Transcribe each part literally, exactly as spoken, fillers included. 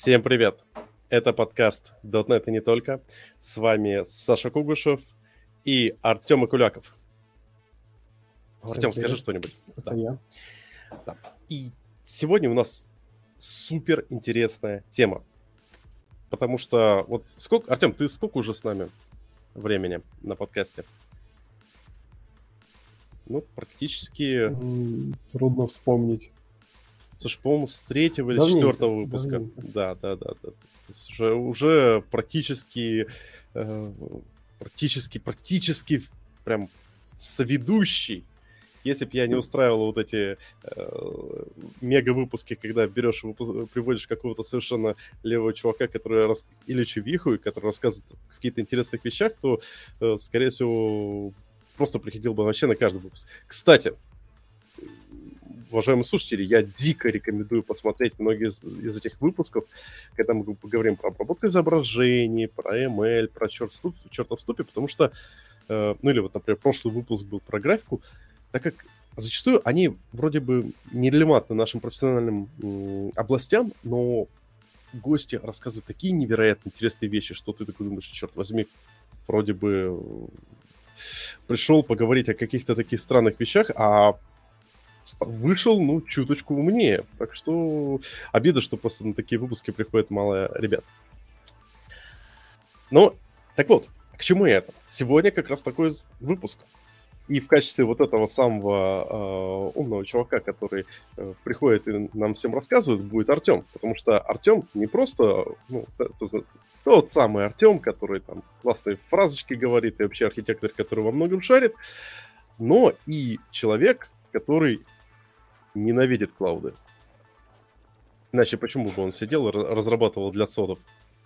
Всем привет! Это подкаст .дот нет и не только. С вами Саша Кугушев и Артем Акуляков. Всем Артем, привет. скажи что-нибудь. Это Да. я. Да. И сегодня у нас супер интересная тема. Потому что вот сколько... Артем, ты сколько уже с нами времени на подкасте? Ну, практически... М, Трудно вспомнить. Слушай, по-моему, с третьего или Давненько, четвертого выпуска. давненько. Да, да, да, да. То есть уже, уже практически, э, практически, практически прям соведущий. Если бы я не устраивал вот эти э, мега-выпуски, когда берешь и выпу- приводишь какого-то совершенно левого чувака, который рас... или чувиху, который рассказывает о каких-то интересных вещах, то, э, скорее всего, просто приходил бы вообще на каждый выпуск. Кстати, уважаемые слушатели, я дико рекомендую посмотреть многие из, из этих выпусков, когда мы поговорим про обработку изображений, про эм эл, про черт, ступ, черта в ступе, потому что, э, ну или вот, например, прошлый выпуск был про графику, так как зачастую они вроде бы нерелевантны нашим профессиональным м, областям, но гости рассказывают такие невероятно интересные вещи, что ты такой думаешь, черт возьми, вроде бы э, пришел поговорить о каких-то таких странных вещах, а вышел, ну, чуточку умнее. Так что обида, что просто на такие выпуски приходит мало ребят. Ну, так вот, к чему это? Сегодня как раз такой выпуск. И в качестве вот этого самого э, умного чувака, который э, приходит и нам всем рассказывает, будет Артем. Потому что Артем не просто, ну, это, тот самый Артем, который там классные фразочки говорит, и вообще архитектор, который во многом шарит, но и человек, который ненавидит клауды. Иначе почему бы он сидел и разрабатывал для содов?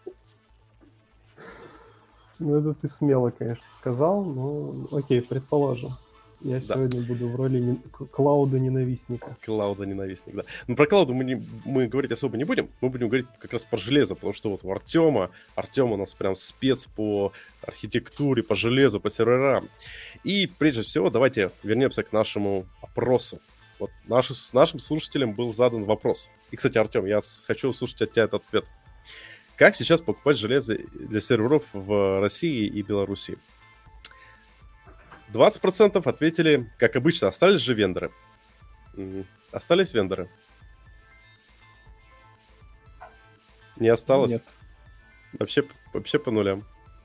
Ну, это ты смело, конечно, сказал, но окей, предположим. Я Да. сегодня буду в роли не... клауда-ненавистника. Клауда-ненавистник, да. Но про клауду мы, не, мы говорить особо не будем. Мы будем говорить как раз про железо, потому что вот у Артема, Артем у нас прям спец по архитектуре, по железу, по серверам. И прежде всего давайте вернемся к нашему опросу. Вот наш, с нашим слушателям был задан вопрос. И, кстати, Артем, я хочу услышать от тебя этот ответ. Как сейчас покупать железо для серверов в России и Беларуси? двадцать процентов ответили, как обычно, остались же вендоры. М-м. Остались вендоры? Не осталось? Нет. Вообще, вообще по нулям.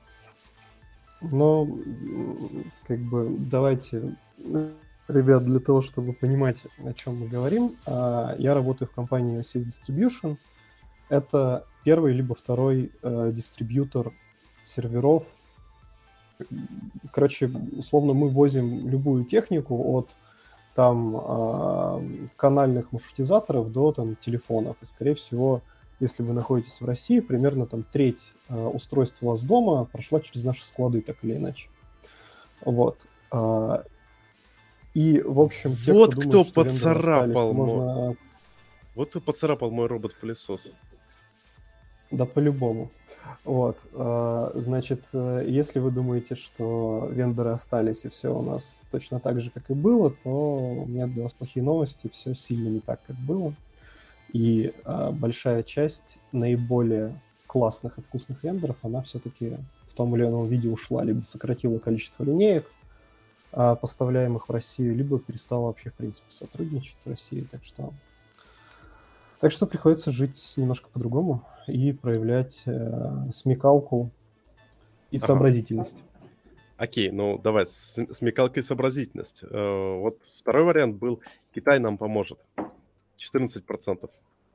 Но, как бы, давайте... Ребят, для того, чтобы понимать, о чем мы говорим, я работаю в компании о си эс Distribution. Это первый либо второй э, дистрибьютор серверов. Короче, условно, мы возим любую технику от там э, канальных маршрутизаторов до там телефонов. И, скорее всего, если вы находитесь в России, примерно там треть э, устройств у вас дома прошла через наши склады, так или иначе. Вот. Э, И, в общем, те, вот кто, кто думает, что поцарапал остались, мой... можно... Вот кто поцарапал мой робот-пылесос. Да, по-любому. Вот. Значит, если вы думаете, что вендоры остались и все у нас точно так же, как и было, то у меня для вас плохие новости. Все сильно не так, как было. И большая часть наиболее классных и вкусных вендоров, она все-таки в том или ином виде ушла, либо сократила количество линеек, поставляемых в Россию, либо перестала вообще, в принципе, сотрудничать с Россией. Так что, так что приходится жить немножко по-другому и проявлять э, смекалку и Ага. сообразительность. Окей, ну давай, смекалка и сообразительность. Э, вот второй вариант был «Китай нам поможет». четырнадцать процентов.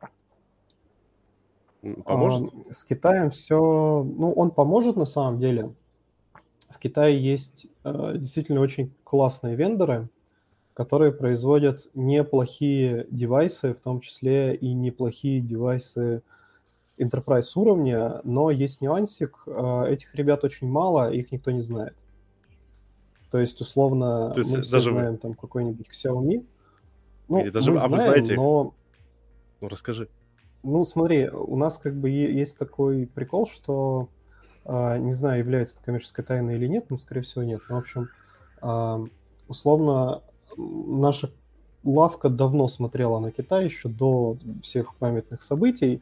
Поможет? А, с Китаем все... Ну, он поможет на самом деле. В Китае есть э, действительно очень классные вендоры, которые производят неплохие девайсы, в том числе и неплохие девайсы enterprise уровня, но есть нюансик, э, этих ребят очень мало, их никто не знает. То есть, условно, То есть мы все даже знаем вы... там какой-нибудь Xiaomi. Ну, Или даже... мы А знаем, вы знаете их? но... Ну, расскажи. Ну, смотри, у нас как бы есть такой прикол, что, э, не знаю, является это коммерческой тайной или нет, но, скорее всего, нет. Но, в общем, э, условно, наша лавка давно смотрела на Китай еще до всех памятных событий,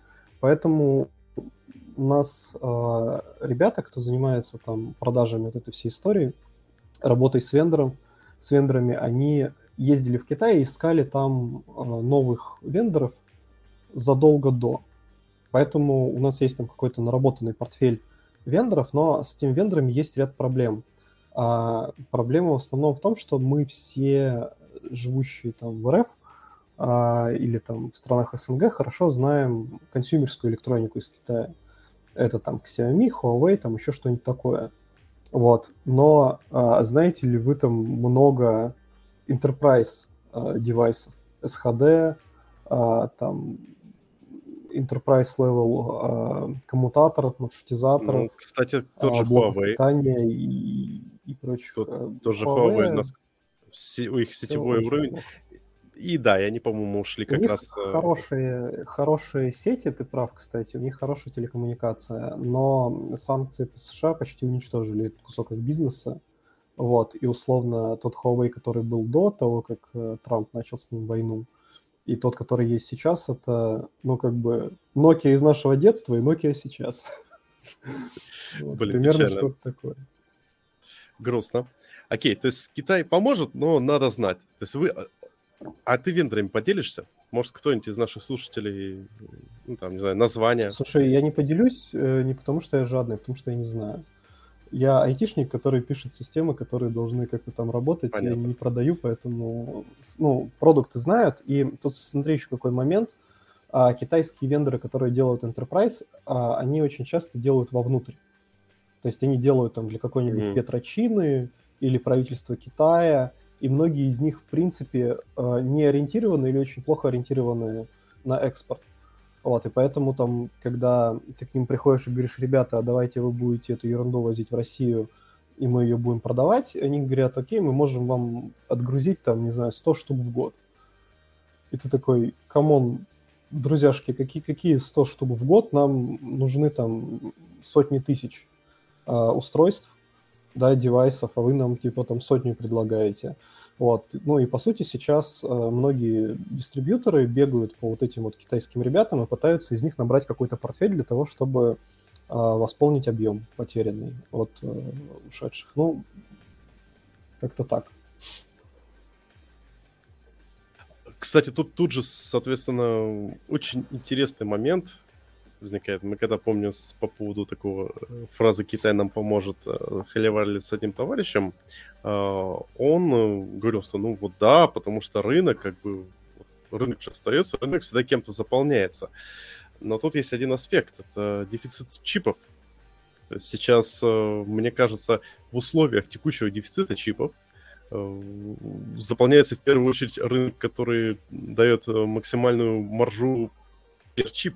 Поэтому у нас э, ребята, кто занимается там продажами вот этой всей истории, работой с вендором, с вендорами, они ездили в Китай и искали там э, новых вендоров задолго до. Поэтому у нас есть там какой-то наработанный портфель вендоров, но с этими вендорами есть ряд проблем. А проблема в основном в том, что мы все, живущие там в РФ а, или там в странах СНГ, хорошо знаем консюмерскую электронику из Китая. Это там Xiaomi, Huawei, там еще что-нибудь такое. Вот. Но а, знаете ли вы там много enterprise а, девайсов, эс эйч ди, а, там enterprise level а, коммутаторов, маршрутизаторов, Ну, кстати, тот а, же блоков Huawei. питания и, и прочих. Тут А, тоже Huawei, Huawei нас- се- у их всё сетевой очень уровень. плохо. И да, и они, по-моему, ушли У как них раз... э, хорошие, хорошие сети, ты прав, кстати, у них хорошая телекоммуникация, но санкции по США почти уничтожили этот кусок их бизнеса. Вот, и условно тот Huawei, который был до того, как э, Трамп начал с ним войну, и тот, который есть сейчас, это, ну, как бы Nokia из нашего детства и Nokia сейчас. Вот, Блин, примерно печально. что-то такое. Грустно. Окей, то есть Китай поможет, но надо знать. То есть вы... а- А ты вендорами поделишься? Может, кто-нибудь из наших слушателей, ну, там, не знаю, название? Слушай, я не поделюсь э, не потому, что я жадный, а потому что я не знаю. Я айтишник, который пишет системы, которые должны как-то там работать. Я Понятно. не продаю, поэтому, с- ну, продукты знают. И тут смотри еще какой момент. А, китайские вендоры, которые делают enterprise, а, они очень часто делают вовнутрь. То есть они делают там для какой-нибудь Мгм. Петрочины или правительства Китая, и многие из них, в принципе, э, не ориентированы или очень плохо ориентированы на экспорт. Вот, и поэтому там, когда ты к ним приходишь и говоришь, ребята, а давайте вы будете эту ерунду возить в Россию, и мы ее будем продавать, они говорят, окей, мы можем вам отгрузить там, не знаю, сто штук в год. И ты такой, камон, друзьяшки, какие, какие сто штук в год? Нам нужны там сотни тысяч а, устройств, да, девайсов, а вы нам типа там сотню предлагаете. Вот. Ну и по сути сейчас э, многие дистрибьюторы бегают по вот этим вот китайским ребятам и пытаются из них набрать какой-то портфель для того, чтобы э, восполнить объем потерянный от э, ушедших. Ну, как-то так. Кстати, тут, тут же, соответственно, очень интересный момент возникает. Мы когда, помню, с- по поводу такого э, фразы «Китай нам поможет», э, холиварили с одним товарищем, э, он э, говорил, что ну вот да, потому что рынок, как бы, вот рынок же остается, рынок всегда кем-то заполняется. Но тут есть один аспект, это дефицит чипов. То есть сейчас, э, мне кажется, в условиях текущего дефицита чипов э, заполняется в первую очередь рынок, который дает э, максимальную маржу per чип.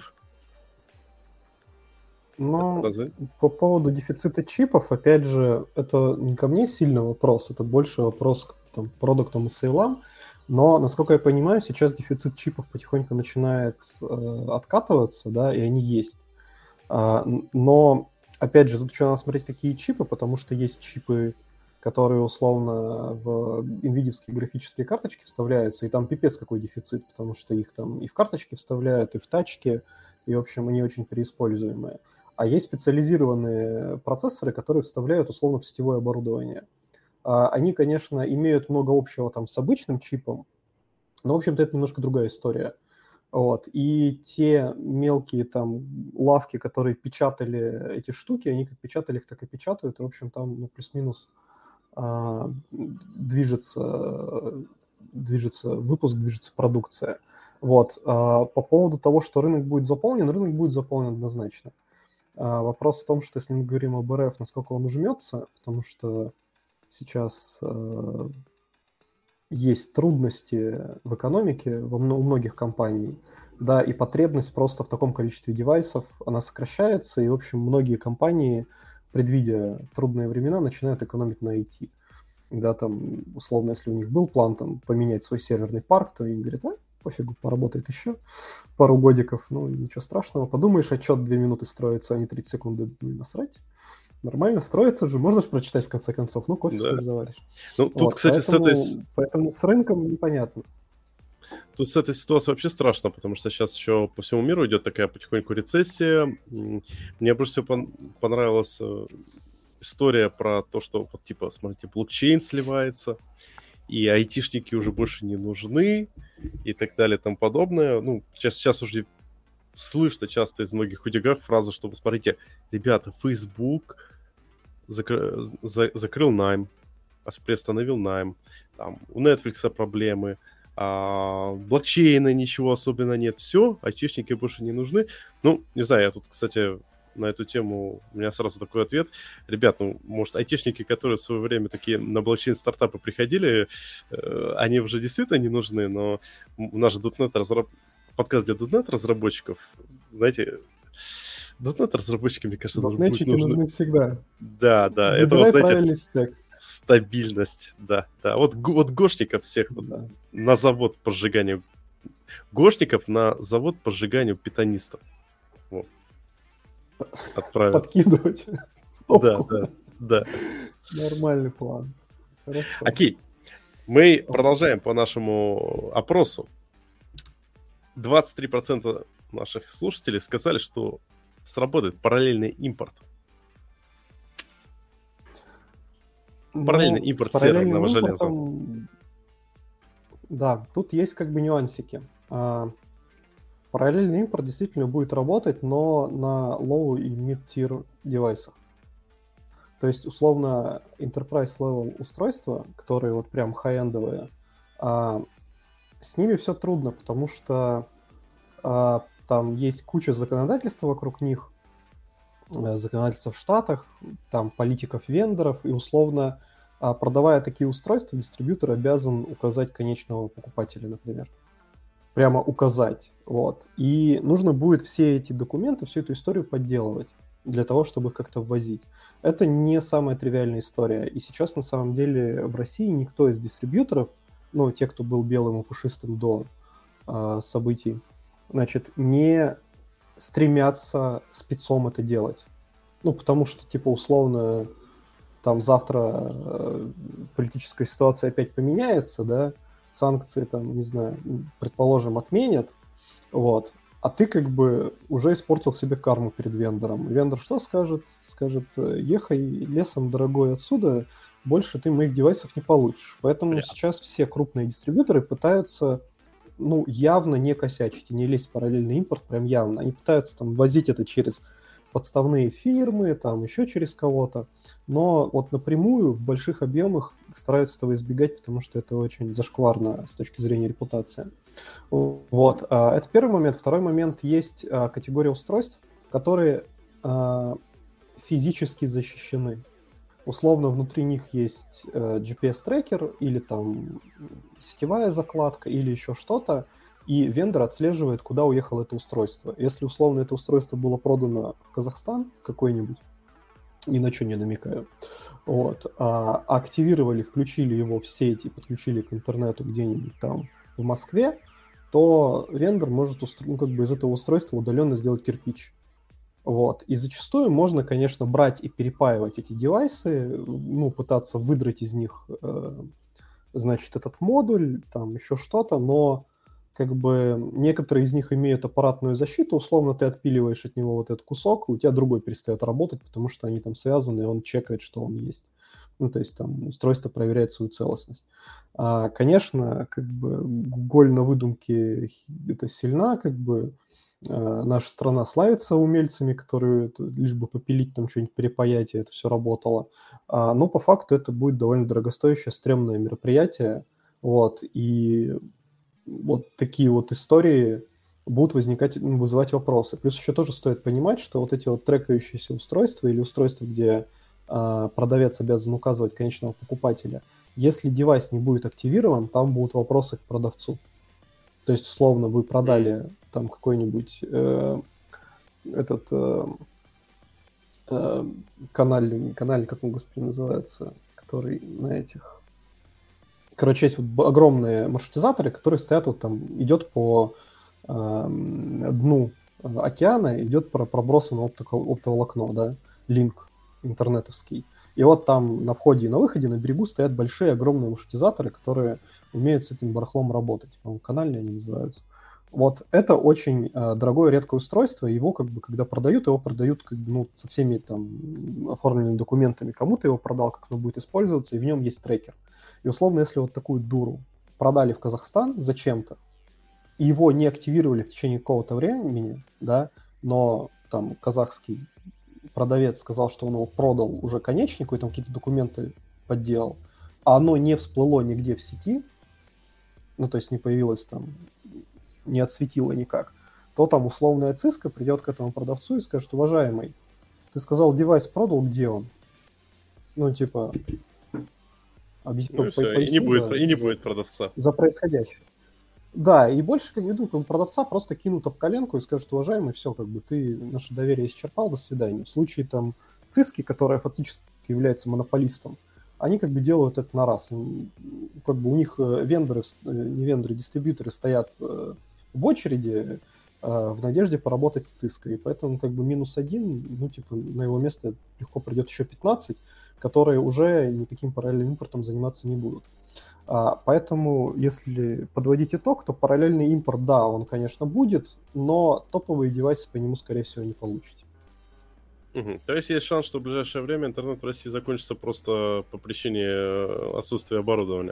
Но Разве? по поводу дефицита чипов, опять же, это не ко мне сильный вопрос, это больше вопрос к там, продуктам и сейлам. Но, насколько я понимаю, сейчас дефицит чипов потихоньку начинает э, откатываться, да, и они есть. А, н- но, опять же, тут еще надо смотреть, какие чипы, потому что есть чипы, которые условно в NVIDIA-вские графические карточки вставляются, и там пипец какой дефицит, потому что их там и в карточки вставляют, и в тачки, и, в общем, они очень переиспользуемые. А есть специализированные процессоры, которые вставляют условно в сетевое оборудование. А, Они, конечно, имеют много общего там с обычным чипом, но, в общем-то, это немножко другая история. Вот. И те мелкие там лавки, которые печатали эти штуки, они как печатали их, так и печатают. И, в общем, там ну, плюс-минус а, движется, движется выпуск, движется продукция. Вот. А, по поводу того, что рынок будет заполнен, рынок будет заполнен однозначно. А, вопрос в том, что если мы говорим об РФ, насколько он ужмется, потому что сейчас э, есть трудности в экономике во мно- у многих компаний, да, и потребность просто в таком количестве девайсов, она сокращается, и, в общем, многие компании, предвидя трудные времена, начинают экономить на ай ти. Да, там, условно, если у них был план там поменять свой серверный парк, то они говорят, а, пофигу, поработает еще пару годиков, ну, ничего страшного. Подумаешь, отчет две минуты строится, а не тридцать секунд, ну, и насрать. Нормально, строится же, можно же прочитать в конце концов. Ну, кофе Да. свой заваришь. Ну, тут, Вот, кстати, с этой... с- поэтому, поэтому с рынком непонятно. Тут с этой ситуацией вообще страшно, потому что сейчас еще по всему миру идет такая потихоньку рецессия. Мне больше всего пон- понравилась э, история про то, что вот типа, смотрите, блокчейн сливается, и айтишники уже больше не нужны, и так далее, и тому подобное. Ну, сейчас, сейчас уже слышно часто из многих утюгах фразу, что, смотрите, ребята, Facebook закры... за... закрыл найм, приостановил найм, там, у Netflix проблемы, а, блокчейна ничего особенно нет, все, айтишники больше не нужны. Ну, не знаю, я тут, кстати, на эту тему у меня сразу такой ответ. Ребят, ну, может, айтишники, которые в свое время такие на блокчейн-стартапы приходили, э, они уже действительно не нужны, но у нас же .дот нет разраб... подкаст для .дот нет разработчиков, знаете, .дот нет разработчики, мне кажется, должны быть Дотнетчики нужны. нужны всегда. Да, да, это Выбирай вот, знаете, правильный стек. стабильность, да, да. Вот, го- вот гошников всех вот Да. на завод по сжиганию гошников на завод по сжиганию питонистов. Вот. Отправят. Подкидывать. Да, да, да. Нормальный план. Хорошо. Окей. Мы продолжаем по нашему опросу. двадцать три процента наших слушателей сказали, что сработает параллельный импорт. Параллельный Ну, импорт с параллельным серверного железа. импортом, да, тут есть как бы нюансики. А, Параллельный импорт действительно будет работать, но на low и mid-tier девайсах. То есть, условно, enterprise level устройства, которые вот прям хай-эндовые, а, с ними все трудно, потому что а, там есть куча законодательства вокруг них, э, законодательства в Штатах, там политиков вендоров, и условно, а, продавая такие устройства, дистрибьютор обязан указать конечного покупателя, например. Прямо указать. Вот. И нужно будет все эти документы, всю эту историю подделывать для того, чтобы их как-то ввозить. Это не самая тривиальная история. И сейчас, на самом деле, в России никто из дистрибьюторов, ну, те, кто был белым и пушистым до э, событий, значит, не стремятся спецом это делать. Ну, потому что, типа, условно, там завтра э, политическая ситуация опять поменяется, да, санкции там, не знаю, предположим, отменят, вот, а ты как бы уже испортил себе карму перед вендором. Вендор что скажет? Скажет, ехай лесом, дорогой, отсюда, больше ты моих девайсов не получишь. Поэтому Понятно. сейчас все крупные дистрибьюторы пытаются, ну, явно не косячить и не лезть в параллельный импорт, прям явно. Они пытаются там возить это через подставные фирмы, там еще через кого-то, но вот напрямую в больших объемах стараются этого избегать, потому что это очень зашкварно с точки зрения репутации. Вот, это первый момент. Второй момент, есть категория устройств, которые физически защищены. Условно, внутри них есть джи пи эс-трекер или там сетевая закладка или еще что-то, и вендор отслеживает, куда уехало это устройство. Если, условно, это устройство было продано в Казахстан какой-нибудь, ни на что не намекаю, вот, а активировали, включили его в сеть и подключили к интернету где-нибудь там в Москве, то вендор может устро... ну, как бы из этого устройства удаленно сделать кирпич. Вот. И зачастую можно, конечно, брать и перепаивать эти девайсы, ну, пытаться выдрать из них, э, значит, этот модуль, там еще что-то, но как бы некоторые из них имеют аппаратную защиту, условно ты отпиливаешь от него вот этот кусок, и у тебя другой перестает работать, потому что они там связаны, и он чекает, что он есть. Ну, то есть там устройство проверяет свою целостность. А, конечно, как бы голь на выдумке это сильна, как бы а, наша страна славится умельцами, которые это, лишь бы попилить, там что-нибудь перепаять, и это все работало. А, но по факту это будет довольно дорогостоящее, стремное мероприятие, вот, и вот такие вот истории будут возникать, вызывать вопросы. Плюс еще тоже стоит понимать, что вот эти вот трекающиеся устройства или устройства, где э, продавец обязан указывать конечного покупателя, если девайс не будет активирован, там будут вопросы к продавцу. То есть, условно, вы продали там какой-нибудь э, этот э, э, канальный, канальный, как он, господи, называется, который на этих... Короче, есть вот огромные маршрутизаторы, которые стоят вот там, идет по э, дну океана, идет про пробросано оптико- оптоволокно, да, линк интернетовский. И вот там на входе и на выходе на берегу стоят большие огромные маршрутизаторы, которые умеют с этим барахлом работать. По-моему, канальные они называются. Вот это очень э, дорогое, редкое устройство. Его, как бы, когда продают, его продают как бы, ну, со всеми там оформленными документами. Кому-то его продал, как оно будет использоваться, и в нем есть трекер. И условно, если вот такую дуру продали в Казахстан зачем-то, и его не активировали в течение какого-то времени, да, но там казахский продавец сказал, что он его продал уже конечнику, и там какие-то документы подделал, а оно не всплыло нигде в сети, ну, то есть не появилось там, не отсветило никак, то там условная циска придет к этому продавцу и скажет: уважаемый, ты сказал, девайс продал, где он? Ну, типа, объясни, Ну и все, и не, будет, и не будет продавца. За происходящее. Да, и больше, как бы, ну, как бы продавца просто кинут об коленку и скажут: уважаемый, все, как бы, ты наше доверие исчерпал, до свидания. В случае там циски, которая фактически является монополистом, они как бы делают это на раз. Как бы у них вендоры, не вендоры, дистрибьюторы стоят в очереди в надежде поработать с циской. И поэтому как бы минус один, ну, типа, на его место легко придет еще пятнадцать, которые уже никаким параллельным импортом заниматься не будут. А, поэтому, если подводить итог, то параллельный импорт, да, он, конечно, будет, но топовые девайсы по нему, скорее всего, не получите. Угу. То есть есть шанс, что в ближайшее время интернет в России закончится просто по причине отсутствия оборудования?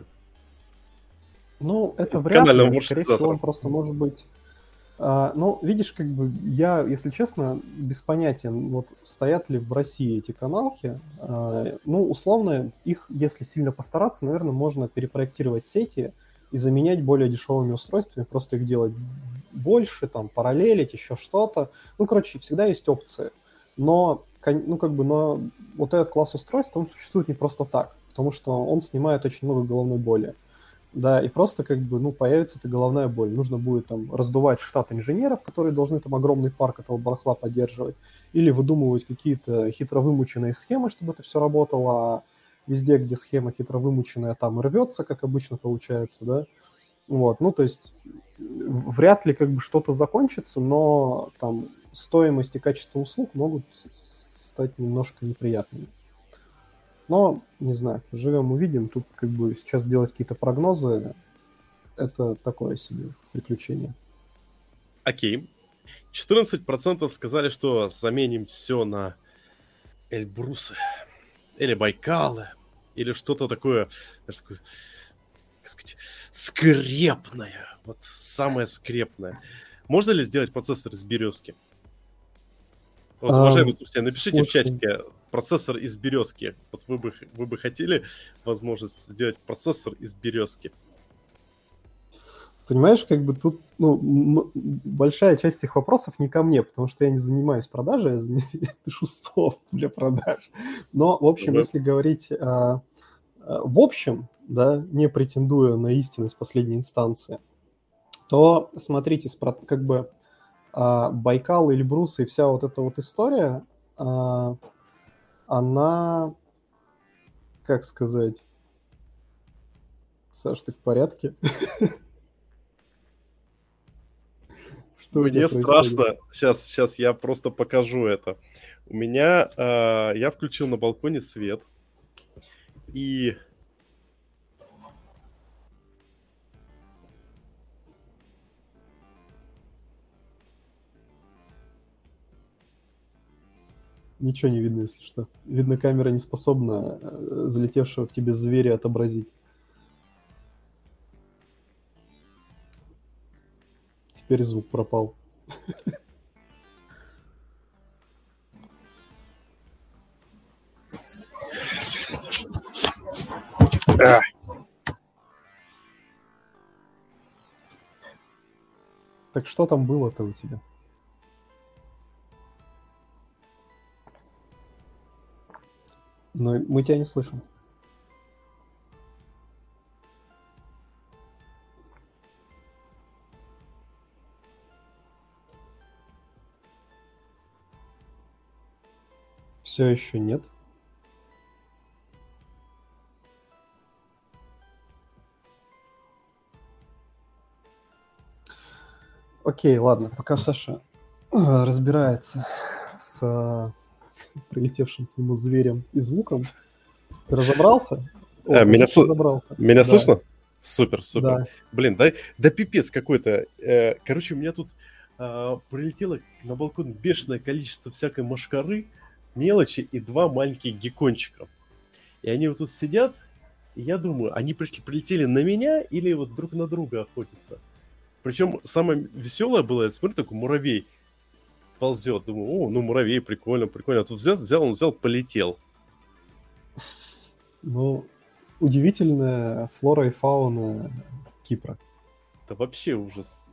Ну, это вряд ли. Скорее завтра. всего, он просто может быть... А, ну, видишь, как бы я, если честно, без понятия, вот стоят ли в России эти каналки. А, ну, условно, их, если сильно постараться, наверное, можно перепроектировать сети и заменять более дешевыми устройствами, просто их делать больше, там, параллелить, еще что-то. Ну, короче, всегда есть опции. Но, ну, как бы, но вот этот класс устройств, он существует не просто так, потому что он снимает очень много головной боли. Да, и просто как бы, ну, появится эта головная боль. Нужно будет там раздувать штат инженеров, которые должны там огромный парк этого барахла поддерживать, или выдумывать какие-то хитро вымученные схемы, чтобы это все работало, а везде, где схема хитро вымученная, там рвется, как обычно получается, да. Вот, ну, то есть вряд ли как бы что-то закончится, но там стоимость и качество услуг могут стать немножко неприятными. Но, не знаю, живем, увидим. Тут как бы сейчас делать какие-то прогнозы, это такое себе приключение. Окей. четырнадцать процентов сказали, что заменим все на Эльбрусы. Или Байкалы. Или что-то такое, даже такое, как сказать, скрепное. Вот самое скрепное. Можно ли сделать процессор из березки? Вот, уважаемые um, слушатели, напишите слушай. в чатике процессор из березки. Вот вы бы, вы бы хотели возможность сделать процессор из березки? Понимаешь, как бы тут ну, м- большая часть их вопросов не ко мне, потому что я не занимаюсь продажей, я, занимаюсь, я пишу софт для продаж. Но, в общем, да. если говорить а, а, в общем, да, не претендуя на истинность последней инстанции, то, смотрите, как бы а, Байкал, Эльбрус и вся вот эта вот история, а, она, как сказать... Саш, ты в порядке? Что Мне страшно. Сейчас, сейчас я просто покажу это. У меня... Э, я включил на балконе свет. И... Ничего не видно, если что. Видно, камера не способна залетевшего к тебе зверя отобразить. Теперь звук пропал. Так что там было-то у тебя? Но мы тебя не слышим. Все еще нет. Окей, ладно, пока Саша разбирается с прилетевшим к нему зверем и звуком. Ты разобрался? О, а, меня, сл... разобрался. меня да. слышно? Супер, супер. Да. Блин, да, да пипец какой-то. Э, короче, у меня тут э, прилетело на балкон бешеное количество всякой мошкары, мелочи и два маленьких геккончика. И они вот тут сидят, и я думаю, они пришли, прилетели на меня или вот друг на друга охотятся. Причем самое веселое было, я смотрю, такой муравей ползет. Думаю, о, ну муравей, прикольно, прикольно. А тут взял, взял, он взял, полетел. Ну, удивительная флора и фауна Кипра. Это вообще ужас.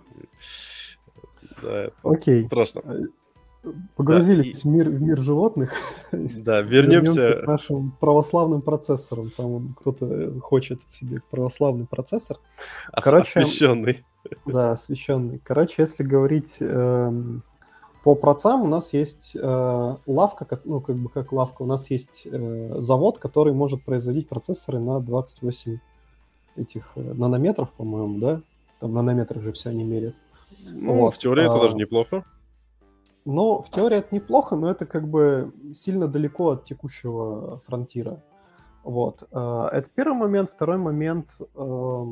Да, это Окей. страшно. Погрузились Да, в, мир, в мир животных. Да, вернемся... вернемся к нашим православным процессорам. Там кто-то хочет себе православный процессор. Короче, освященный. Да, освященный. Короче, если говорить э, по процам, у нас есть э, лавка, ну, как бы как лавка, у нас есть э, завод, который может производить процессоры на двадцать восемь этих э, нанометров, по-моему, да? Там нанометрах же все они меряют. Ну, вот. в теории а, это даже неплохо. Ну, в теории это неплохо, но это как бы сильно далеко от текущего фронтира. Вот. Э, это первый момент. Второй момент... Э,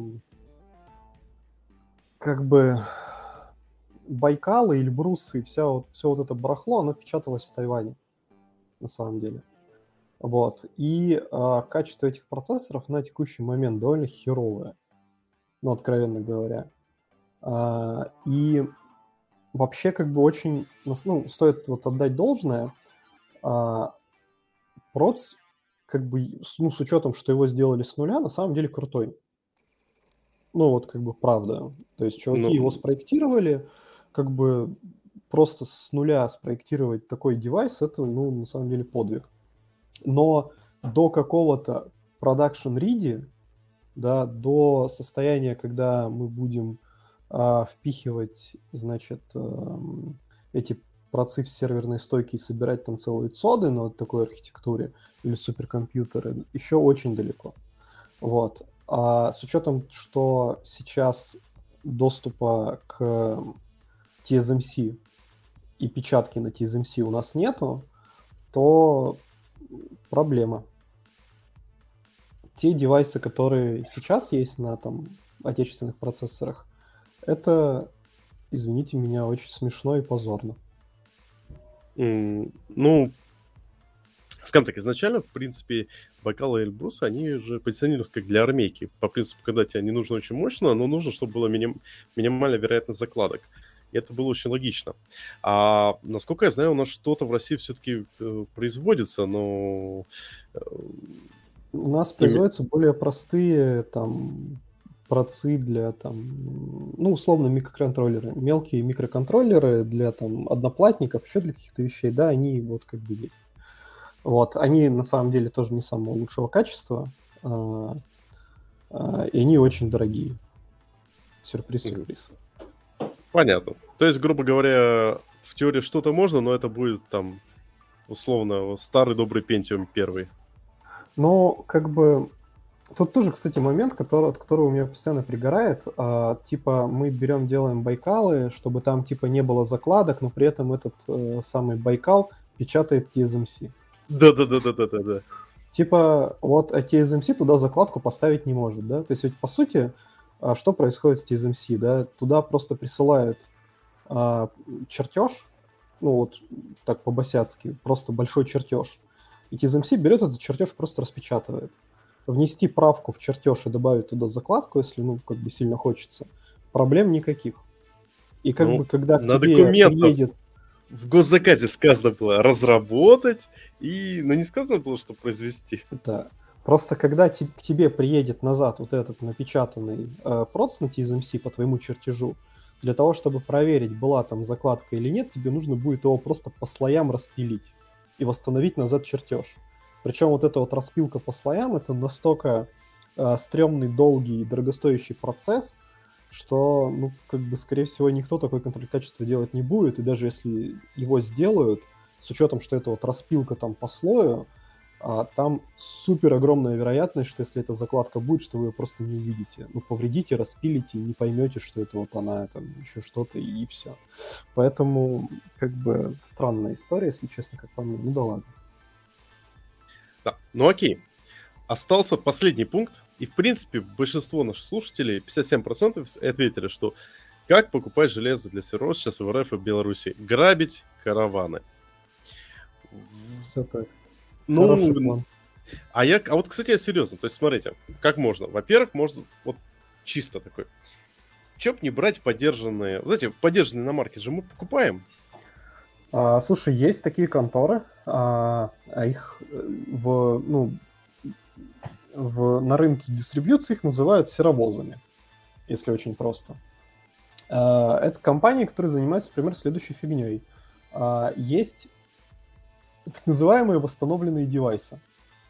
как бы... Байкал, Эльбрус и вся вот, все вот это барахло, оно печаталось в Тайване, на самом деле. Вот. И а, качество этих процессоров на текущий момент довольно херовое, ну, откровенно говоря. А, и вообще, как бы, очень, ну, стоит вот отдать должное, а, проц, как бы, ну, с учетом, что его сделали с нуля, на самом деле крутой. Ну, вот, как бы, правда. То есть чуваки ну... его спроектировали, как бы просто с нуля спроектировать такой девайс, это, ну, на самом деле подвиг. Но до какого-то production ready, да, до состояния, когда мы будем а, впихивать, значит, а, эти процы в серверные стойки и собирать там целые цоды на вот такой архитектуре или суперкомпьютеры, еще очень далеко. Вот. А с учетом, что сейчас доступа к ти эс эм си и печатки на ти эс эм си у нас нету, то проблема. Те девайсы, которые сейчас есть на там отечественных процессорах, это, извините меня, очень смешно и позорно. Mm, ну, скажем так, изначально, в принципе, Байкал и Эльбрус, они же позиционируются как для армейки. По принципу, когда тебе не нужно очень мощно, но нужно, чтобы была миним... минимальная вероятность закладок. И это было очень логично. А насколько я знаю, у нас что-то в России все-таки э, производится, но... Э, у нас производятся более простые там процы для там, ну, условно, микроконтроллеры. Мелкие микроконтроллеры для там одноплатников, еще для каких-то вещей, да, они вот как бы есть. Вот, они на самом деле тоже не самого лучшего качества, а, а, и они очень дорогие. Сюрприз-сюрприз. Понятно. То есть, грубо говоря, в теории что-то можно, но это будет там, условно, старый добрый Pentium первый. Ну, как бы... Тут тоже, кстати, момент, который, от которого меня постоянно пригорает. А, типа, мы берем, делаем Байкалы, чтобы там, типа, не было закладок, но при этом этот э, самый Байкал печатает ти эс эм си. Да-да-да-да-да-да. Типа, вот а ти эс эм си туда закладку поставить не может, да? То есть, ведь, по сути, а, что происходит с ти эс эм си, да? Туда просто присылают а, чертеж, ну, вот так по-босяцки, просто большой чертеж. И ти эс эм си берет этот чертеж, просто распечатывает. Внести правку в чертеж и добавить туда закладку, если, ну, как бы сильно хочется, проблем никаких. И как ну, бы, когда к на тебе документах приедет... В госзаказе сказано было разработать, и, ну, не сказано было, что произвести. Да. Просто когда te- к тебе приедет назад вот этот напечатанный э, проц на ти эс эм си по твоему чертежу, для того, чтобы проверить, была там закладка или нет, тебе нужно будет его просто по слоям распилить и восстановить назад чертеж. Причем вот эта вот распилка по слоям, это настолько э, стрёмный, долгий и дорогостоящий процесс, что, ну, как бы, скорее всего, никто такой контроль качества делать не будет, и даже если его сделают, с учетом, что это вот распилка там по слою, а, там супер огромная вероятность, что если эта закладка будет, что вы ее просто не увидите. Ну, повредите, распилите, не поймете, что это вот она, там, еще что-то, и все. Поэтому, как бы, странная история, если честно, как по мне. Ну да ладно. Да, ну окей. остался последний пункт, и, в принципе, большинство наших слушателей, пятьдесят семь процентов, ответили, что как покупать железо для серверов сейчас в РФ и в Беларуси? Грабить караваны. Все так. Ну, а, я, а вот, кстати, я серьезно. То есть, смотрите, как можно? Во-первых, можно вот чисто такой. Чё б не брать подержанные... Знаете, подержанные на марке же мы покупаем. А, слушай, есть такие конторы, а, а их в, ну, в, на рынке дистрибьюции их называют серовозами, если очень просто. А, это компании, которые занимаются, например, следующей фигней. А, есть так называемые восстановленные девайсы.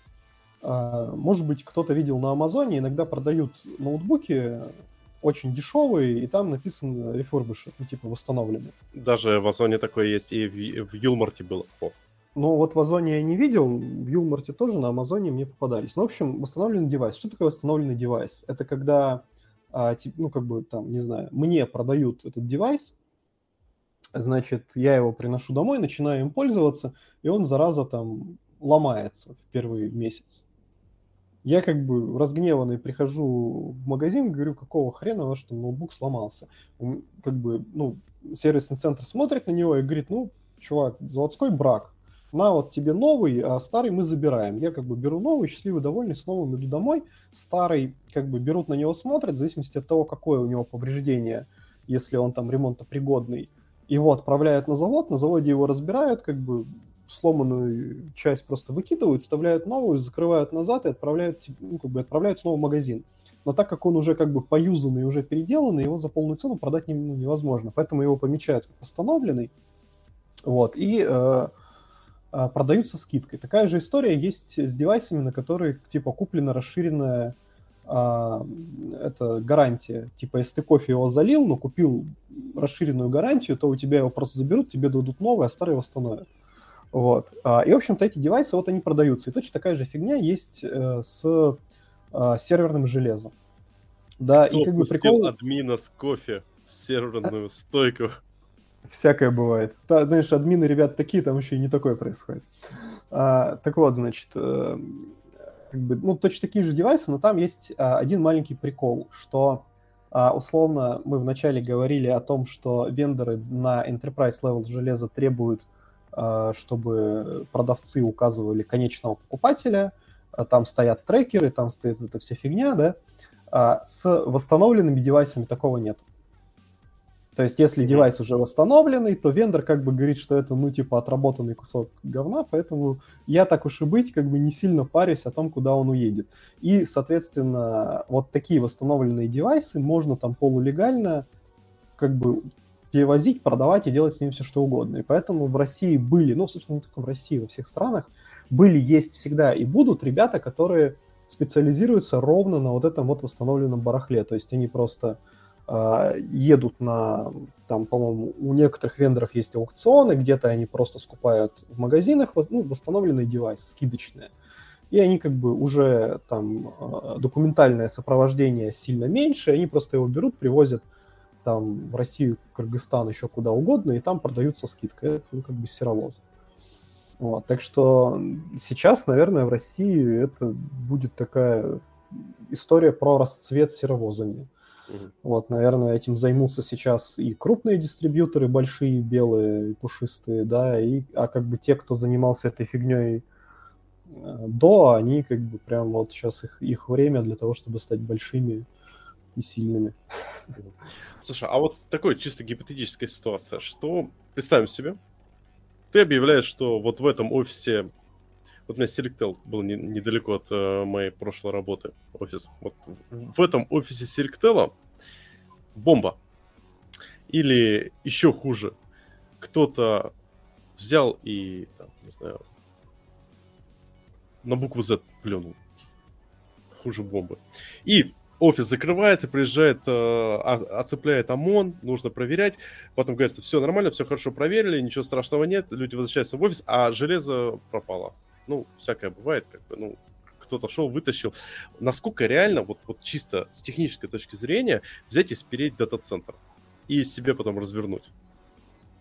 А, может быть, кто-то видел на Амазоне, иногда продают ноутбуки очень дешевые, и там написано refurbished, ну, типа восстановленные. Даже в Озоне такое есть, и в, в Юлмарте было. О. Ну, вот в Озоне я не видел, в Юлмарте тоже, на Амазоне мне попадались. Ну, в общем, восстановленный девайс. Что такое восстановленный девайс? Это когда, а, тип, ну, как бы там, не знаю, мне продают этот девайс, значит, я его приношу домой, начинаю им пользоваться, и он, зараза, там ломается в первый месяц. Я как бы разгневанный прихожу в магазин, говорю, какого хрена ваш там ноутбук сломался. Как бы, ну, сервисный центр смотрит на него и говорит, ну, чувак, заводской брак. На, вот тебе новый, а старый мы забираем. Я как бы беру новый, счастливый, довольный, с новым иду домой. Старый, как бы берут на него, смотрят, в зависимости от того, какое у него повреждение, если он там ремонтопригодный. Его отправляют на завод, на заводе его разбирают, как бы сломанную часть просто выкидывают, вставляют новую, закрывают назад и отправляют, ну, как бы отправляют снова в магазин. Но так как он уже как бы поюзанный, уже переделанный, его за полную цену продать не, ну, невозможно. Поэтому его помечают как восстановленный, вот, и э, э, продают со скидкой. Такая же история есть с девайсами, на которые типа куплена расширенная э, это гарантия. Типа, если ты кофе его залил, но купил расширенную гарантию, то у тебя его просто заберут, тебе дадут новый, а старый восстановят. Вот. И, в общем-то, эти девайсы, вот они продаются. И точно такая же фигня есть э, с э, серверным железом. Да, Кто и как бы пустил прикол... админа с кофе в серверную стойку? Всякое бывает. Да, знаешь, админы, ребят, такие, там еще и не такое происходит. А, так вот, значит, э, как бы, ну, точно такие же девайсы, но там есть а, один маленький прикол, что, а, условно, мы вначале говорили о том, что вендоры на enterprise level железа требуют, чтобы продавцы указывали конечного покупателя, там стоят трекеры, там стоит эта вся фигня, да. С восстановленными девайсами такого нет. То есть, если mm-hmm. девайс уже восстановленный, то вендор как бы говорит, что это, ну, типа, отработанный кусок говна, поэтому я, так уж и быть, как бы не сильно парюсь о том, куда он уедет. И, соответственно, вот такие восстановленные девайсы можно там полулегально как бы перевозить, продавать и делать с ним все что угодно. И поэтому в России были, ну, собственно, не только в России, во всех странах, были, есть всегда и будут ребята, которые специализируются ровно на вот этом вот восстановленном барахле. То есть они просто э, едут на, там, по-моему, у некоторых вендоров есть аукционы, где-то они просто скупают в магазинах, ну, восстановленные девайсы, скидочные. И они как бы уже там э, документальное сопровождение сильно меньше, они просто его берут, привозят там в Россию, Кыргызстан, еще куда угодно, и там продаются скидкой. Это, ну, как бы серовоз. Вот. Так что сейчас, наверное, в России это будет такая история про расцвет серовозами. Mm-hmm. Вот, наверное, этим займутся сейчас и крупные дистрибьюторы, большие, белые, пушистые, да, и, а как бы те, кто занимался этой фигней до, они как бы прям вот сейчас их, их время для того, чтобы стать большими и сильными. Слушай, а вот такой чисто гипотетическая ситуация, что, представим себе, ты объявляешь, что вот в этом офисе, вот у меня Selectel был не, недалеко от э, моей прошлой работы, офис, вот в этом офисе Selectel бомба. Или еще хуже, кто-то взял и, там, не знаю, на букву Z плюнул. Хуже бомбы. И офис закрывается, приезжает, э, оцепляет ОМОН, нужно проверять. Потом говорят, что все нормально, все хорошо проверили, ничего страшного нет. Люди возвращаются в офис, а железо пропало. Ну, всякое бывает, как бы, ну, кто-то шел, вытащил. Насколько реально, вот, вот чисто с технической точки зрения, взять и спереть дата-центр и себе потом развернуть?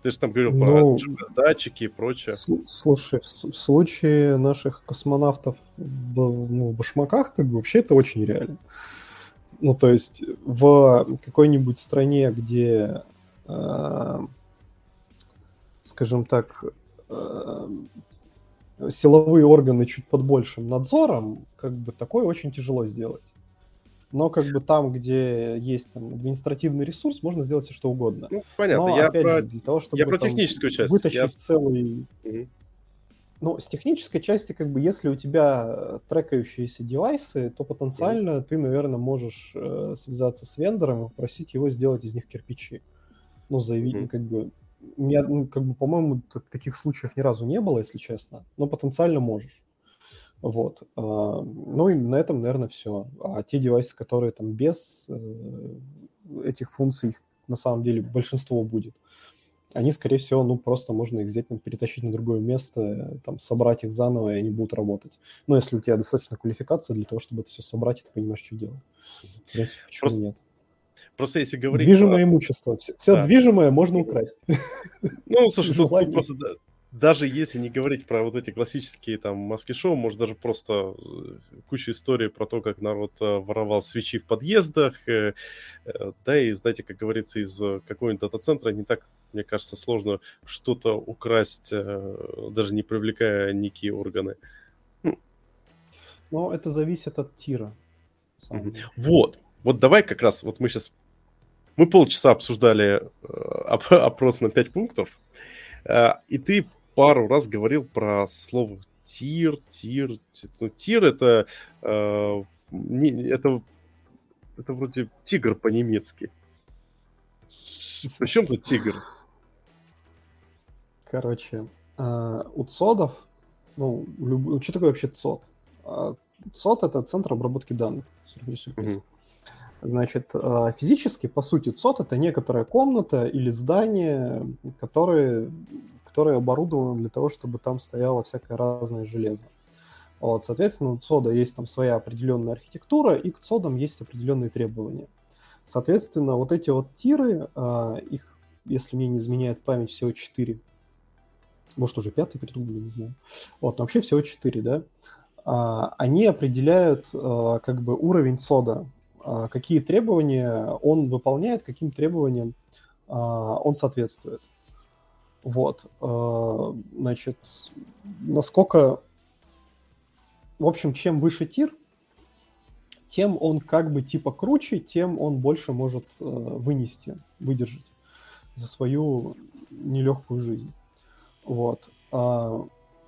Ты же там говорил Ну, про датчики и прочее. с- слушай, в, с- в случае наших космонавтов в, ну, в башмаках, как бы вообще это очень реально. Ну, то есть в какой-нибудь стране, где, э, скажем так, э, силовые органы чуть под большим надзором, как бы такое очень тяжело сделать. Но как бы там, где есть там административный ресурс, можно сделать все что угодно. Ну, понятно. Но Я опять про, же, для того, я чтобы про там техническую часть. Я... вытащить целый... Мгм. Ну, с технической части, как бы, если у тебя трекающиеся девайсы, то потенциально ты, наверное, можешь э, связаться с вендором и попросить его сделать из них кирпичи. Ну, заявить, Мгм. ну, как бы, ни од- ну, как бы, по-моему, т- таких случаев ни разу не было, если честно, но потенциально можешь. Вот. А, ну и на этом, наверное, все. А те девайсы, которые там без э, этих функций, их на самом деле большинство будет, они, скорее всего, ну, просто можно их взять, там, перетащить на другое место, там, собрать их заново, и они будут работать. Ну, если у тебя достаточно квалификации для того, чтобы это все собрать, и ты понимаешь, что делать. В принципе, почему Просто, нет? просто если говорить Движимое про... имущество. Все, все Да. движимое можно Мгм. украсть. Ну, слушай, тут, тут Желание. просто да, даже если не говорить про вот эти классические там маски-шоу, может даже просто э, куча историй про то, как народ э, воровал свечи в подъездах, э, э, да, и знаете, как говорится, из э, какого-нибудь дата-центра не так, мне кажется, сложно что-то украсть, э, даже не привлекая некие органы. Ну, Но это зависит от тира, на самом мгм. деле. Вот, вот давай как раз, вот мы сейчас, мы полчаса обсуждали э, оп- опрос на пять пунктов, э, и ты пару раз говорил про слово тир, тир. Ну, тир это, э, не- это, это вроде тигр по-немецки. Причем тут тигр? Короче, а, у цодов, ну, люб- ну, что такое вообще цод? А, цод — это центр обработки данных. Сюрприз-сюрприз. Мгм. Значит, а, физически, по сути, цод — это некоторая комната или здание, которые, которые оборудованы для того, чтобы там стояло всякое разное железо. Вот, соответственно, у цода есть там своя определенная архитектура, и к цодам есть определенные требования. Соответственно, вот эти вот тиры, а, их, если мне не изменяет память, всего четыре. Может, уже пятый придумали, не знаю. Вот, но вообще всего четыре, да? А, они определяют а, как бы уровень цода, а, какие требования он выполняет, каким требованиям а, он соответствует. Вот, а, значит, насколько, в общем, чем выше тир, тем он как бы типа круче, тем он больше может э, вынести, выдержать за свою нелегкую жизнь. Вот. А,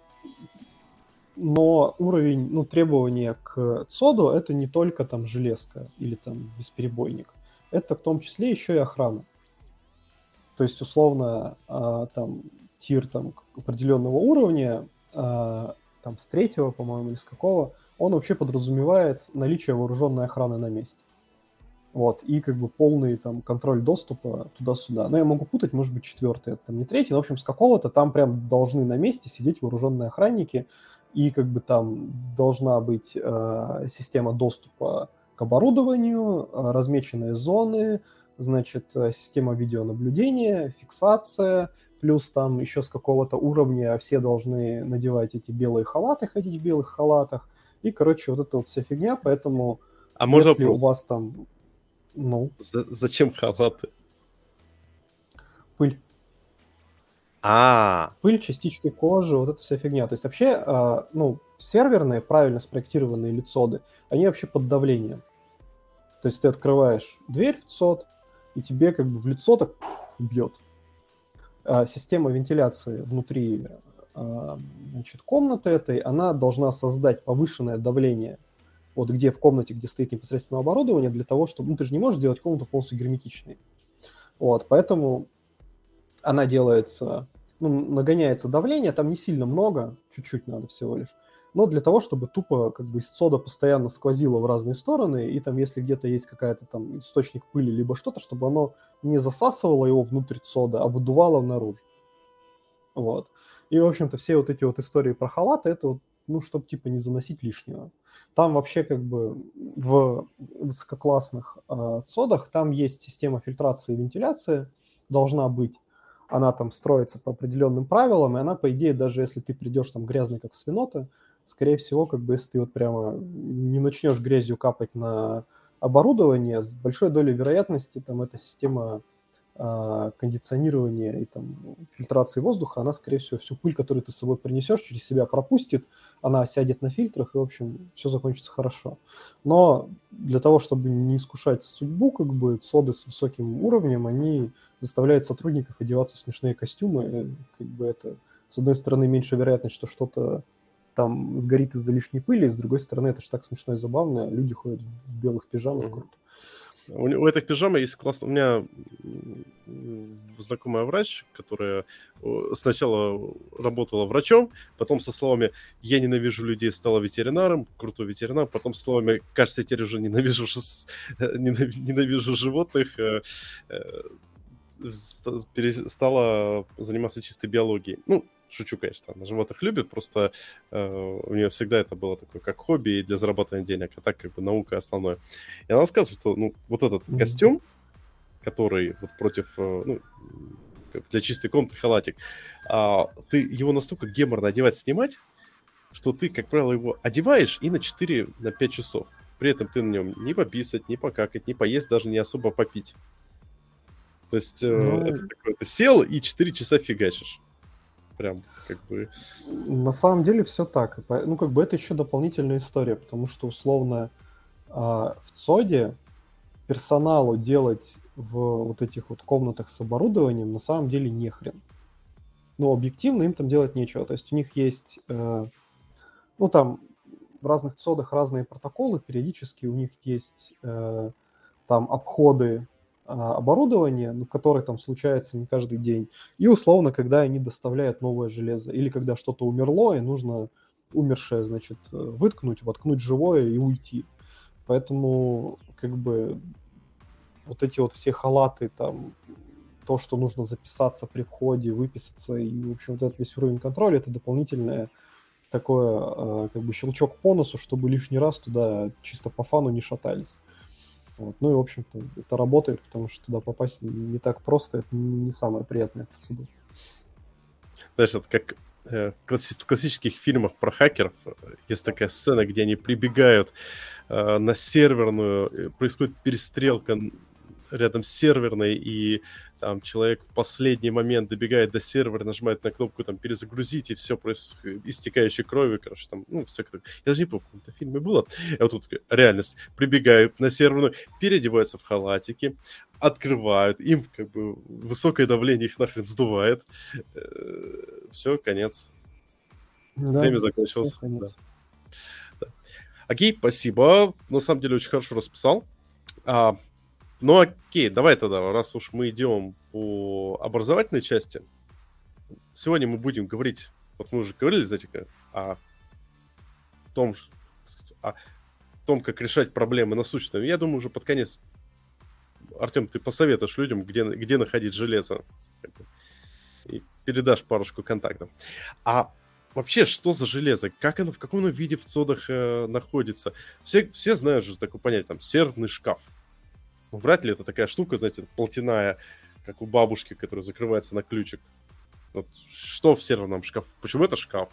но уровень, ну, требования к цоду — это не только там железка или там бесперебойник. Это в том числе еще и охрана. То есть, условно, а, там тир там определенного уровня, а, там с третьего, по-моему, или с какого, он вообще подразумевает наличие вооруженной охраны на месте. Вот, и как бы полный там контроль доступа туда-сюда. Но я могу путать, может быть, четвертый, это там не третий, но, в общем, с какого-то там прям должны на месте сидеть вооруженные охранники, и как бы там должна быть э, система доступа к оборудованию, э, размеченные зоны, значит, э, система видеонаблюдения, фиксация, плюс там еще с какого-то уровня все должны надевать эти белые халаты, ходить в белых халатах, и, короче, вот эта вот вся фигня, поэтому А можно если у вопрос? вас там, ну, За- зачем халаты? пыль, А, пыль, частички кожи, вот эта вся фигня. То есть вообще, а, ну, серверные, правильно спроектированные лицоды, они вообще под давлением. То есть ты открываешь дверь в цод, и тебе как бы в лицо так пух, бьет. А система вентиляции внутри а, значит, комнаты этой, она должна создать повышенное давление вот где в комнате, где стоит непосредственно оборудование, для того, чтобы... Ну, ты же не можешь сделать комнату полностью герметичной. Вот, поэтому она делается... Ну, нагоняется давление, там не сильно много, чуть-чуть надо всего лишь, но для того, чтобы тупо как бы из цода постоянно сквозило в разные стороны, и там, если где-то есть какая-то там источник пыли, либо что-то, чтобы оно не засасывало его внутрь цода, а выдувало наружу. Вот. И, в общем-то, все вот эти вот истории про халаты, это вот, ну, чтобы, типа, не заносить лишнего. Там вообще, как бы, в высококлассных э, цодах там есть система фильтрации и вентиляции, должна быть. она там строится по определенным правилам, и она, по идее, даже если ты придешь там грязный, как свинота, скорее всего, как бы, если ты вот прямо не начнешь грязью капать на оборудование, с большой долей вероятности там эта система а, кондиционирования и там фильтрации воздуха, она, скорее всего, всю пыль, которую ты с собой принесешь, через себя пропустит, она осядет на фильтрах, и, в общем, все закончится хорошо. Но для того, чтобы не искушать судьбу, как бы, соды с высоким уровнем, они заставляют сотрудников одеваться в смешные костюмы. Как бы это, с одной стороны, меньше вероятность, что что-то там сгорит из-за лишней пыли, с другой стороны, это же так смешно и забавно. Люди ходят в белых пижамах, круто. У, у этих пижамы есть классно. У меня знакомая врач, которая сначала работала врачом, потом со словами «я ненавижу людей» стала ветеринаром, крутой ветеринар, потом со словами «кажется, я теперь уже ненавижу, ненавижу животных», стала заниматься чистой биологией. Ну, шучу, конечно, она животных любит, просто э, у нее всегда это было такое как хобби для зарабатывания денег, а так как бы наука основная. И она рассказывает, что ну, вот этот mm-hmm. костюм, который вот против, э, ну, для чистой комнаты халатик, а, ты его настолько геморно одевать, снимать, что ты, как правило, его одеваешь и на четыре-пять часов. При этом ты на нем не пописать, не покакать, не поесть, даже не особо попить. То есть э, ну... это такое, ты сел и четыре часа фигачишь. Прям, как бы... На самом деле все так. Ну, как бы это еще дополнительная история, потому что, условно, в ЦОДе персоналу делать в вот этих вот комнатах с оборудованием на самом деле нехрен. Но объективно им там делать нечего. То есть у них есть... Ну, там в разных ЦОДах разные протоколы, периодически у них есть там обходы оборудование, ну, которое там случается не каждый день, и условно, когда они доставляют новое железо, или когда что-то умерло, и нужно умершее, значит, выткнуть, воткнуть живое и уйти. Поэтому, как бы, вот эти вот все халаты, там, то, что нужно записаться при входе, выписаться, и, в общем, вот этот весь уровень контроля, это дополнительное такое, как бы, щелчок по носу, чтобы лишний раз туда чисто по фану не шатались. Вот. Ну и, в общем-то, это работает, потому что туда попасть не так просто, это не самая приятная процедура. Знаешь, это как э, класси- в классических фильмах про хакеров есть такая сцена, где они прибегают э, на серверную, происходит перестрелка рядом с серверной, и там человек в последний момент добегает до сервера, нажимает на кнопку там перезагрузить, и все происходит, истекающей кровью, короче, там, ну, все как-то... Я даже не помню, в каком-то фильме было. А вот тут реальность. Прибегают на серверную, переодеваются в халатики, открывают, им как бы высокое давление их нахрен сдувает. Все, конец. Да, время закончилось. Да. Да. Окей, спасибо. На самом деле очень хорошо расписал. А, ну окей, давай тогда, раз уж мы идем по образовательной части, сегодня мы будем говорить, вот мы уже говорили, знаете, о том, о том, как решать проблемы насущными. Я думаю, уже под конец, Артем, ты посоветуешь людям, где, где находить железо, и передашь парочку контактов. А вообще, что за железо? Как оно, в каком оно виде в ЦОДах э, находится? Все, все знают же такое понятие, там, серверный шкаф. Ну, вряд ли это такая штука, знаете, платяная, как у бабушки, которая закрывается на ключик. Вот что в серверном шкафу? Почему это шкаф?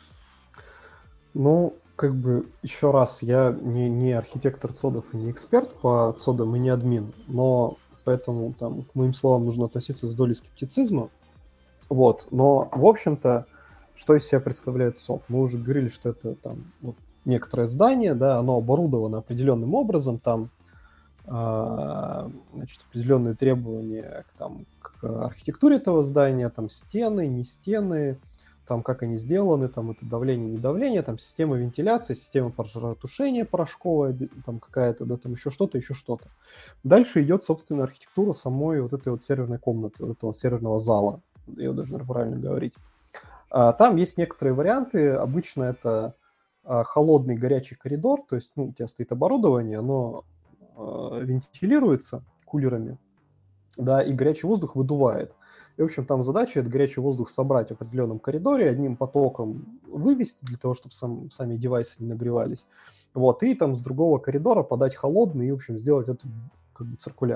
Ну, как бы, еще раз, я не, не архитектор ЦОДов и не эксперт по ЦОДам и не админ, но поэтому там к моим словам нужно относиться с долей скептицизма. Вот, но, в общем-то, что из себя представляет ЦОД? Мы уже говорили, что это там вот, некоторое здание, да, оно оборудовано определенным образом, там а, значит, определенные требования к, там, к архитектуре этого здания, там стены, не стены, там как они сделаны, там это давление, не давление, там система вентиляции, система пожаротушения порошковая, там какая-то, да, там еще что-то, еще что-то. Дальше идет, собственно, архитектура самой вот этой вот серверной комнаты, вот этого серверного зала, ее даже правильно говорить. А, там есть некоторые варианты, обычно это а, холодный горячий коридор, то есть, ну, у тебя стоит оборудование, оно а, вентилируется кулерами, да, и горячий воздух выдувает. И, в общем, там задача этот горячий воздух собрать в определенном коридоре, одним потоком вывести для того, чтобы сам, сами девайсы не нагревались. Вот, и там с другого коридора подать холодный и, в общем, сделать эту как бы циркуляцию.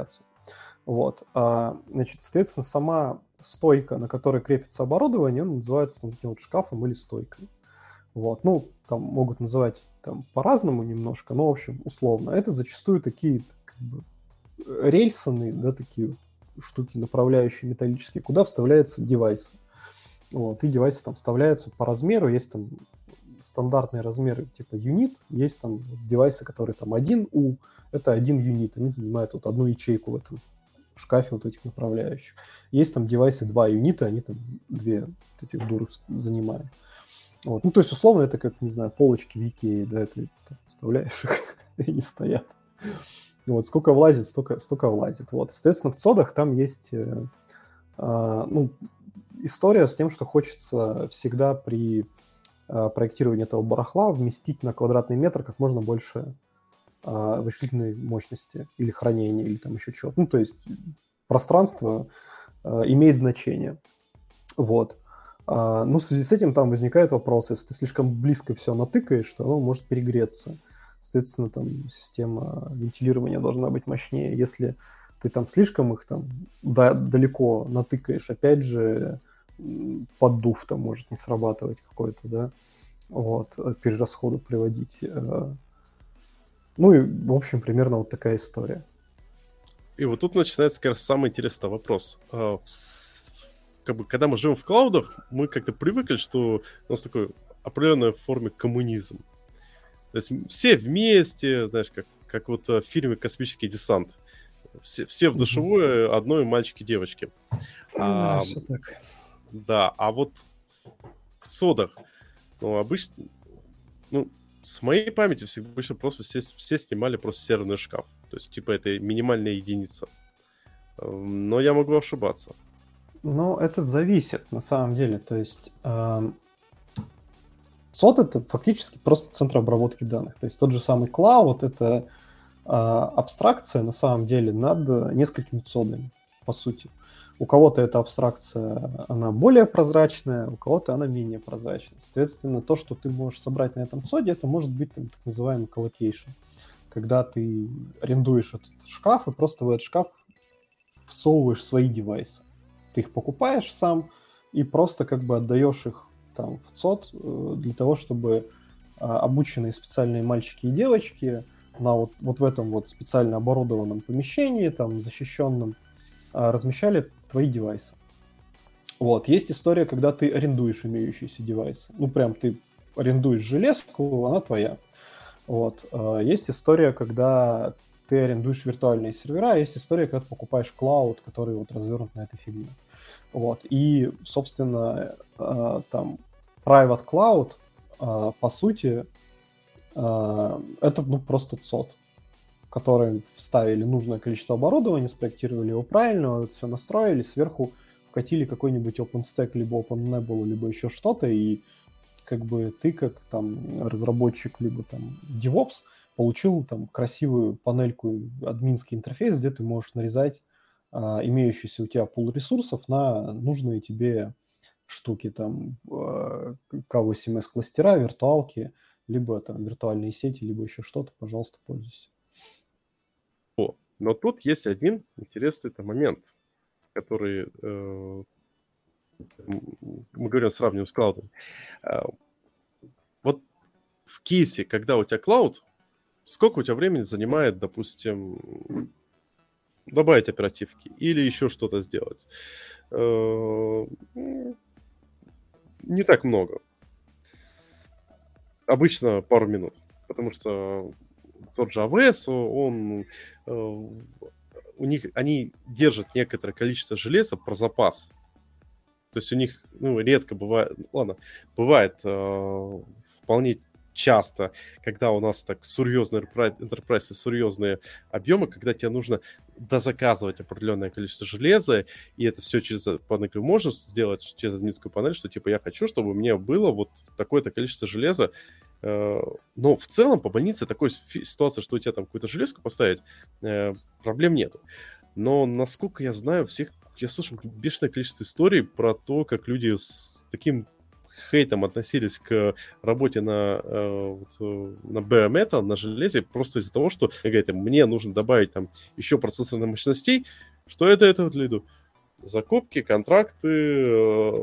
Вот. А, значит, соответственно, сама стойка, на которой крепится оборудование, он называется там, таким вот шкафом или стойкой. Вот. Ну, там могут называть там по-разному немножко, но, в общем, условно. Это зачастую такие как бы, рельсаны, да, такие штуки, направляющие металлические, куда вставляются девайсы. Вот. И девайсы там вставляются по размеру, есть там стандартные размеры типа юнит, есть там девайсы, которые там один У, это один юнит, они занимают вот одну ячейку в этом шкафе вот этих направляющих. Есть там девайсы два юнита, они там две вот этих дуры занимают. Вот. Ну, то есть, условно, это как, не знаю, полочки в Икее, да, ты там вставляешь их, и они стоят. Вот, сколько влазит, столько, столько влазит. Вот, соответственно, в цодах там есть э, э, ну, история с тем, что хочется всегда при э, проектировании этого барахла вместить на квадратный метр как можно больше э, вычислительной мощности или хранения, или там еще чего-то. Ну, то есть пространство э, имеет значение. Вот. Uh, ну, в связи с этим там возникает вопрос, если ты слишком близко все натыкаешь, то оно может перегреться. Соответственно, там система вентилирования должна быть мощнее. Если ты там слишком их там да, далеко натыкаешь, опять же, поддув там может не срабатывать какой-то, да, вот, перерасходу приводить. Uh, ну и, в общем, примерно вот такая история. И вот тут начинается, как раз, самый интересный вопрос. Uh, Как бы, когда мы живем в клаудах, мы как-то привыкли, что у нас такой определенной форме коммунизм. То есть все вместе, знаешь, как, как вот в фильме «Космический десант». Все, все в душевой, mm-hmm. одной мальчики-девочки. Да, а, все так. Да, а вот в цодах, ну, обычно, ну, с моей памяти всегда обычно просто все, все снимали просто серверный шкаф. То есть, типа, это минимальная единица. Но я могу ошибаться. Ну, это зависит, на самом деле. То есть э, сод — это фактически просто центр обработки данных. То есть тот же самый клауд — это э, абстракция, на самом деле, над несколькими цодами, по сути. У кого-то эта абстракция, она более прозрачная, у кого-то она менее прозрачная. Соответственно, то, что ты можешь собрать на этом соде, это может быть там, так называемый коллокейшн. Когда ты арендуешь этот шкаф и просто в этот шкаф всовываешь свои девайсы. Ты их покупаешь сам и просто как бы отдаешь их там в цод для того, чтобы обученные специальные мальчики и девочки на вот, вот в этом вот специально оборудованном помещении, там защищенном, размещали твои девайсы. Вот. Есть история, когда ты арендуешь имеющиеся девайсы. Ну, прям ты арендуешь железку, она твоя. Вот. Есть история, когда ты арендуешь виртуальные сервера, есть история, когда ты покупаешь клауд, который вот развернут на этой фигне. Вот. И, собственно, там private cloud, по сути, это ну, просто цод, в который вставили нужное количество оборудования, спроектировали его правильно, все настроили, сверху вкатили какой-нибудь OpenStack, либо OpenNebula, либо еще что-то, и как бы ты как там разработчик, либо там DevOps получил там красивую панельку, админский интерфейс, где ты можешь нарезать а, имеющийся у тебя пул ресурсов на нужные тебе штуки, там а, кей восемь эс кластера, виртуалки, либо там виртуальные сети, либо еще что-то, пожалуйста, пользуйся. О, но тут есть один интересный момент, который э, мы говорим, сравниваем с клаудом. Э, вот в кейсе, когда у тебя клауд, сколько у тебя времени занимает, допустим, добавить оперативки или еще что-то сделать? Э, не так много. Обычно пару минут. Потому что тот же эй ви эс, он, у них, они держат некоторое количество железа про запас. То есть у них, ну, редко бывает, ладно, бывает э, вполне часто, когда у нас так серьезные enterprise, серьезные объемы, когда тебе нужно дозаказывать определенное количество железа, и это все через панель можно сделать, через админскую панель, что типа я хочу, чтобы у меня было вот такое-то количество железа. Э, но в целом по больнице такой ситуация, что у тебя там какую-то железку поставить, э, проблем нету. Но, насколько я знаю, всех я слышал бешеное количество историй про то, как люди с таким хейтом относились к работе на, на bare metal, на железе, просто из-за того, что говорят, мне нужно добавить там еще процессорных мощностей, что это это вот лиду? Закупки, контракты,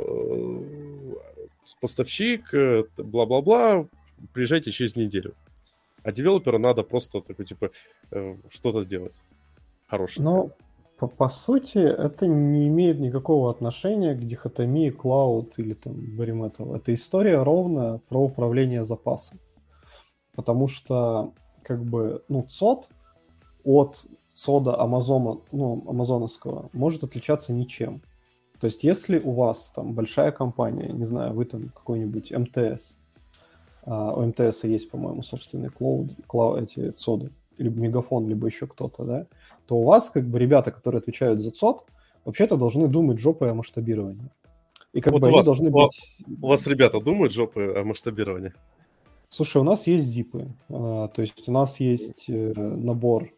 поставщик, бла-бла-бла, приезжайте через неделю. А девелоперу надо просто такой, типа, что-то сделать хорошее. Но, по, по сути, это не имеет никакого отношения к дихотомии Cloud или там bare metal. Это история ровно про управление запасом. Потому что, как бы, ну, цод от цода Амазона, ну, амазоновского может отличаться ничем. То есть, если у вас там большая компания, не знаю, вы там какой-нибудь эм тэ эс, а, у эм тэ эс есть, по-моему, собственный cloud, cloud, эти цоды, либо Мегафон, либо еще кто-то, да, то у вас, как бы, ребята, которые отвечают за цод, вообще-то должны думать жопой о масштабировании. И как вот бы у они вас, должны у, быть... У вас ребята думают жопы о масштабировании? Слушай, у нас есть зипы, а, то есть у нас есть э, набор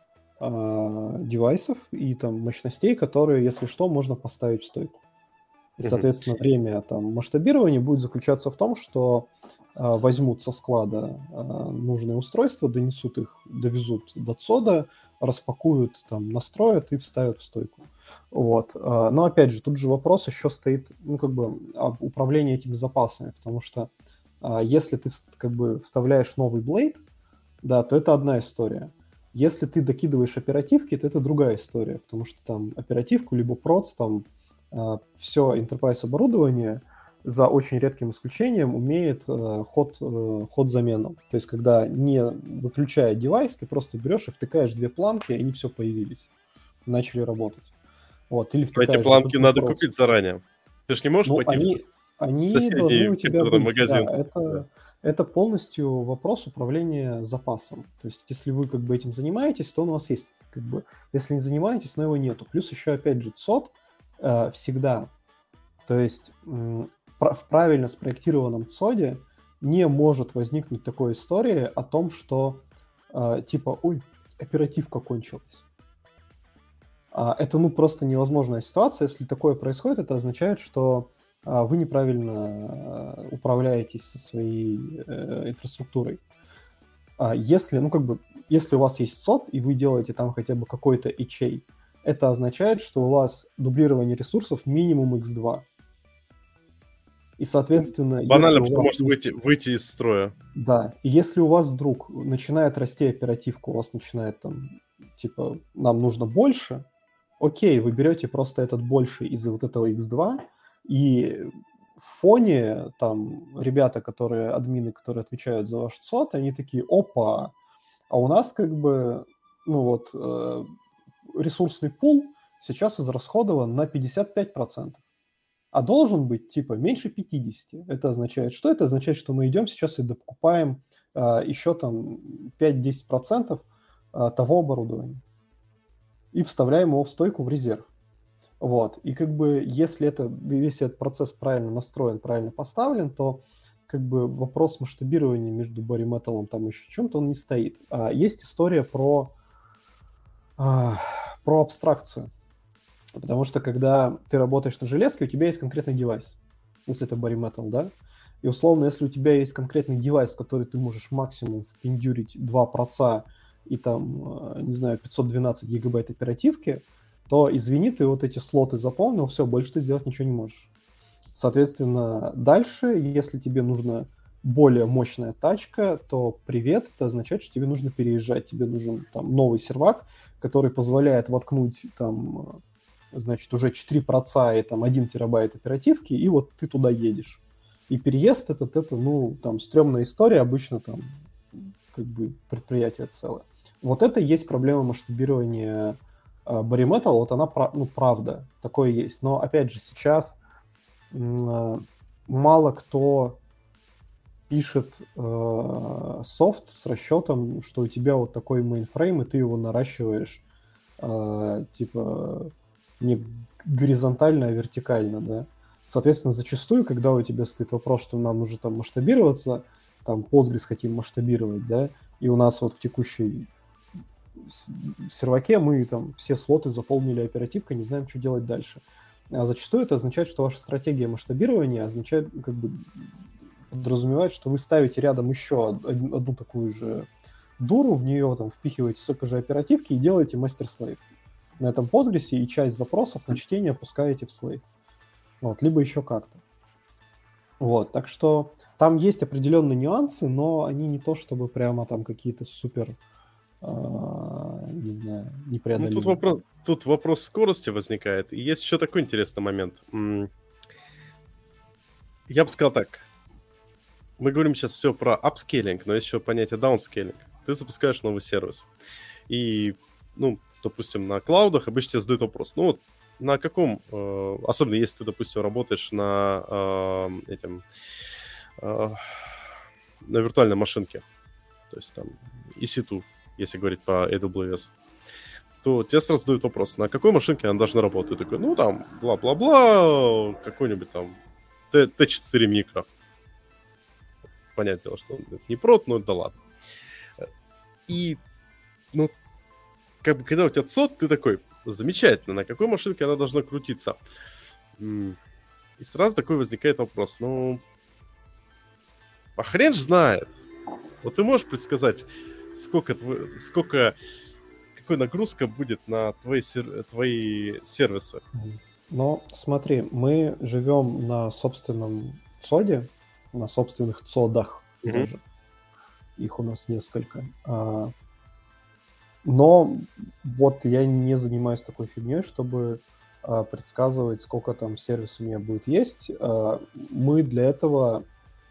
а, девайсов и там мощностей, которые, если что, можно поставить в стойку. И, соответственно, uh-huh. время там масштабирования будет заключаться в том, что а, возьмут со склада а, нужные устройства, донесут их, довезут до цода, распакуют, там, настроят и вставят в стойку. Вот. А, но, опять же, тут же вопрос еще стоит, ну, как бы, об управлении этими запасами, потому что а, если ты, как бы, вставляешь новый блейд, да, то это одна история. Если ты докидываешь оперативки, то это другая история, потому что там оперативку, либо проц, там, все enterprise оборудование за очень редким исключением умеет э, ход, э, ход замену. То есть, когда не выключая девайс, ты просто берешь и втыкаешь две планки, и они все появились, начали работать. Вот. Или втыкаешь... Эти планки надо проц. купить заранее. Ты же не можешь ну, пойти они, в они соседний должны у тебя быть, магазин. Да, это, да. это полностью вопрос управления запасом. То есть, если вы как бы этим занимаетесь, то у вас есть, как бы, если не занимаетесь, но его нету. Плюс еще, опять же, цод э, всегда. То есть м, в правильно спроектированном цоде не может возникнуть такой истории о том, что э, типа, ой, оперативка кончилась. А, это, ну, просто невозможная ситуация. Если такое происходит, это означает, что а, вы неправильно а, управляетесь со своей э, инфраструктурой. А если, ну, как бы, если у вас есть цод, и вы делаете там хотя бы какой-то эйч эй, это означает, что у вас дублирование ресурсов минимум икс два. И, соответственно... Банально, что может есть... выйти, выйти из строя. Да. И если у вас вдруг начинает расти оперативка, у вас начинает там, типа, нам нужно больше, окей, вы берете просто этот больше из вот этого икс два, и в фоне там ребята, которые, админы, которые отвечают за ваш цод, они такие, опа, а у нас как бы, ну вот, э, ресурсный пул сейчас израсходован на пятьдесят пять процентов. А должен быть, типа, меньше пятьдесят. Это означает, что? Это означает, что мы идем сейчас и докупаем а, еще там пять-десять процентов а, того оборудования и вставляем его в стойку в резерв. Вот. И как бы, если это, весь этот процесс правильно настроен, правильно поставлен, то как бы вопрос масштабирования между bare metal там еще чем-то он не стоит. А есть история про, а, про абстракцию. Потому что, когда ты работаешь на железке, у тебя есть конкретный девайс, если это bare metal, да? И, условно, если у тебя есть конкретный девайс, в который ты можешь максимум впендюрить два проца и там, не знаю, пятьсот двенадцать гигабайт оперативки, то, извини, ты вот эти слоты заполнил, все, больше ты сделать ничего не можешь. Соответственно, дальше, если тебе нужна более мощная тачка, то привет, это означает, что тебе нужно переезжать, тебе нужен там новый сервак, который позволяет воткнуть там... значит, уже четыре проца и там один терабайт оперативки, и вот ты туда едешь. И переезд этот, это, ну, там, стрёмная история, обычно там, как бы, предприятие целое. Вот это и есть проблема масштабирования э, bare metal, вот она, ну, правда, такое есть. Но, опять же, сейчас э, мало кто пишет э, софт с расчетом, что у тебя вот такой мейнфрейм, и ты его наращиваешь, э, типа... не горизонтально, а вертикально, да. Соответственно, зачастую, когда у тебя стоит вопрос, что нам нужно там масштабироваться, там Postgres хотим масштабировать, да, и у нас вот в текущей серваке мы там все слоты заполнили оперативкой, не знаем, что делать дальше. А зачастую это означает, что ваша стратегия масштабирования означает, как бы, подразумевает, что вы ставите рядом еще одну, одну такую же дуру, в нее там впихиваете столько же оперативки и делаете мастер-слейв. На этом Postgres и часть запросов на чтение опускаете в слейв. Вот, либо еще как-то. Вот, так что там есть определенные нюансы, но они не то чтобы прямо там какие-то супер, а, не знаю, Ну, непреодолимые. тут вопрос, тут вопрос скорости возникает. И есть еще такой интересный момент. М, Я бы сказал так. Мы говорим сейчас все про апскейлинг, но есть еще понятие даунскейлинг. Ты запускаешь новый сервис. И, ну, допустим, на клаудах обычно тебе задают вопрос. Ну, вот на каком, э, особенно если ты, допустим, работаешь на э, этим, э, на виртуальной машинке, то есть там и си два, если говорить по эй дабл ю эс, то тебе сразу задают вопрос, на какой машинке она должна работать. Ты такой, ну, там, бла-бла-бла, какой-нибудь там ти четыре микро. Понятное дело, что это не прот, но да ладно. И, ну, как бы, когда у тебя сот, ты такой, замечательно, на какой машинке она должна крутиться? И сразу такой возникает вопрос, ну, а хрен ж знает. Вот ты можешь предсказать, сколько, тв... сколько, какой нагрузка будет на твои, сер... твои сервисы? Но смотри, мы живем на собственном цоде, на собственных цодах mm-hmm. даже. Их у нас несколько. А, но вот я не занимаюсь такой фигней, чтобы а, предсказывать, сколько там сервис у меня будет есть. А, мы для этого...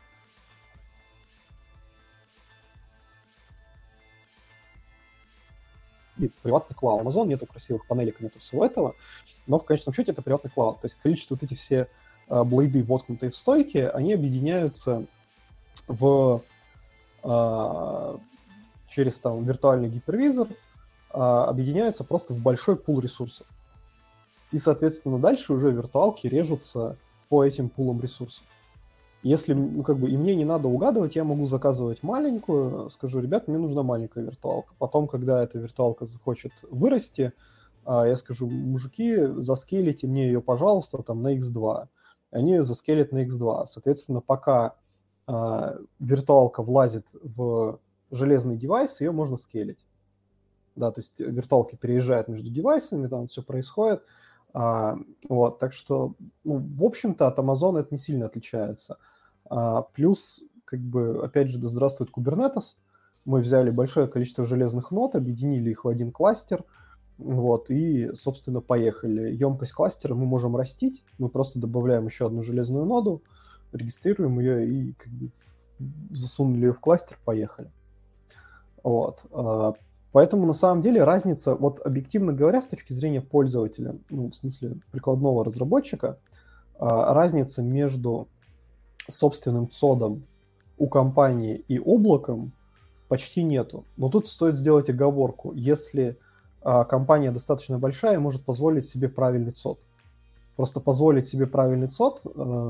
И приватный клауд. Amazon, нету красивых панелек, нету всего этого, но в конечном счете это приватный клауд. То есть количество вот эти все а, блейды, воткнутые в стойки, они объединяются в, а, через там виртуальный гипервизор, а, объединяются просто в большой пул ресурсов. И, соответственно, дальше уже виртуалки режутся по этим пулам ресурсов. Если, ну, как бы, и мне не надо угадывать, я могу заказывать маленькую, скажу, ребят, мне нужна маленькая виртуалка. Потом, когда эта виртуалка захочет вырасти, я скажу, мужики, заскейлите мне ее, пожалуйста, там, на икс два. Они заскейлят на икс два. Соответственно, пока а, виртуалка влазит в железный девайс, ее можно скейлить. Да, то есть виртуалки переезжают между девайсами, там все происходит. А, вот, так что, ну, в общем-то, от Amazon это не сильно отличается. А, плюс, как бы, опять же, да здравствует Kubernetes. Мы взяли большое количество железных нод, объединили их в один кластер, вот, и, собственно, поехали. Емкость кластера мы можем растить, мы просто добавляем еще одну железную ноду, регистрируем ее и, как бы, засунули ее в кластер, поехали. Вот. Поэтому, на самом деле, разница, вот объективно говоря, с точки зрения пользователя, ну, в смысле прикладного разработчика, разница между собственным цодом у компании и облаком почти нету. Но тут стоит сделать оговорку. Если компания достаточно большая, может позволить себе правильный цод. Просто позволить себе правильный цод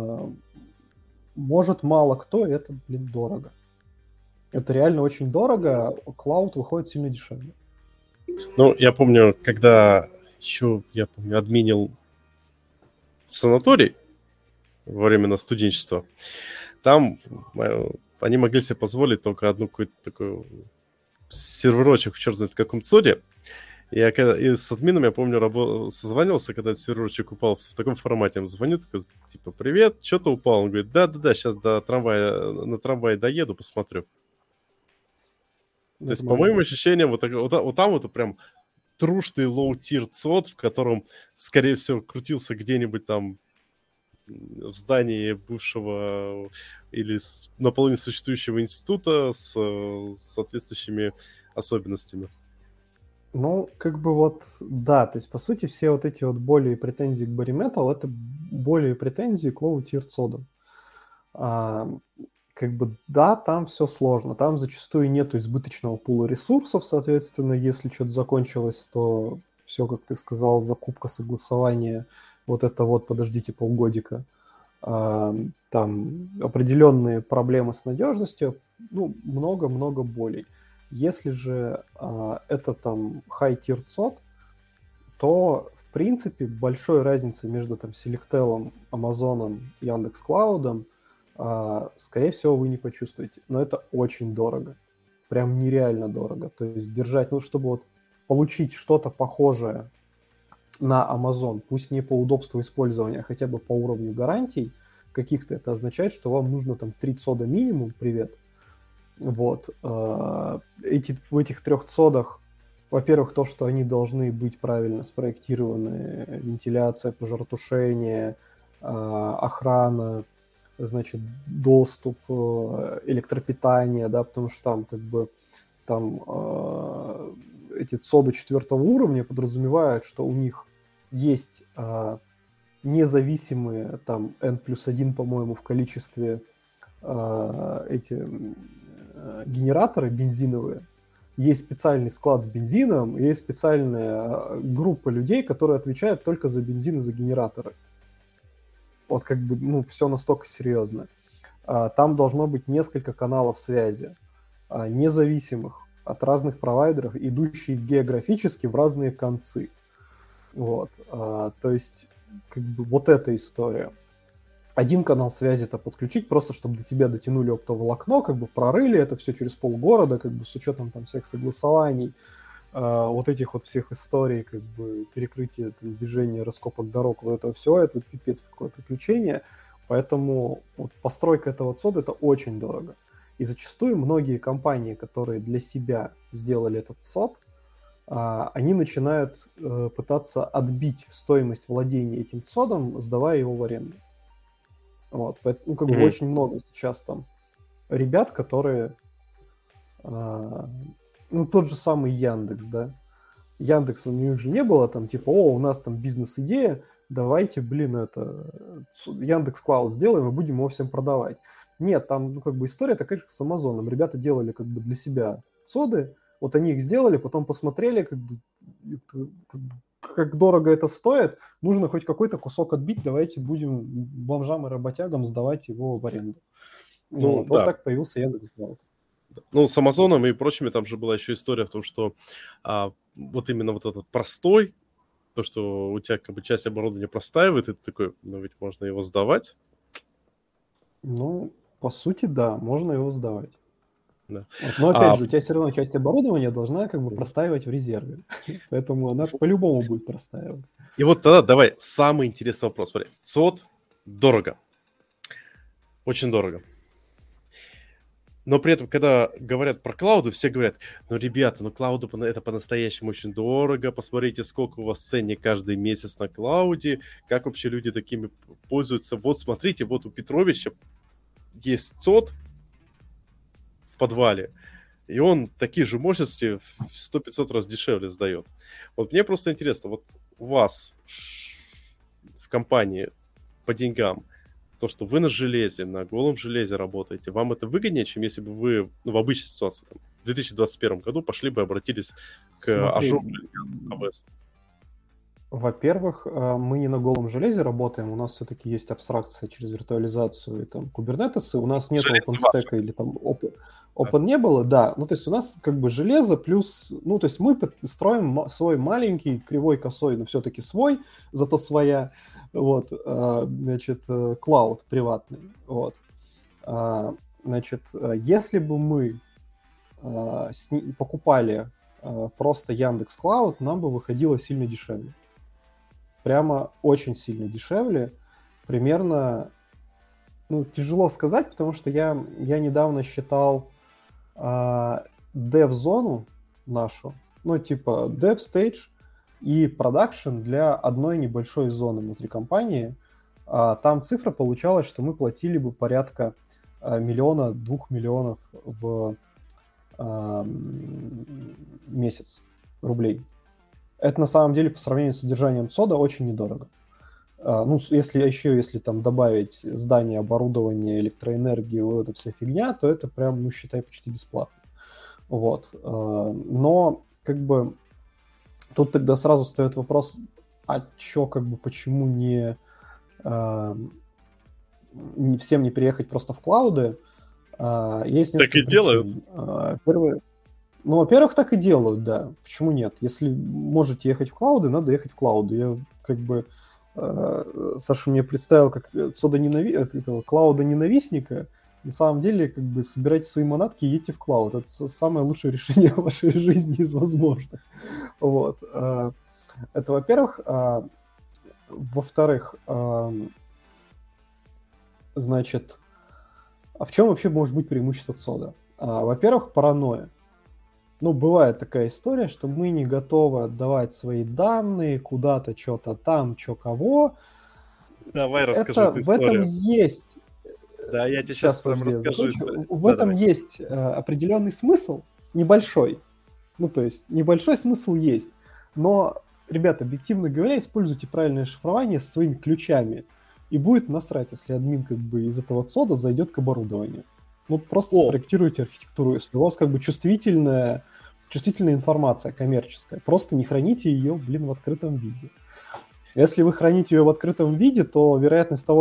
может мало кто, и это, блин, дорого. Это реально очень дорого, клауд выходит сильно дешевле. Ну, я помню, когда еще, я помню, админил санаторий во время студенчества, там они могли себе позволить только одну какую-то такую серверочек в черт знает каком цоде. И, я, и с админом, я помню, рабо- созванивался, когда этот серверочек упал в, в таком формате. Он звонит, такой, типа, привет, что-то упал. Он говорит, да-да-да, сейчас до трамвая, на трамвае доеду, посмотрю. То есть, по моим ощущениям, вот, вот, вот там вот прям трушный лоу-тир цод, в котором, скорее всего, крутился где-нибудь там в здании бывшего или с, наполовину существующего института с, с соответствующими особенностями. Ну, как бы вот, да, то есть, по сути, все вот эти вот боли и претензии к Bare Metal — это боли и претензии к лоу-тир цодам. А, как бы, да, там все сложно, там зачастую нету избыточного пула ресурсов, соответственно, если что-то закончилось, то все, как ты сказал, закупка, согласование, вот это вот, подождите полгодика, а, там определенные проблемы с надежностью, ну, много-много болей. Если же а, это там high-tier цод, то, в в принципе, большой разницы между там Selectel, Amazon, Яндекс.Клаудом, а, скорее всего, вы не почувствуете. Но это очень дорого. Прям нереально дорого. То есть держать, ну, чтобы вот получить что-то похожее на Amazon, пусть не по удобству использования, а хотя бы по уровню гарантий каких-то, это означает, что вам нужно там три цода минимум, привет. Вот. Эти, в этих трех цодах, во-первых, то, что они должны быть правильно спроектированы, вентиляция, пожаротушение, охрана, значит, доступ, электропитание, да, потому что там как бы там э, эти цоды четвертого уровня подразумевают, что у них есть э, независимые там N плюс один, по-моему, в количестве э, эти э, генераторы бензиновые. Есть специальный склад с бензином, есть специальная группа людей, которые отвечают только за бензин и за генераторы. Вот как бы, ну, все настолько серьезно. Там должно быть несколько каналов связи, независимых от разных провайдеров, идущие географически в разные концы. Вот. То есть, как бы, вот эта история. Один канал связи это подключить, просто чтобы до тебя дотянули оптоволокно, как бы прорыли это все через полгорода, как бы с учетом там всех согласований, вот этих вот всех историй, как бы перекрытия там, движения, раскопок дорог, вот этого всего, это пипец какое приключение. Поэтому вот постройка этого цода это очень дорого. И зачастую многие компании, которые для себя сделали этот цод, они начинают пытаться отбить стоимость владения этим цодом, сдавая его в аренду. Вот, поэтому, ну, как бы mm-hmm. очень много сейчас там ребят, которые ну, тот же самый Яндекс, да. Яндекс, у них же не было там, типа, о, у нас там бизнес-идея, давайте, блин, это, Яндекс.Клауд сделаем и будем его всем продавать. Нет, там, ну, как бы история такая же, как с Амазоном. Ребята делали, как бы, для себя соды, вот они их сделали, потом посмотрели, как бы, как, бы, как дорого это стоит, нужно хоть какой-то кусок отбить, давайте будем бомжам и работягам сдавать его в аренду. Ну, вот, да. Вот так появился Яндекс.Клауд. Ну, с Амазоном и прочими там же была еще история в том, что а, вот именно вот этот простой, то, что у тебя как бы часть оборудования простаивает, и ты такой, ну ведь можно его сдавать. Ну, по сути, да, можно его сдавать. Да. Вот, но опять а... же, у тебя все равно часть оборудования должна как бы простаивать в резерве. Поэтому она по-любому будет простаивать. И вот тогда давай, самый интересный вопрос. Смотри, цод дорого. Очень дорого. Но при этом, когда говорят про клауды, все говорят, ну, ребята, ну, клауды это по-настоящему очень дорого, посмотрите, сколько у вас ценник каждый месяц на клауде, как вообще люди такими пользуются. Вот, смотрите, вот у Петровича есть цод в подвале, и он такие же мощности в сто-пятьсот раз дешевле сдает. Вот мне просто интересно, вот у вас в компании по деньгам, то, что вы на железе, на голом железе работаете, вам это выгоднее, чем если бы вы ну, в обычной ситуации, там, в две тысячи двадцать первом году пошли бы и обратились к Azure или эй дабл ю эс? Во-первых, мы не на голом железе работаем, у нас все-таки есть абстракция через виртуализацию и там Kubernetes, у нас нет OpenStack или там Open, Open не было, да, ну то есть у нас как бы железо плюс, ну то есть мы строим свой маленький кривой косой, но все-таки свой, зато своя, вот, значит, клауд приватный, вот, значит, если бы мы покупали просто Яндекс.Клауд, нам бы выходило сильно дешевле. Прямо очень сильно дешевле. Примерно, ну, тяжело сказать, потому что я, я недавно считал э, dev-зону нашу, ну, типа dev stage и production для одной небольшой зоны внутри компании. А там цифра получалась, что мы платили бы порядка э, миллиона, двух миллионов в э, месяц рублей. Это на самом деле по сравнению с содержанием цода очень недорого. А, ну, если еще если там добавить здание, оборудование, электроэнергию, вот эта вся фигня, то это прям, ну, считай, почти бесплатно. Вот. А, но, как бы, тут тогда сразу встает вопрос, а чё, как бы, почему не, а, не всем не переехать просто в клауды? А, есть так и причин. делают. А, первое... Ну, во-первых, так и делают, да. Почему нет? Если можете ехать в клауды, надо ехать в клауды. Я как бы... Э, Саша мне представил как сода-ненави... этого клауда-ненавистника. На самом деле, как бы, собирайте свои манатки и едьте в клауд. Это самое лучшее решение в вашей жизни из возможных. Вот. Э, это, во-первых. А, во-вторых, э, значит... А в чем вообще может быть преимущество сода? А, во-первых, паранойя. Ну, бывает такая история, что мы не готовы отдавать свои данные куда-то, что-то там, что кого. Давай расскажи Это, эту в этом историю. есть... Да, я тебе сейчас, сейчас прям расскажу. В да, этом давай. есть э, определенный смысл, небольшой. Ну, то есть, небольшой смысл есть. Но, ребята, объективно говоря, используйте правильное шифрование со своими ключами. И будет насрать, если админ как бы из этого сода зайдет к оборудованию. Ну, просто О. спроектируйте архитектуру. Если у вас как бы чувствительная, чувствительная информация коммерческая, просто не храните ее, блин, в открытом виде. Если вы храните ее в открытом виде, то вероятность того,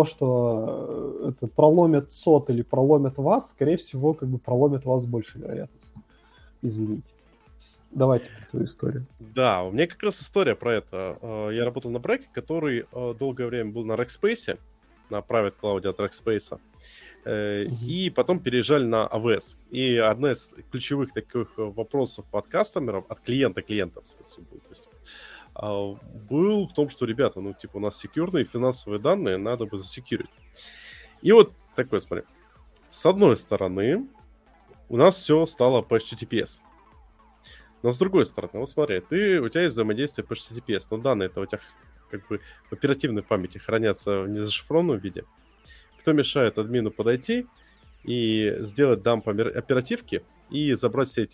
что это проломят сот или проломят вас, скорее всего, как бы проломят вас больше вероятность. Извините. Давайте про ту историю. Да, у меня как раз история про это. Я работал на проекте, который долгое время был на Rackspace, на private cloud от Rackspace. Uh-huh. И потом переезжали на эй ви эс. И одна из ключевых таких вопросов от кастомеров, от клиента клиентов, в смысле, был, то есть, был в том, что, ребята, ну, типа, у нас секьюрные финансовые данные, надо бы засекьюрить. И вот такой, смотри. С одной стороны, у нас все стало по эйч ти ти пи эс. Но с другой стороны, вот смотри, ты, у тебя есть взаимодействие по эйч ти ти пи эс, но данные-то у тебя как бы в оперативной памяти хранятся в незашифрованном виде. Кто мешает админу подойти и сделать дамп оперативки и забрать все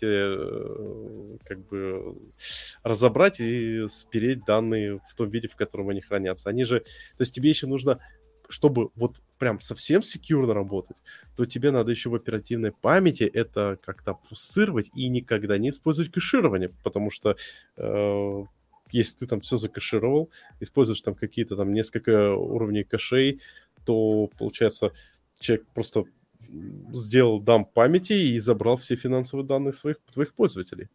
эти, как бы, разобрать и спереть данные в том виде, в котором они хранятся. Они же, то есть тебе еще нужно, чтобы вот прям совсем секьюрно работать, то тебе надо еще в оперативной памяти это как-то обфусцировать и никогда не использовать кэширование, потому что э, если ты там все закэшировал, используешь там какие-то там несколько уровней кэшей, то, получается, человек просто сделал дамп памяти и забрал все финансовые данные своих твоих пользователей.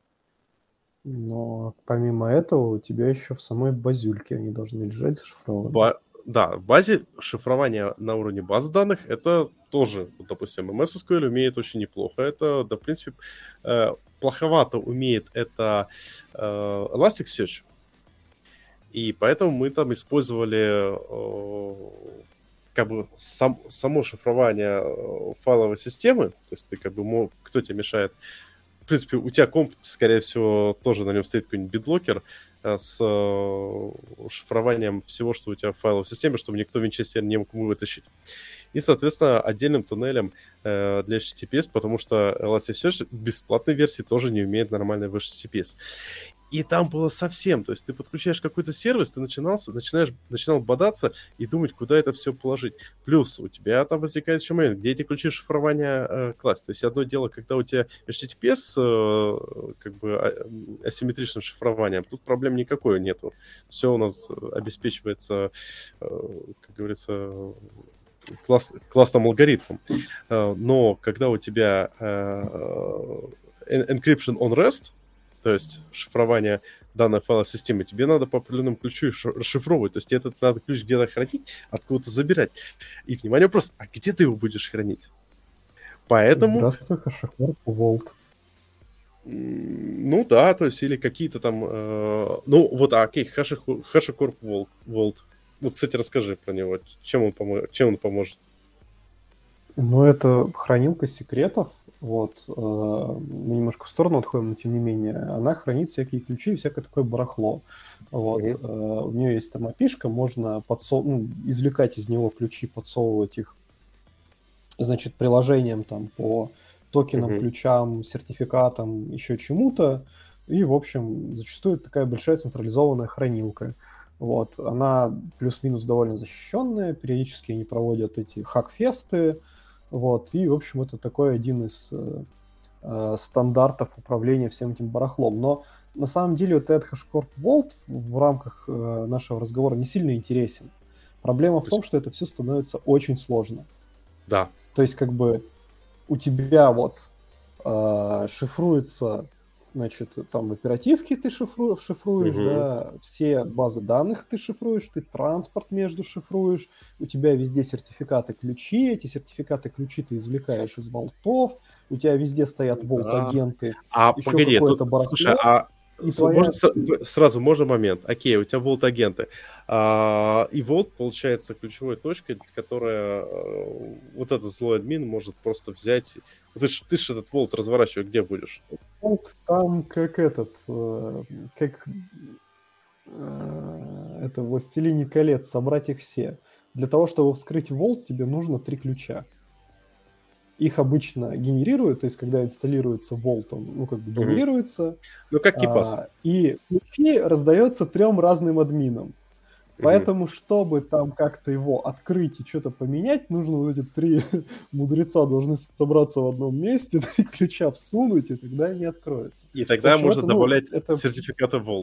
Но помимо этого у тебя еще в самой базюльке они должны лежать зашифрованы. Ба- да, в базе шифрования на уровне баз данных это тоже, вот, допустим, эм эс эс кью эль умеет очень неплохо. Это, да, в принципе, э, плоховато умеет это э, Elasticsearch. И поэтому мы там использовали э, как бы сам, само шифрование файловой системы, то есть ты как бы мог, кто тебе мешает. В принципе, у тебя комп, скорее всего, тоже на нем стоит какой-нибудь битлокер э, с э, шифрованием всего, что у тебя в файловой системе, чтобы никто винчестер не мог вытащить. И, соответственно, отдельным туннелем э, для эйч ти ти пи эс, потому что Elasticsearch в бесплатной версии тоже не умеет нормально в эйч ти ти пи эс. И там было совсем, то есть ты подключаешь какой-то сервис, ты начинался, начинаешь, начинал бодаться и думать, куда это все положить. Плюс у тебя там возникает еще момент, где эти ключи шифрования э, класть. То есть одно дело, когда у тебя эйч ти ти пи эс э, как бы а, асимметричным шифрованием, тут проблем никакой нету. Все у нас обеспечивается, э, как говорится, класс, классным алгоритмом. Э, но когда у тебя э, encryption on rest, то есть шифрование данной файловой системы, тебе надо по определенному ключу расшифровывать. То есть тебе этот надо ключ где-то хранить, откуда-то забирать. И, внимание, вопрос, а где ты его будешь хранить? Поэтому... Здравствуй, HashiCorp Vault. Ну да, то есть или какие-то там... Э, ну вот, а, окей, HashiCorp Vault, Vault. Вот, кстати, расскажи про него. Чем он, помо- чем он поможет? Ну, это хранилка секретов. Вот, э, мы немножко в сторону отходим, но тем не менее, она хранит всякие ключи и всякое такое барахло. Вот, mm-hmm. э, у нее есть там опишка, можно подсов... ну, извлекать из него ключи, подсовывать их, значит, приложением там по токенам, mm-hmm. ключам, сертификатам, еще чему-то. И, в общем, зачастую это такая большая централизованная хранилка. Вот, она плюс-минус довольно защищенная, периодически они проводят эти хак-фесты. Вот, и, в общем, это такой один из э, э, стандартов управления всем этим барахлом. Но на самом деле вот этот HashiCorp Vault в, в рамках э, нашего разговора не сильно интересен. Проблема в том, что это все становится очень сложно. Да. То есть, как бы, у тебя вот э, шифруется, значит, там оперативки ты шифру, шифруешь, Мгм. да, все базы данных ты шифруешь, ты транспорт между шифруешь, у тебя везде сертификаты ключи, эти сертификаты ключи ты извлекаешь из волтов, у тебя везде стоят Да. волт-агенты, А еще погоди, тут, какое-то слушай, барахло, а и с- твоя... можно с- б- сразу, можно момент? Окей, у тебя Vault-агенты. А, и Vault получается ключевой точкой, которая э, вот этот злой админ может просто взять. Вот Ты ж ты ж этот Vault разворачивать где будешь? Волт там как этот, э, как э, это «Властелине колец», собрать их все. Для того, чтобы вскрыть Волт, тебе нужно три ключа. Их обычно генерируют, то есть когда инсталируется Vault, он, ну, как бы Мгм. генерируется, Ну, как Кипас. а, и ключи раздается трем разным админам. Мгм. Поэтому, чтобы там как-то его открыть и что-то поменять, нужно вот эти три мудреца должны собраться в одном месте, три ключа всунуть, и тогда они откроются. И В тогда общем, можно это, ну, добавлять это... сертификаты Vault.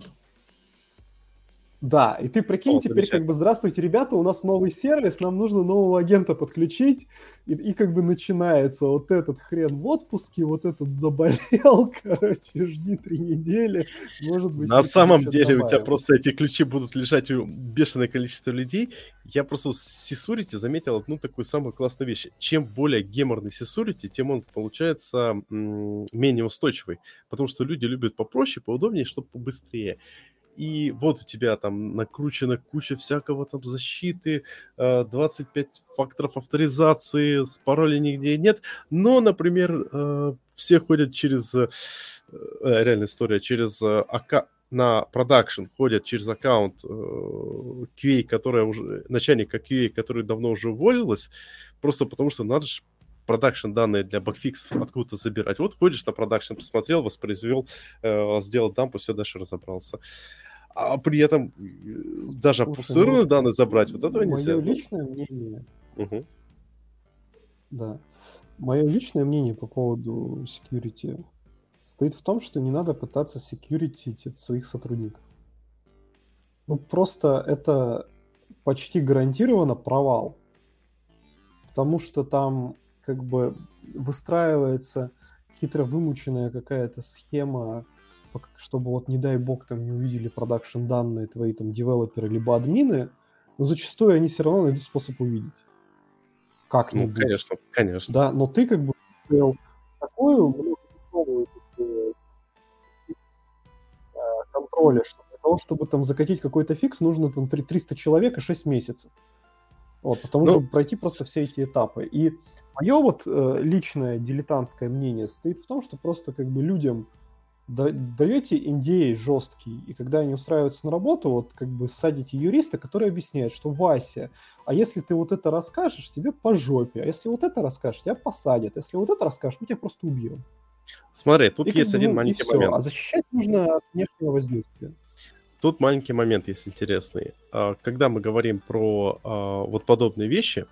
Да, и ты прикинь, О, теперь как замечательно. бы, здравствуйте, ребята, у нас новый сервис, нам нужно нового агента подключить, и, и как бы начинается вот этот хрен в отпуске, вот этот заболел, короче, жди три недели, может быть, На мы тебе самом что-то деле у тебя добавим. просто эти ключи будут лежать у бешеное количество людей. Я просто в Security заметил одну такую самую классную вещь. Чем более геморный Security, тем он получается м, менее устойчивый. Потому что люди любят попроще, поудобнее, чтобы побыстрее. И вот у тебя там накручена куча всякого там защиты, э, двадцать пять факторов авторизации, с паролей нигде нет. Но, например, э, все ходят через, э, э, реальная история, через э, ака- на продакшн ходят через аккаунт э, кью эй, которая уже, начальника кью эй, который давно уже уволилась, просто потому что надо же продакшн данные для багфиксов откуда-то забирать. Вот ходишь на продакшн, посмотрел, воспроизвел, э, сделал дампу, все, дальше разобрался. А при этом э, даже Слушай, опустыренные ну, данные забрать, вот этого нельзя. мое Ну, личное мнение, мгм. да, мое личное мнение по поводу security стоит в том, что не надо пытаться секьюритить своих сотрудников. Ну, просто это почти гарантированно провал. Потому что там как бы выстраивается хитро вымученная какая-то схема, пок- чтобы вот, не дай бог, там не увидели продакшн данные твои там девелоперы либо админы, но зачастую они все равно найдут способ увидеть. Ну, Как-нибудь. конечно, конечно. Да, но ты как бы сделал такую многочасовую такую, э, контроля, что для того, чтобы там закатить какой-то фикс, нужно там три- триста человек и шесть месяцев. Вот, потому Ну, чтобы пройти просто все эти этапы. И мое вот э, личное дилетантское мнение состоит в том, что просто как бы людям да- даете эн ди эй жесткий, и когда они устраиваются на работу, вот как бы садите юриста, который объясняет, что Вася, а если ты вот это расскажешь, тебе по жопе, а если вот это расскажешь, тебя посадят, если вот это расскажешь, мы тебя просто убьем. смотри, тут И как есть бы, один ну, и маленький все. момент. А защищать нужно от внешнего воздействия. Тут маленький момент есть интересный. А, Когда мы говорим про а, вот подобные вещи,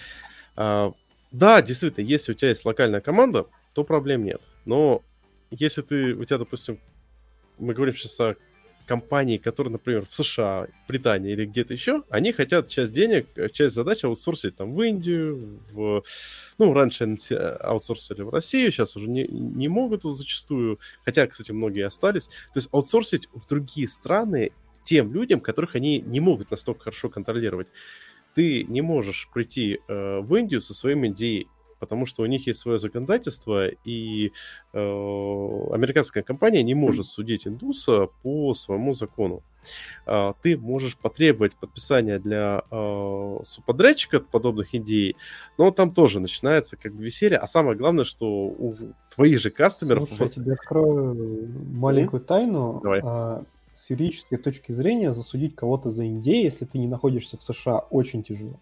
а, да, действительно, если у тебя есть локальная команда, то проблем нет. Но если ты, у тебя, допустим, мы говорим сейчас о компании, которые, например, в США, Британии или где-то еще, они хотят часть денег, э, часть задач аутсорсить там в Индию, в... ну, раньше они все аутсорсили в Россию, сейчас уже не, не могут зачастую, хотя, кстати, многие остались. То есть аутсорсить в другие страны тем людям, которых они не могут настолько хорошо контролировать. Ты не можешь прийти э, в Индию со своим эн ди эй, потому что у них есть свое законодательство, и э, американская компания не может судить индуса по своему закону. Э, ты можешь потребовать подписания для э, субподрядчика подобных эн ди эй, но там тоже начинается как бы веселье, а самое главное, что у твоих же кастомеров... Слушай, я тебе открою маленькую тайну. Давай. А, С юридической точки зрения засудить кого-то за эн ди эй, если ты не находишься в США, очень тяжело.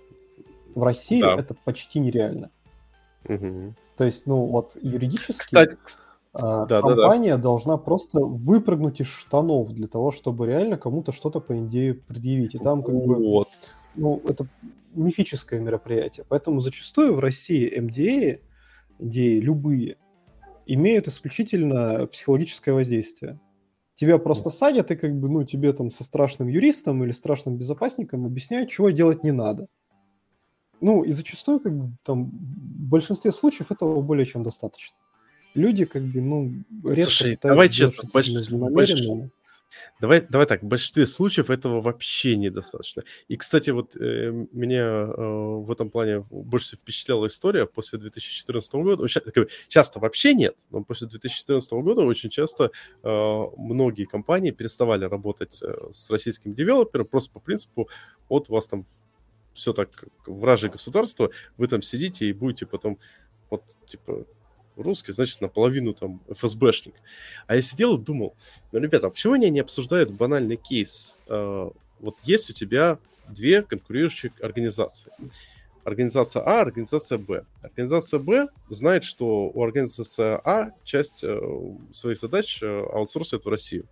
В России Да. это почти нереально. Угу. То есть, ну вот юридически Кстати, а, да, да, да. компания должна просто выпрыгнуть из штанов для того, чтобы реально кому-то что-то по эн ди эй предъявить. И там как бы, Вот. ну, это мифическое мероприятие. Поэтому зачастую в России эм ди эй, эн ди эй любые, имеют исключительно психологическое воздействие. Тебя просто садят, и как бы, ну, тебе там со страшным юристом или страшным безопасником объясняют, чего делать не надо. Ну, и зачастую, как бы, там, в большинстве случаев этого более чем достаточно. люди как бы, ну, редко Слушай, пытаются давай сделать честно, что-то больш сильно больш злонамеренное. давай давай так, в большинстве случаев этого вообще недостаточно. И, кстати, вот, э, меня, э, в этом плане больше всего впечатляла история после две тысячи четырнадцатого года. Ну, ща как бы щас-то вообще нет, но после две тысячи четырнадцатого года очень часто, э, многие компании переставали работать, э, с российским девелопером просто по принципу: вот у вас там все так как вражье государство, вы там сидите и будете потом вот типа русский, значит, наполовину там эф эс бэшник. А я сидел и думал: ну, ребята, а почему они не обсуждают банальный кейс? Э, вот есть у тебя две конкурирующие организации. Организация А, организация Б. Организация Б знает, что у организации А часть э, своих задач э, аутсорсит в Россию.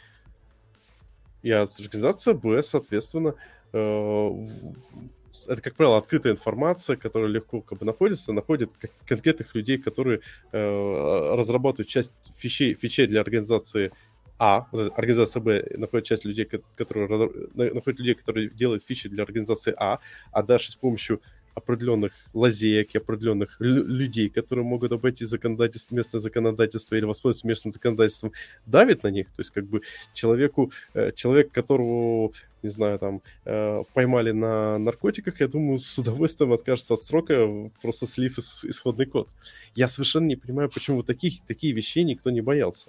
И организация Б, соответственно, э, в- с- это, как правило, открытая информация, которая легко как бы находится, находит к- конкретных людей, которые э, разрабатывают часть фичей, фичей для организации А. Вот эта организация Б находит часть людей, ко- которые разра- на- находит людей, которые делают фичи для организации А, а дальше с помощью определенных лазеек и определенных лю- людей, которые могут обойти законодательство, местное законодательство или воспользоваться местным законодательством, давит на них. То есть, как бы человеку, э, человек, которого, не знаю, там, э, поймали на наркотиках, я думаю, с удовольствием откажется от срока, просто слив ис- исходный код. Я совершенно не понимаю, почему вот таких, такие вещей никто не боялся.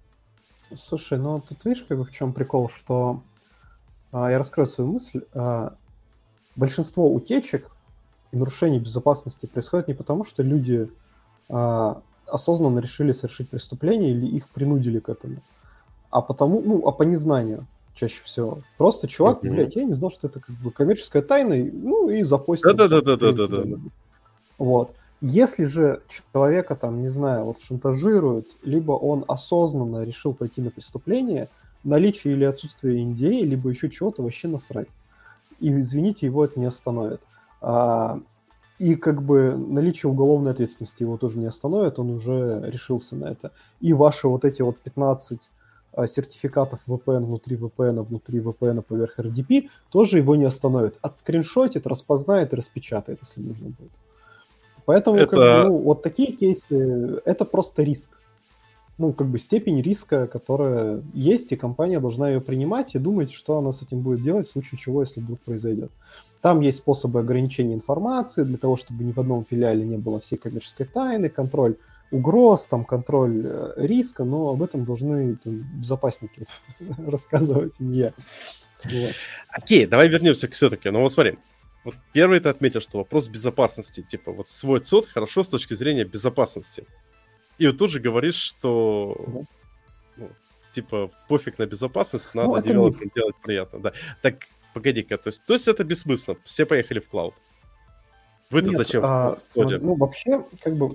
Слушай, ну тут видишь, как бы в чем прикол, что а, я раскрою свою мысль. а, большинство утечек и нарушений безопасности происходит не потому, что люди а, осознанно решили совершить преступление или их принудили к этому, а потому, ну, а по незнанию чаще всего. Просто чувак, Мгм. блядь, я не знал, что это как бы коммерческая тайна, и, ну, и запостил там скрин Да-да-да-да-да-да-да. куда-нибудь. Вот. Если же человека там, не знаю, вот шантажируют, либо он осознанно решил пойти на преступление, наличие или отсутствие эн ди эй, либо еще чего-то вообще насрать. И, извините, его это не остановит. А, и как бы наличие уголовной ответственности его тоже не остановит, он уже решился на это. И ваши вот эти вот пятнадцать а, сертификатов ви пи эн внутри ви пи эн, внутри ви пи эн поверх эр ди пи тоже его не остановит. Отскриншотит, распознает и распечатает, если нужно будет. Поэтому, как бы, Это ну, вот такие кейсы, это просто риск. Ну, как бы степень риска, которая есть, и компания должна ее принимать и думать, что она с этим будет делать в случае чего, если вдруг произойдет. Там есть способы ограничения информации для того, чтобы ни в одном филиале не было всей коммерческой тайны, контроль угроз, там контроль э, риска, но об этом должны там, безопасники рассказывать, не я. Вот. окей, давай вернемся к все-таки. Ну вот смотри, вот первый ты отметил, что вопрос безопасности, типа вот свой сот хорошо с точки зрения безопасности. И вот тут же говоришь, что Да. ну, типа пофиг на безопасность, Ну, надо это миф. девелоперам делать приятно. Да. Так, погоди-ка, то есть, то есть это бессмысленно, все поехали в клауд. Вы-то Нет, зачем а, в смотри, соде? ну, вообще, как бы,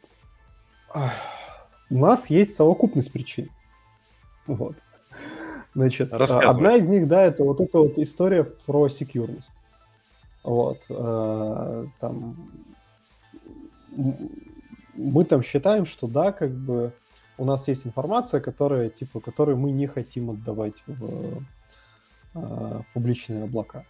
ах, у нас есть совокупность причин. Вот. Значит, а, Рассказывай. одна из них, да, это вот эта вот история про секьюрность. Вот. э, Там м, мы там считаем, что да, как бы у нас есть информация, которая, типа, которую мы не хотим отдавать в, э, в публичные облака.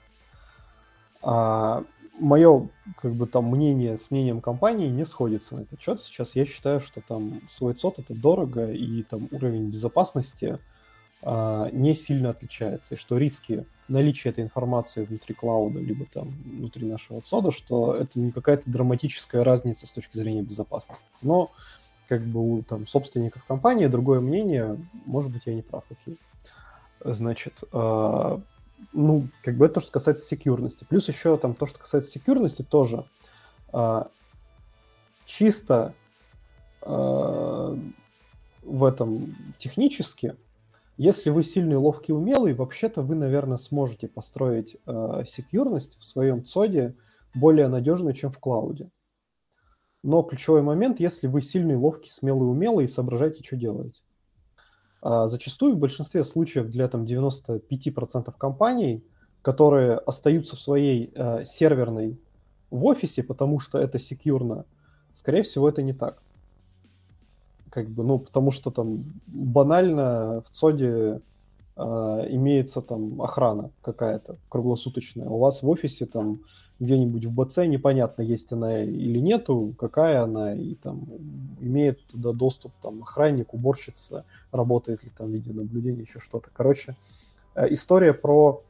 А мое, как бы, там мнение с мнением компании не сходится на этот счет. Сейчас я считаю, что там свой сот это дорого, и там уровень безопасности а, не сильно отличается, и что риски наличия этой информации внутри клауда, либо там внутри нашего сода, что это не какая-то драматическая разница с точки зрения безопасности. Но как бы у там, собственников компании другое мнение, может быть, я не прав, окей. Значит, а, ну, как бы это то, что касается секьюрности. Плюс еще там то, что касается секьюрности, тоже а, чисто а, в этом технически, если вы сильный, ловкий, умелый, вообще-то вы, наверное, сможете построить э, секьюрность в своем цоде более надежную, чем в клауде. Но ключевой момент, если вы сильный, ловкий, смелый, умелый и соображаете, что делаете. А зачастую в большинстве случаев для там, девяносто пять процентов компаний, которые остаются в своей э, серверной в офисе, потому что это секьюрно, скорее всего, это не так. Как бы, ну, потому что там банально в цоде имеется там охрана какая-то круглосуточная. У вас в офисе там где-нибудь в БЦ непонятно, есть она или нету, какая она, и там имеет туда доступ там охранник, уборщица, работает ли там видеонаблюдение, еще что-то. Короче, история про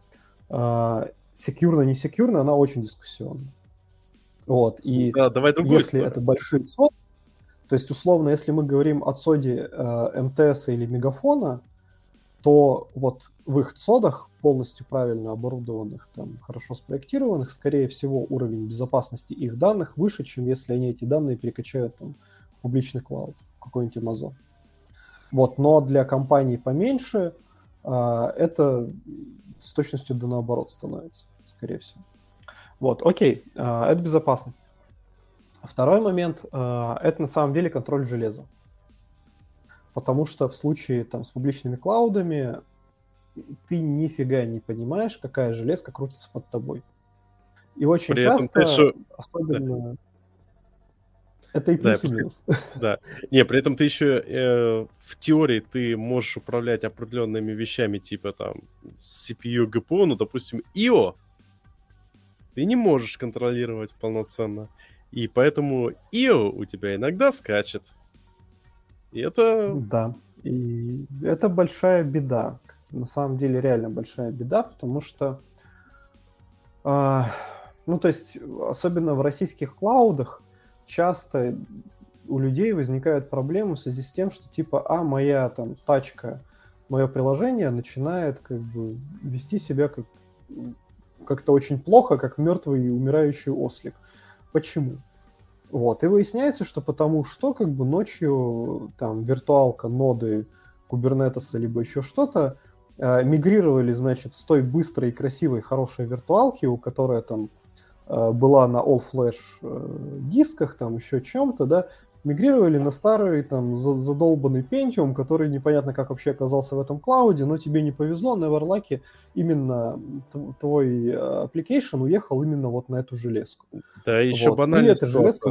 секьюрно-не-секьюрно, она очень дискуссионная. Вот, и да, давай другую если историю. это большие соды, то есть, условно, если мы говорим о соде э, МТС или Мегафона, то вот в их содах, полностью правильно оборудованных, там, хорошо спроектированных, скорее всего, уровень безопасности их данных выше, чем если они эти данные перекачают там, в публичный клауд, какой-нибудь Amazon. Вот, но для компаний поменьше э, это с точностью да наоборот становится, скорее всего. Вот, окей, э, это безопасность. Второй момент э, – это на самом деле контроль железа. Потому что в случае там, с публичными клаудами ты нифига не понимаешь, какая железка крутится под тобой. И очень При часто, этом ты еще... особенно... Да. Это и плюс, да, и минус. Да. Не, при этом ты еще э, в теории ты можешь управлять определенными вещами, типа там си пи ю, джи пи ю, ну, допустим, ай о ты не можешь контролировать полноценно. И поэтому ай о у тебя иногда скачет. И это... Да, и это большая беда. На самом деле реально большая беда, потому что, э, ну то есть, особенно в российских клаудах, часто у людей возникают проблемы в связи с тем, что типа, а, моя там тачка, мое приложение начинает как бы вести себя как, как-то очень плохо, как мертвый и умирающий ослик. Почему? Вот, и выясняется, что потому что как бы ночью там виртуалка, ноды, кубернетеса, либо еще что-то э, мигрировали, значит, с той быстрой, красивой, хорошей виртуалки, у которой там э, была на all-flash э, дисках, там еще чем-то, да, мигрировали на старый там задолбанный Pentium, который непонятно как вообще оказался в этом клауде, но тебе не повезло, на Everlucky именно твой application уехал именно вот на эту железку. Да, еще вот. банальная И эта железка...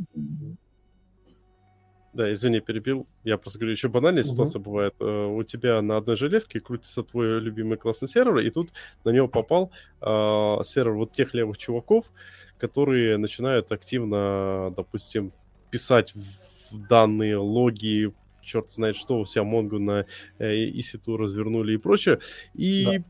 Да, извини, перебил. Я просто говорю, еще банальная угу. ситуация бывает. У тебя на одной железке крутится твой любимый классный сервер, и тут на него попал э, сервер вот тех левых чуваков, которые начинают активно, допустим, писать в данные логи, черт знает что, у себя Mongo на э, и си два развернули и прочее. И...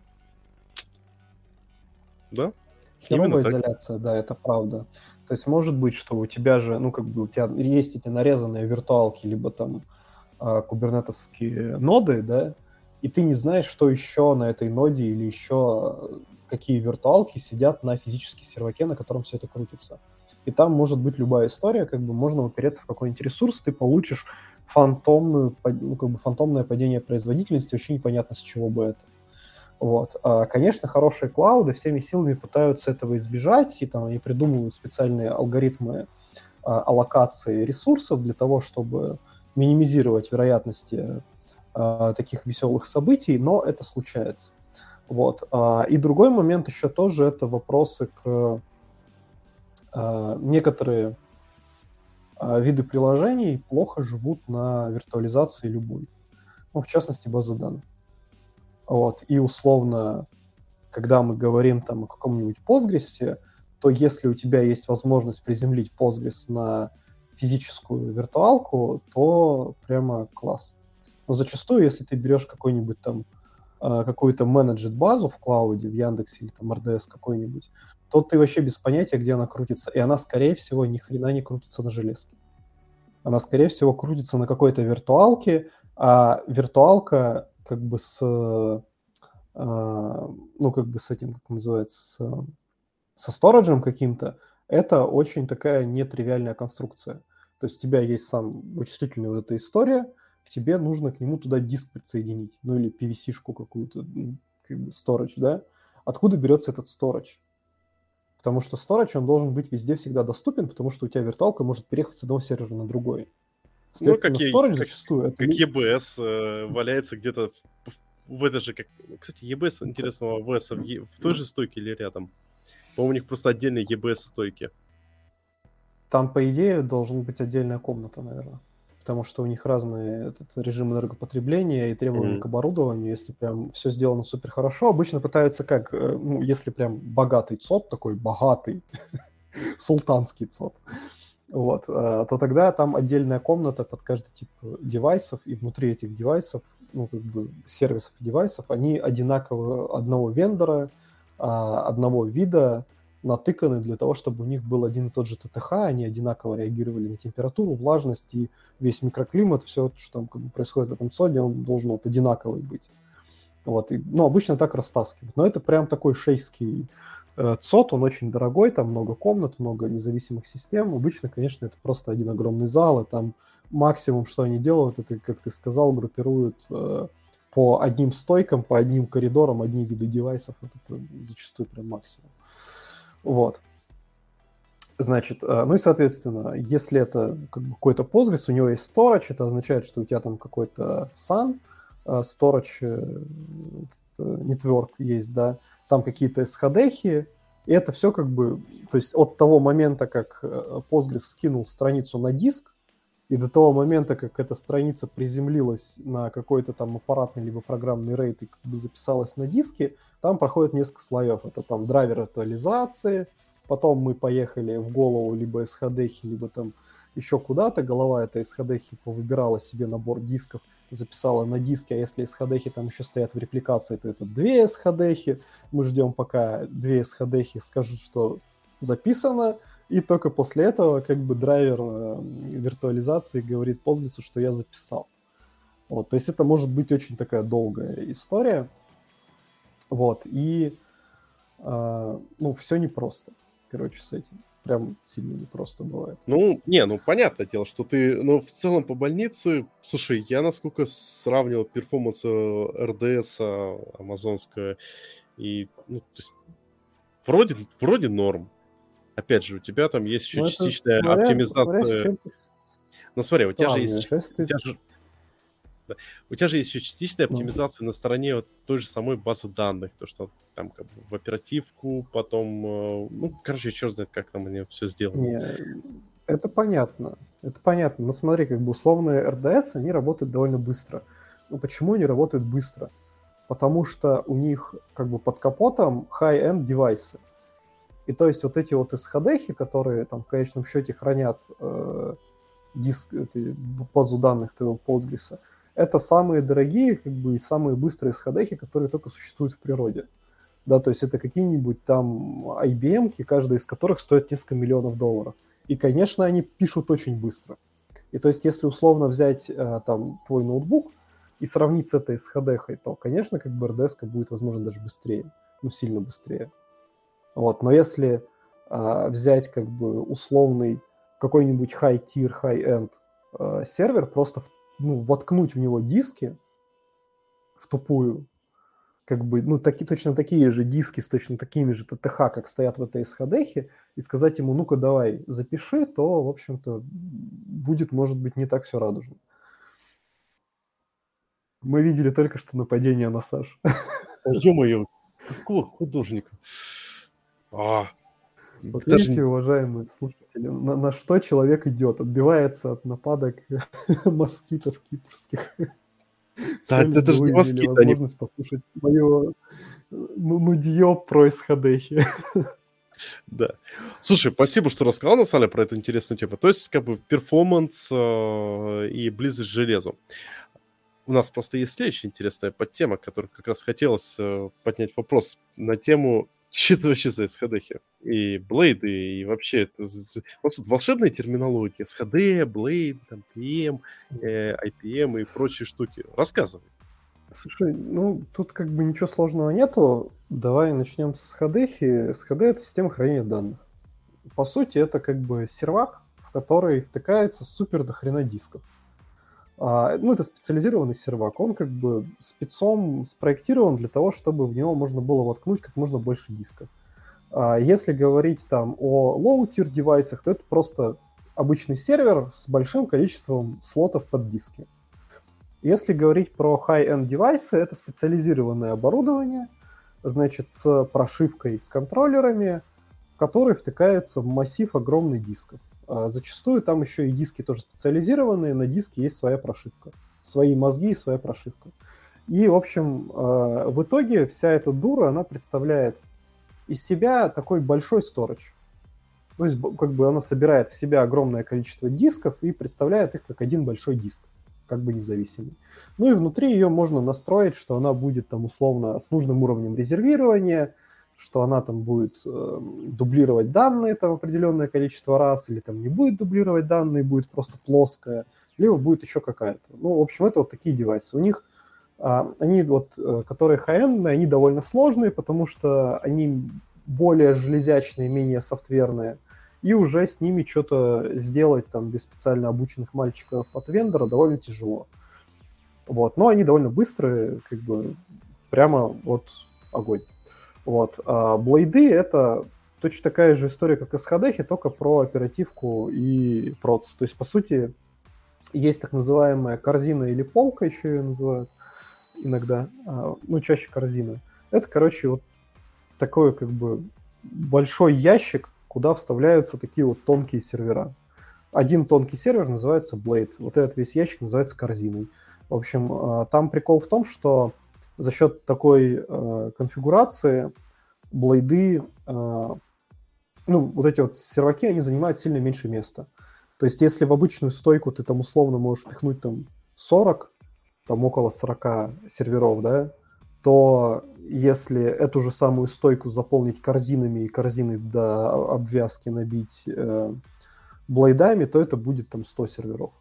Да? Да? Херовая изоляция, да, это правда. То есть может быть, что у тебя же, ну, как бы у тебя есть эти нарезанные виртуалки, либо там э, кубернетовские ноды, да, и ты не знаешь, что еще на этой ноде или еще какие виртуалки сидят на физическом серваке, на котором все это крутится. И там может быть любая история, как бы можно упереться в какой-нибудь ресурс, ты получишь фантомную, ну, как бы фантомное падение производительности, вообще непонятно, с чего бы это. Вот. А, конечно, хорошие клауды всеми силами пытаются этого избежать, и там они придумывают специальные алгоритмы а, аллокации ресурсов для того, чтобы минимизировать вероятности а, таких веселых событий, но это случается. Вот. А, и другой момент еще тоже это вопросы к а, некоторые а, виды приложений плохо живут на виртуализации любой, ну, в частности, базы данных. Вот, и условно, когда мы говорим там о каком-нибудь Postgres, то если у тебя есть возможность приземлить Postgres на физическую виртуалку, то прямо класс. Но зачастую, если ты берешь какой-нибудь там какую-то менеджет базу в клауде, в Яндексе или там эр дэ эс какой-нибудь, то ты вообще без понятия, где она крутится. И она, скорее всего, ни хрена не крутится на железке. Она, скорее всего, крутится на какой-то виртуалке, а виртуалка как бы с, э, ну, как бы с этим, как называется, с, со сториджем каким-то, это очень такая нетривиальная конструкция. То есть у тебя есть сам вычислительный вот эта история, тебе нужно к нему туда диск присоединить, ну или пи ви си-шку какую-то, как бы storage, да? Откуда берется этот storage? Потому что storage, он должен быть везде всегда доступен, потому что у тебя виртуалка может переехать с одного сервера на другой. Ну, как, storage как, зачастую... как это... и би эс э, валяется где-то в, в это же... Как... Кстати, и би эс, интересного эй ви эс в, в той же стойке или рядом? По-моему, у них просто отдельные и би эс-стойки. Там, по идее, должна быть отдельная комната, наверное. потому что у них разный этот режим энергопотребления и требования Мгм. к оборудованию. Если прям все сделано супер хорошо, обычно пытаются как, э, ну, если прям богатый ЦОД, такой богатый, султанский ЦОД, вот, э, то тогда там отдельная комната под каждый тип девайсов, и внутри этих девайсов, ну, как бы сервисов и девайсов, они одинаково одного вендора, а, одного вида, натыканы для того, чтобы у них был один и тот же ТТХ, они одинаково реагировали на температуру, влажность и весь микроклимат, все, что там как бы происходит в этом соде, он должен вот одинаковый быть. Вот, и, ну, обычно так растаскивают. Но это прям такой шейский э, ЦОД, он очень дорогой, там много комнат, много независимых систем. Обычно, конечно, это просто один огромный зал, и там максимум, что они делают, это, как ты сказал, группируют э, по одним стойкам, по одним коридорам, одни виды девайсов. Вот это зачастую прям максимум. Вот. Значит, э, ну и, соответственно, если это как бы какой-то Postgres, у него есть storage, это означает, что у тебя там какой-то сан, э, storage э, network есть, да, там какие-то эс эйч ди-хи, и это все как бы, то есть от того момента, как э, Postgres скинул страницу на диск, и до того момента, как эта страница приземлилась на какой-то там аппаратный либо программный рейд и как бы записалась на диске, там проходит несколько слоев. Это там драйвер актуализации, потом мы поехали в голову либо эс эйч ди-хи, либо там еще куда-то. Голова этой эс эйч ди-хи повыбирала себе набор дисков, записала на диске, а если эс эйч ди-хи там еще стоят в репликации, то это две эс эйч ди-хи. Мы ждем, пока две эс эйч ди-хи скажут, что записано, и только после этого как бы драйвер э, виртуализации говорит Postgres, что я записал. Вот, то есть это может быть очень такая долгая история. Вот, и э, ну, все непросто, короче, с этим. Прям сильно непросто бывает. Ну, не, ну, понятное дело, что ты... Но в целом по больнице... Слушай, я насколько сравнивал перформанс эр ди эс амазонское, и, ну, то есть, вроде, вроде норм. Опять же, у тебя там есть еще Ну, частичная смотря, оптимизация... смотря с чем ты Ну, смотри, у тебя же есть... сравниваешь. У тебя же... Да. У тебя же есть еще частичная Ну. оптимизация на стороне вот той же самой базы данных, то, что там как бы в оперативку, потом, э, ну, короче, черт знает, как там они все сделали. Не, это понятно, это понятно, но смотри, как бы условные эр ди эс, они работают довольно быстро. Ну, почему они работают быстро? Потому что у них как бы под капотом high-end девайсы. И то есть вот эти вот эс эйч ди-хи, которые там в конечном счете хранят э, диск, это, базу данных твоего Postgres, это самые дорогие как бы, и самые быстрые эс эйч ди-хи, которые только существуют в природе. Да, то есть это какие-нибудь там ай би эм-ки, каждая из которых стоит несколько миллионов долларов. И, конечно, они пишут очень быстро. И то есть если условно взять э, там твой ноутбук и сравнить с этой эс эйч ди-хой, то, конечно, как бы эр ди эс-ка будет, возможно, даже быстрее. Ну, сильно быстрее. Вот. Но если э, взять как бы условный какой-нибудь high-tier, high-end э, сервер, просто в, ну, воткнуть в него диски в тупую, как бы, ну, таки, точно такие же диски с точно такими же ТТХ, как стоят в этой эс эйч ди-хе, и сказать ему, ну-ка, давай, запиши, то, в общем-то, будет, может быть, не так все радужно. Мы видели только что нападение на Саш. Ё-моё, какого художника? А, Вот даже... видите, уважаемые слушатели, на, на что человек идет? Отбивается от нападок москитов кипрских. Да, это, это же не москиты, они... возможность послушать мое нудье про эс эйч ди-хи. Да. Слушай, спасибо, что рассказал, на самом деле, про эту интересную тему. То есть, как бы, перформанс э, и близость к железу. У нас просто есть следующая интересная подтема, которую как раз хотелось э, поднять вопрос на тему, что это вообще за эс эйч ди-хи? И блейды, и вообще, это просто волшебная терминология. эс эйч ди, блейд, там, пи эм, э, ай пи эм и прочие штуки. Рассказывай. Слушай, ну, тут как бы ничего сложного нету. Давай начнем с эс эйч ди-хи. эс эйч ди — это система хранения данных. По сути, это как бы сервак, в который втыкается супер до хрена дисков. А, ну, это специализированный сервак. Он как бы спецом спроектирован для того, чтобы в него можно было воткнуть как можно больше дисков. А, если говорить там о low-tier девайсах, то это просто обычный сервер с большим количеством слотов под диски. Если говорить про high-end девайсы, это специализированное оборудование, значит, с прошивкой, с контроллерами, в который втыкается массив огромных дисков. а зачастую там еще и диски тоже специализированные, на диске есть своя прошивка, свои мозги и своя прошивка. И, в общем, в итоге вся эта дура, она представляет из себя такой большой storage. То есть, как бы она собирает в себя огромное количество дисков и представляет их как один большой диск, как бы независимый. Ну и внутри ее можно настроить, что она будет там условно с нужным уровнем резервирования, что она там будет э, дублировать данные там определенное количество раз, или там не будет дублировать данные, будет просто плоская, либо будет еще какая-то. Ну, в общем, это вот такие девайсы. У них а, они вот, которые high-end, они довольно сложные, потому что они более железячные, менее софтверные, и уже с ними что-то сделать там без специально обученных мальчиков от вендора довольно тяжело. Вот. Но они довольно быстрые, как бы прямо вот огонь. Вот. А блейды — это точно такая же история, как эс эйч ди, только про оперативку и проц. То есть, по сути, есть так называемая корзина или полка, еще ее называют иногда, ну, чаще корзина. Это, короче, вот такой как бы большой ящик, куда вставляются такие вот тонкие сервера. Один тонкий сервер называется Blade. Вот этот весь ящик называется корзиной. В общем, там прикол в том, что за счет такой э, конфигурации блейды, э, ну, вот эти вот серваки, они занимают сильно меньше места. То есть, если в обычную стойку ты там условно можешь пихнуть там сорок, там около сорок серверов, да, то если эту же самую стойку заполнить корзинами и корзины до обвязки набить э, блейдами, то это будет там сто серверов.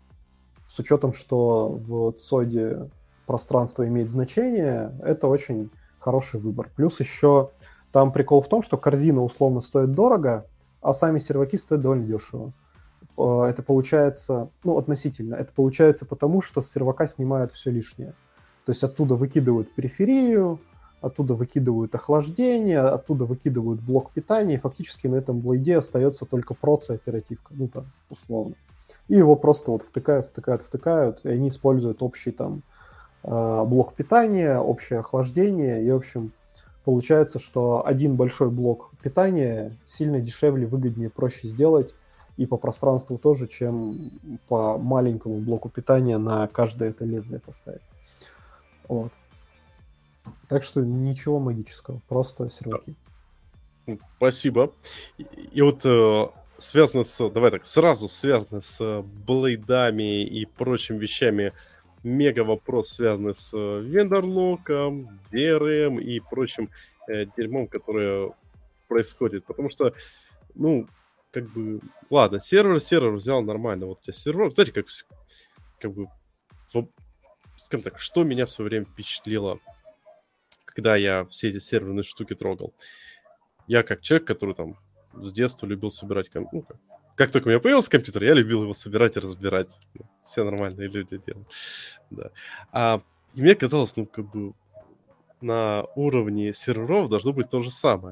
С учетом, что в цоде пространство имеет значение, это очень хороший выбор. Плюс еще там прикол в том, что корзина условно стоит дорого, а сами серваки стоят довольно дешево. Это получается, ну, относительно, это получается потому, что с сервака снимают все лишнее. То есть оттуда выкидывают периферию, оттуда выкидывают охлаждение, оттуда выкидывают блок питания, и фактически на этом блейде остается только проц и оперативка, ну там, условно. И его просто вот втыкают, втыкают, втыкают, и они используют общий там блок питания, общее охлаждение, и, в общем, получается, что один большой блок питания сильно дешевле, выгоднее, проще сделать, и по пространству тоже, чем по маленькому блоку питания на каждое это лезвие поставить. Вот. Так что ничего магического, просто серваки. Спасибо. И, и вот э, связано с, давай так, сразу связано с блейдами и прочими вещами, мега вопрос, связанный с вендорлоком, ди ар эм и прочим э, дерьмом, которое происходит. Потому что, ну, как бы, ладно, сервер, сервер взял нормально. Вот у тебя сервер, знаете, как, как бы, в, скажем так, что меня в свое время впечатлило, когда я все эти серверные штуки трогал. Я как человек, который там с детства любил собирать компьютер, ну, как, как только у меня появился компьютер, я любил его собирать и разбирать. Все нормальные люди делают. Да. А и мне казалось, ну, как бы на уровне серверов должно быть то же самое.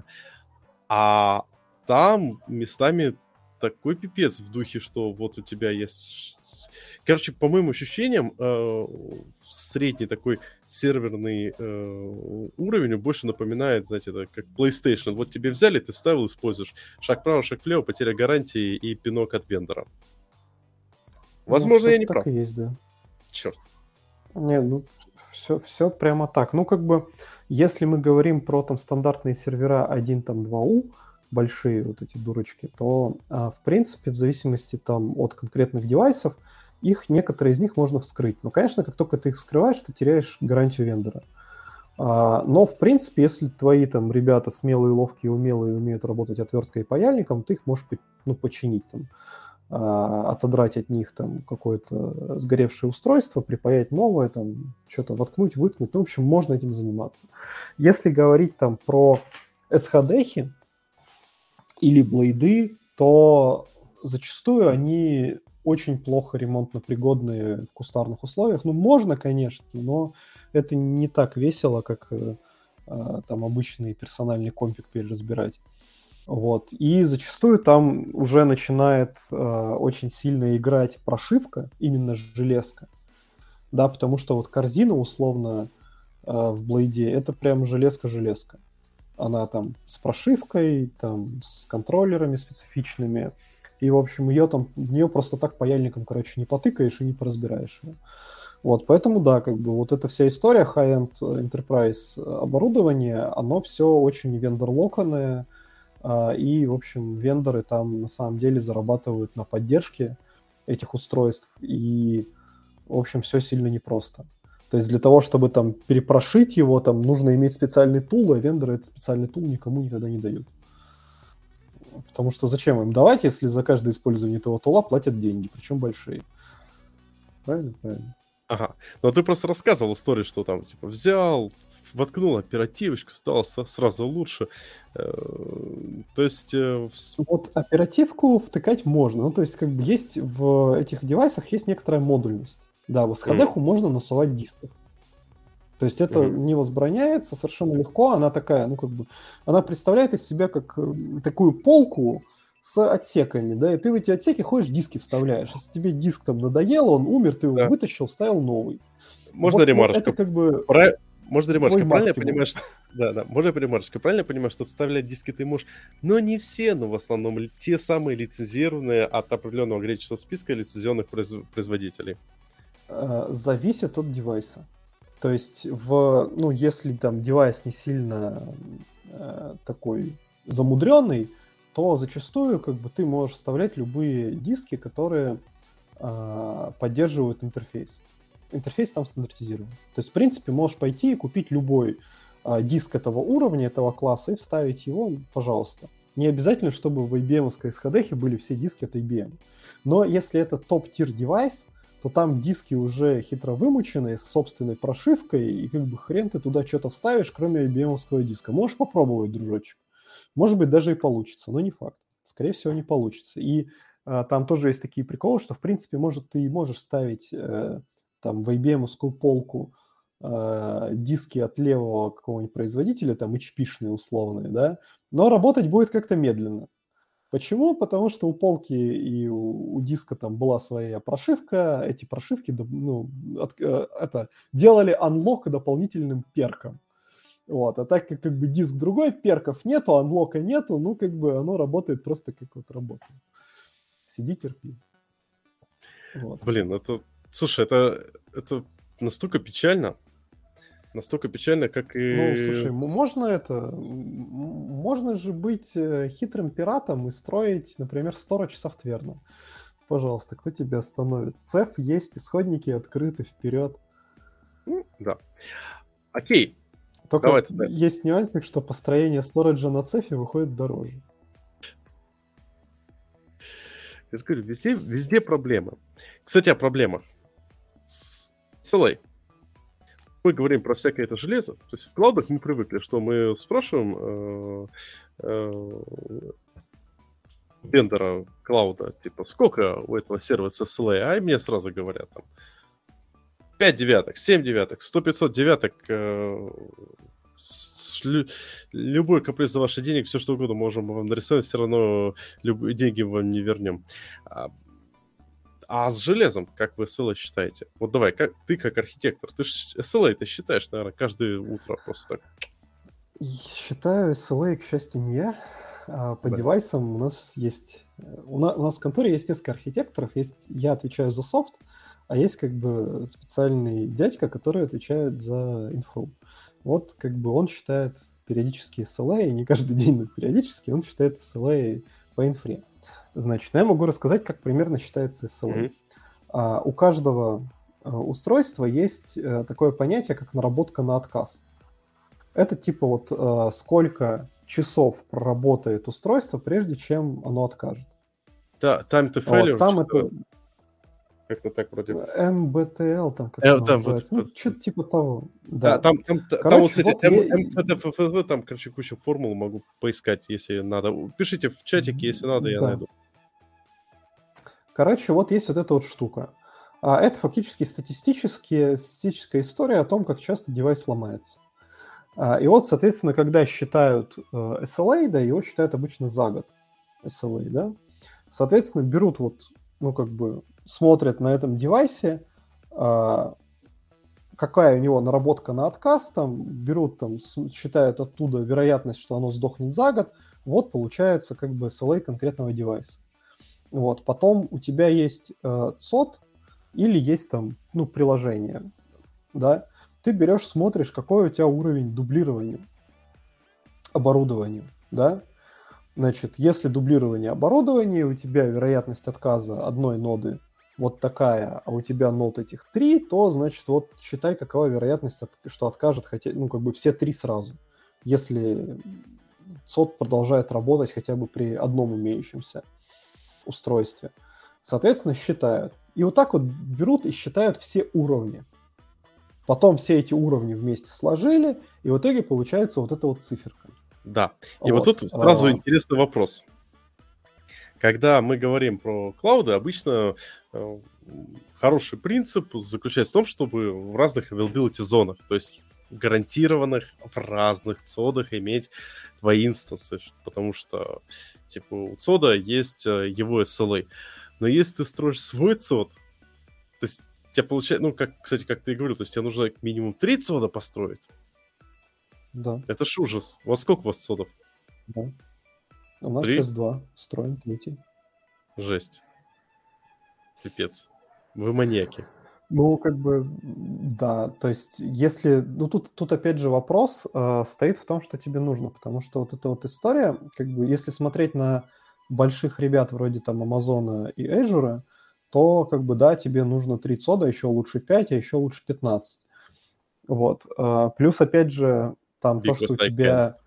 А там местами такой пипец в духе, что вот у тебя есть... Короче, по моим ощущениям, э, средний такой серверный э, уровень больше напоминает, знаете, это как PlayStation. Вот тебе взяли, ты вставил, используешь. Шаг вправо, шаг влево, потеря гарантии и пинок от вендора. Возможно, ну, я не так прав. Так и есть, да. Черт. Не, ну, все, все прямо так. Ну, как бы, если мы говорим про там стандартные сервера один, там, два у, большие вот эти дурочки, то, а, в принципе, в зависимости там от конкретных девайсов, их, некоторые из них можно вскрыть. Но, конечно, как только ты их вскрываешь, ты теряешь гарантию вендора. А, но, в принципе, если твои там ребята смелые, ловкие, умелые, умеют работать отверткой и паяльником, ты их можешь, ну, починить там, а, отодрать от них там какое-то сгоревшее устройство, припаять новое, там, что-то воткнуть, выткнуть. Ну, в общем, можно этим заниматься. Если говорить там про эс эйч ди или блейды, то зачастую они очень плохо ремонтно пригодные в кустарных условиях. Ну, можно, конечно, но это не так весело, как э, там обычный персональный компик переразбирать. Вот. И зачастую там уже начинает э, очень сильно играть прошивка, именно железка. Да, потому что вот корзина условно э, в блейде это прям железка-железка. Она там с прошивкой, там с контроллерами специфичными. и, в общем, ее там, в нее просто так паяльником, короче, не потыкаешь и не поразбираешь ее. Вот, поэтому, да, как бы вот эта вся история high-end enterprise оборудования, оно все очень вендор-локанное, и, в общем, вендоры там на самом деле зарабатывают на поддержке этих устройств, и, в общем, все сильно непросто. То есть для того, чтобы там перепрошить его, там нужно иметь специальный тул, а вендоры этот специальный тул никому никогда не дают. Потому что зачем им давать, если за каждое использование этого тула платят деньги, причем большие. Правильно? Правильно. Ага. Но ты просто рассказывал историю, что там, типа, взял, воткнул оперативочку, стало сразу лучше. То есть... Вот оперативку втыкать можно. Ну, то есть, как бы есть в этих девайсах есть некоторая модульность. Да, в эс эйч ди mm. можно насувать диски. То есть это mm-hmm. не возбраняется совершенно легко. Она такая, ну, как бы, она представляет из себя как такую полку с отсеками, да, и ты в эти отсеки ходишь, диски вставляешь. Если тебе диск там надоел, он умер, ты его да. вытащил, вставил новый. Можно вот, ремарочку? Вот это как бы... Про... Можно ремарочку? Правильно я понимаю, что... Да, да, можно ремарочку? Правильно я понимаю, что вставлять диски ты можешь, но не все, но в основном те самые лицензированные от определенного греческого списка лицензионных произ... производителей? Зависит от девайса. То есть, в, ну, если там девайс не сильно э, такой замудренный, то зачастую как бы ты можешь вставлять любые диски, которые э, поддерживают интерфейс. Интерфейс там стандартизирован. То есть, в принципе, можешь пойти и купить любой э, диск этого уровня, этого класса, и вставить его, пожалуйста. Не обязательно, чтобы в ай би эм-овской эс эйч ди были все диски от ай би эм. Но если это топ-тир девайс, то там диски уже хитро вымученные, с собственной прошивкой, и как бы хрен ты туда что-то вставишь, кроме ай би эм-овского диска. Можешь попробовать, дружочек. Может быть, даже и получится, но не факт. Скорее всего, не получится. И а, там тоже есть такие приколы, что, в принципе, может, ты можешь ставить э, там в ай би эм-овскую полку э, диски от левого какого-нибудь производителя, там эйч пи-шные условные, да, но работать будет как-то медленно. Почему? Потому что у полки и у, у диска там была своя прошивка, эти прошивки ну, от, это, делали анлок дополнительным перком. Вот. А так как, как бы диск другой, перков нету, анлока нету, ну как бы оно работает просто как вот работает. Сиди, терпи. Вот. Блин, это... Слушай, это, это настолько печально. Настолько печально, как и... Ну, слушай, можно это... Можно же быть хитрым пиратом и строить, например, storage софтверно. Пожалуйста, кто тебя остановит? Цеф есть, исходники открыты, вперед. Да. Окей. Только Давай, тогда. Есть нюансик, что построение сториджа на цефе выходит дороже. Я же говорю, везде, везде проблемы. Кстати, о проблемах. эс эл эй. Мы говорим про всякое это железо. То есть в клаудах мы привыкли, что мы спрашиваем э, э, вендора клауда, типа, сколько у этого сервера с эс эл эй, а мне сразу говорят, там, пять девяток, семь девяток, сто пятьсот девяток, э, с, лю, любой каприз за ваши денег, все что угодно можем вам нарисовать, все равно любые деньги вам не вернем. А, а с железом, как вы эс эл эй считаете? Вот давай, как, ты как архитектор, ты ж эс эл эй ты считаешь, наверное, каждое утро просто так? Считаю эс эл эй, к счастью, не я. А по да. девайсам у нас есть... У нас, у нас в конторе есть несколько архитекторов. Есть, я отвечаю за софт, а есть как бы специальный дядька, который отвечает за инфру. Вот как бы он считает периодически эс эл эй, не каждый день, но периодически он считает эс эл эй по инфре. Значит, я могу рассказать, как примерно считается эс эл эй. Mm-hmm. А, у каждого а, устройства есть а, такое понятие, как наработка на отказ. Это типа вот а, сколько часов проработает устройство, прежде чем оно откажет. Да, time to failure. Вот, там это... Как-то так вроде. эм би ти эл, там как это называется. Вот, ну, вот, что-то типа того. Да, да там, там, короче, там вот, кстати, вот эм ти эф эф эс, там, короче, куча формул могу поискать, если надо. Пишите в чатике, если надо, я да. найду. Короче, вот есть вот эта вот штука. А это фактически статистические, статистическая история о том, как часто девайс ломается. А, и вот, соответственно, когда считают э, эс эл эй, да, его считают обычно за год эс эл эй, да, соответственно, берут вот, ну, как бы, смотрят на этом девайсе, э, какая у него наработка на отказ, там, берут, там, считают оттуда вероятность, что оно сдохнет за год, вот получается, как бы, эс эл эй конкретного девайса. Вот. Потом у тебя есть э, цод или есть там, ну, приложение, да. Ты берешь, смотришь, какой у тебя уровень дублирования оборудования, да. Значит, если дублирование оборудования, у тебя вероятность отказа одной ноды вот такая, а у тебя нод этих три, то, значит, вот считай, какова вероятность, что откажет, хотя, ну, как бы все три сразу. Если цод продолжает работать хотя бы при одном имеющемся устройстве. Соответственно, считают. И вот так вот берут и считают все уровни. Потом все эти уровни вместе сложили, и в итоге получается вот эта вот циферка. Да. И вот, вот тут сразу а... интересный вопрос. Когда мы говорим про клауды, обычно э, хороший принцип заключается в том, чтобы в разных availability зонах, то есть гарантированных в разных цодах иметь твои инстансы, потому что типа у цода есть его эс эл эй. Но если ты строишь свой цод, то есть у тебя получается, ну, как, кстати, как ты и говорил, то есть тебе нужно минимум три цода построить. Да. Это ж ужас. У вас сколько у вас цодов? Да. У нас Три? сейчас два. Строим третий. Жесть. Пипец. Вы маньяки. Ну, как бы, да, то есть, если, ну, тут, тут опять же вопрос э, стоит в том, что тебе нужно, потому что вот эта вот история, как бы, если смотреть на больших ребят вроде там Амазона и Azure, то, как бы, да, тебе нужно три цода, еще лучше пять, а еще лучше пятнадцать. Вот. Э, плюс, опять же, там Because то, что у тебя...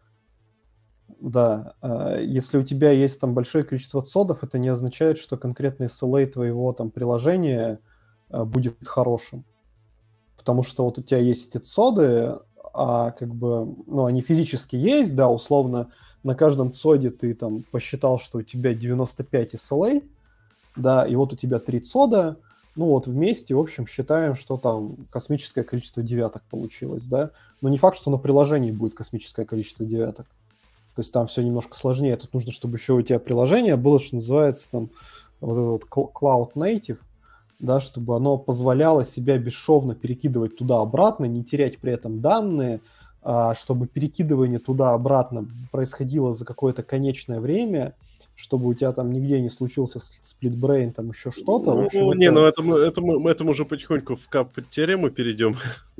Да, э, если у тебя есть там большое количество цодов, это не означает, что конкретный эс эл эй твоего там приложения будет хорошим. Потому что вот у тебя есть эти цоды, а как бы, ну, они физически есть, да, условно, на каждом цоде ты там посчитал, что у тебя девяносто пять эс эл эй, да, и вот у тебя три цода, ну вот вместе, в общем, считаем, что там космическое количество девяток получилось, да, но не факт, что на приложении будет космическое количество девяток. То есть там все немножко сложнее, тут нужно, чтобы еще у тебя приложение было, что называется, там, вот этот вот Cloud Native, да, чтобы оно позволяло себя бесшовно перекидывать туда-обратно, не терять при этом данные, а, чтобы перекидывание туда-обратно происходило за какое-то конечное время, чтобы у тебя там нигде не случился сплитбрейн, там еще что-то. Ну, общем, не, это... ну это мы, это, мы, это мы уже потихоньку в кап-теорему перейдем.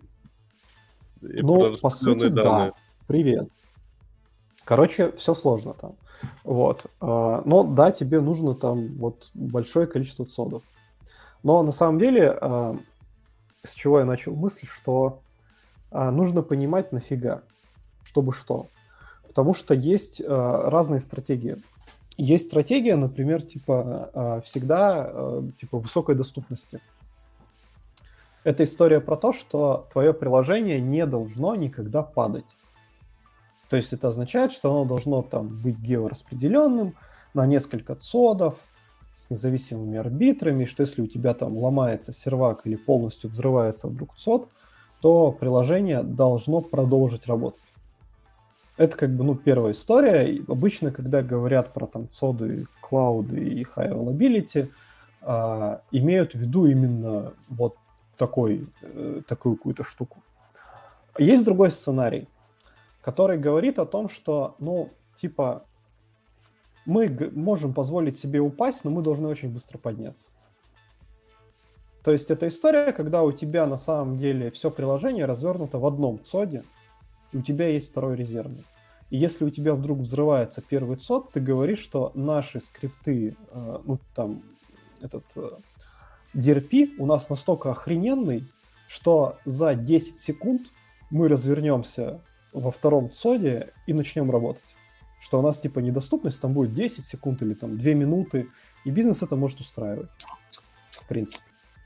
Ну, по сути, данные. Да. Привет. Короче, все сложно там. Вот. Но да, тебе нужно там вот большое количество цодов. Но на самом деле, э, с чего я начал мысль, что э, нужно понимать нафига, чтобы что. Потому что есть э, разные стратегии. Есть стратегия, например, типа э, всегда э, типа высокой доступности. Это история про то, что твое приложение не должно никогда падать. То есть это означает, что оно должно там быть геораспределенным на несколько цодов, с независимыми арбитрами, что если у тебя там ломается сервак или полностью взрывается вдруг цод, то приложение должно продолжить работать. Это как бы, ну, первая история. И обычно, когда говорят про там цоды, клауды и high availability, а, имеют в виду именно вот такой, э, такую какую-то штуку. Есть другой сценарий, который говорит о том, что, ну, типа, мы г- можем позволить себе упасть, но мы должны очень быстро подняться. То есть это история, когда у тебя на самом деле все приложение развернуто в одном цоде, и у тебя есть второй резервный. И если у тебя вдруг взрывается первый цод, ты говоришь, что наши скрипты, э, ну там этот э, ди ар пи у нас настолько охрененный, что за десять секунд мы развернемся во втором цоде и начнем работать. Что у нас типа недоступность там будет десять секунд или там две минуты, и бизнес это может устраивать. В принципе.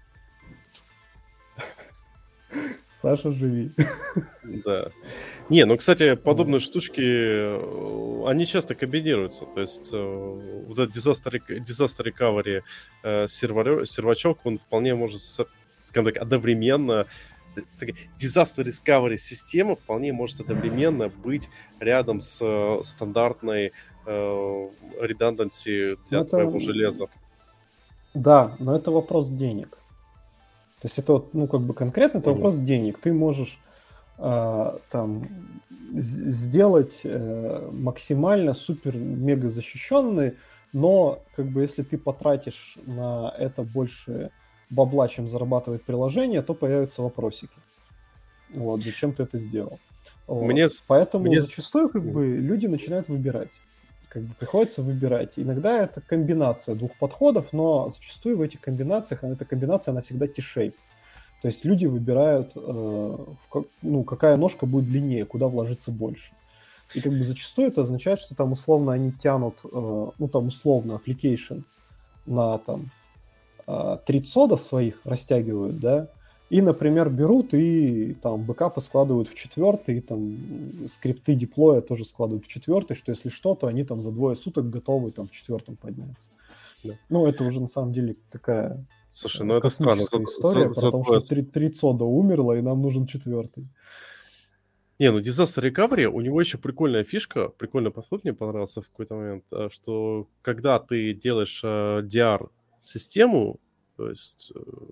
Саша, живи. Да. Не, ну, кстати, подобные штучки, они часто комбинируются. То есть вот этот disaster, disaster recovery сервер, сервачок, он вполне может, скажем так, одновременно... Disaster Recovery система вполне может одновременно быть рядом с стандартной э, redundancy для это... твоего железа. Да, но это вопрос денег. То есть это, ну, как бы конкретно это mm-hmm. вопрос денег. Ты можешь э, там сделать э, максимально супер-мега защищенный но как бы если ты потратишь на это больше бабла, чем зарабатывает приложение, то появятся вопросики. Вот, зачем ты это сделал? Вот. Мне, Поэтому мне... зачастую как бы люди начинают выбирать. Как бы приходится выбирать. Иногда это комбинация двух подходов, но зачастую в этих комбинациях, эта комбинация, она всегда T-shape. То есть люди выбирают, э, в как, ну, какая ножка будет длиннее, куда вложиться больше. И как бы зачастую это означает, что там условно они тянут, э, ну там условно application на там э, три цода своих растягивают, да, и, например, берут и там бэкапы складывают в четвертый, и там скрипты деплоя тоже складывают в четвертый, что если что, то они там за двое суток готовы там в четвертом подняться. Да. Ну, это уже на самом деле такая Слушай, ну это странно. история, за, потому за, что три, три цода умерло, и нам нужен четвертый. Не, ну Disaster Recovery, у него еще прикольная фишка, прикольный подход мне понравился в какой-то момент, что когда ты делаешь ди ар-систему, то есть,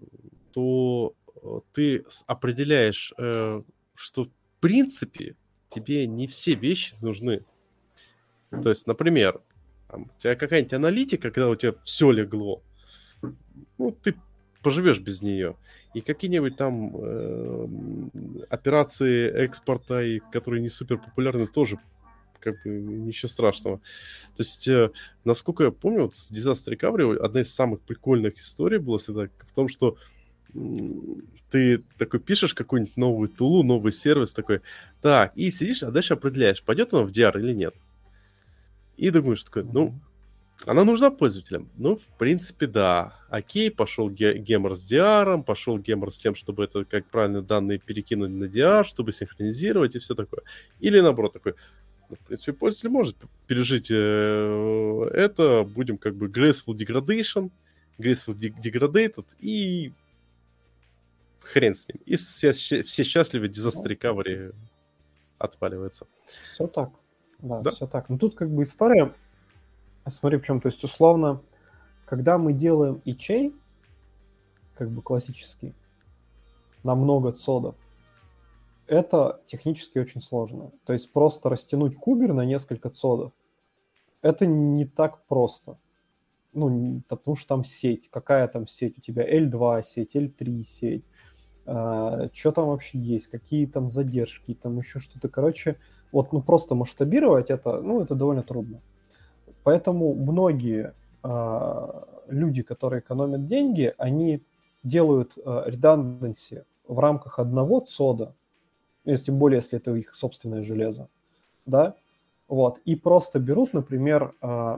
то ты определяешь, что в принципе тебе не все вещи нужны. То есть, например, там, у тебя какая-нибудь аналитика, когда у тебя все легло, ну, ты поживешь без нее. И какие-нибудь там э, операции экспорта, и, которые не супер популярны, тоже как бы ничего страшного. То есть, э, насколько я помню, вот с Disaster Recovery одна из самых прикольных историй была всегда в том, что ты такой пишешь какую-нибудь новую тулу, новый сервис такой, так, и сидишь, а дальше определяешь, пойдет оно в ди ар или нет. И думаешь такой, ну, она нужна пользователям? Ну, в принципе, да. Окей, пошел ге- гемор с ди ар, пошел гемор с тем, чтобы это как правильно данные перекинуть на ди ар, чтобы синхронизировать и все такое. Или наоборот такой, ну, в принципе, пользователь может пережить э, это, будем как бы graceful degradation, graceful degradated и хрен с ним. И все, все счастливы, disaster recovery отваливается. Все так, да, да, все так. Но тут как бы история, смотри в чем, то есть условно, когда мы делаем ичей, как бы классический, на много цодов, это технически очень сложно. То есть просто растянуть кубер на несколько цодов, это не так просто. Ну, потому что там сеть. Какая там сеть? У тебя эл два сеть, эл три сеть. А, что там вообще есть? Какие там задержки? Там еще что-то. Короче, вот ну просто масштабировать это, ну, это довольно трудно. Поэтому многие а, люди, которые экономят деньги, они делают redundancy в рамках одного цода, тем более, если это их собственное железо, да, вот, и просто берут, например,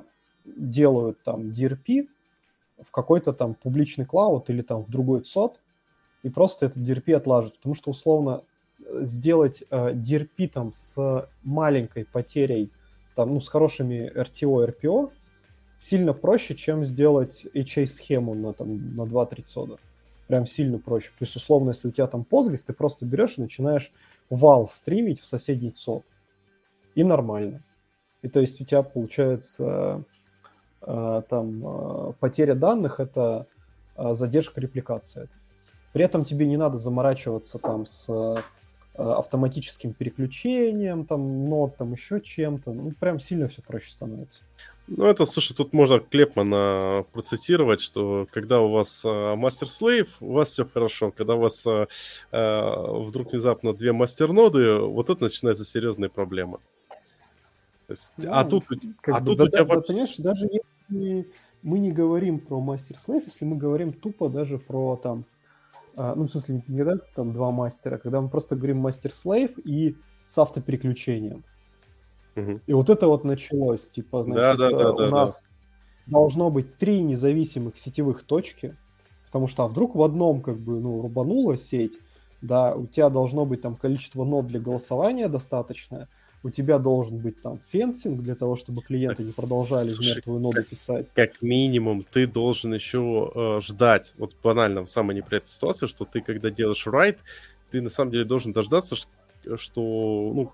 делают там ди ар пи в какой-то там публичный клауд или там в другой цод, и просто этот ди ар пи отлаживают, потому что условно сделать ди ар пи там с маленькой потерей, там, ну, с хорошими эр ти о, эр пи о сильно проще, чем сделать эйч эй-схему на, там, на два-три цода. Прям сильно проще. То есть, условно, если у тебя там Postgres, ты просто берешь и начинаешь вал стримить в соседний цод. И нормально. И то есть у тебя получается э, там э, потеря данных — это э, задержка репликации. При этом тебе не надо заморачиваться там с э, автоматическим переключением, там, нод, там еще чем-то. Ну, прям сильно все проще становится. Ну, это, слушай, тут можно Клепмана процитировать, что когда у вас мастер-слейв, э, у вас все хорошо. Когда у вас э, э, вдруг внезапно две мастер-ноды, вот это начинаются серьезные проблемы. То есть, ну, а тут, а бы, тут да, у тебя... Да, понимаешь, даже если мы не говорим про мастер-слейв, если мы говорим тупо даже про там, э, ну, в смысле, не когда там два мастера, когда мы просто говорим мастер-слейв и с автопереключением. Угу. И вот это вот началось, типа, значит, да, да, да, у да, нас да. должно быть три независимых сетевых точки, потому что а вдруг в одном как бы, ну, рубанула сеть, да, у тебя должно быть там количество нод для голосования достаточное, у тебя должен быть там фенсинг для того, чтобы клиенты так, не продолжали слушай, в мертвую ноду как, писать. Как минимум ты должен еще э, ждать, вот банально, самая неприятная ситуация, что ты, когда делаешь write, ты на самом деле должен дождаться, что, ну,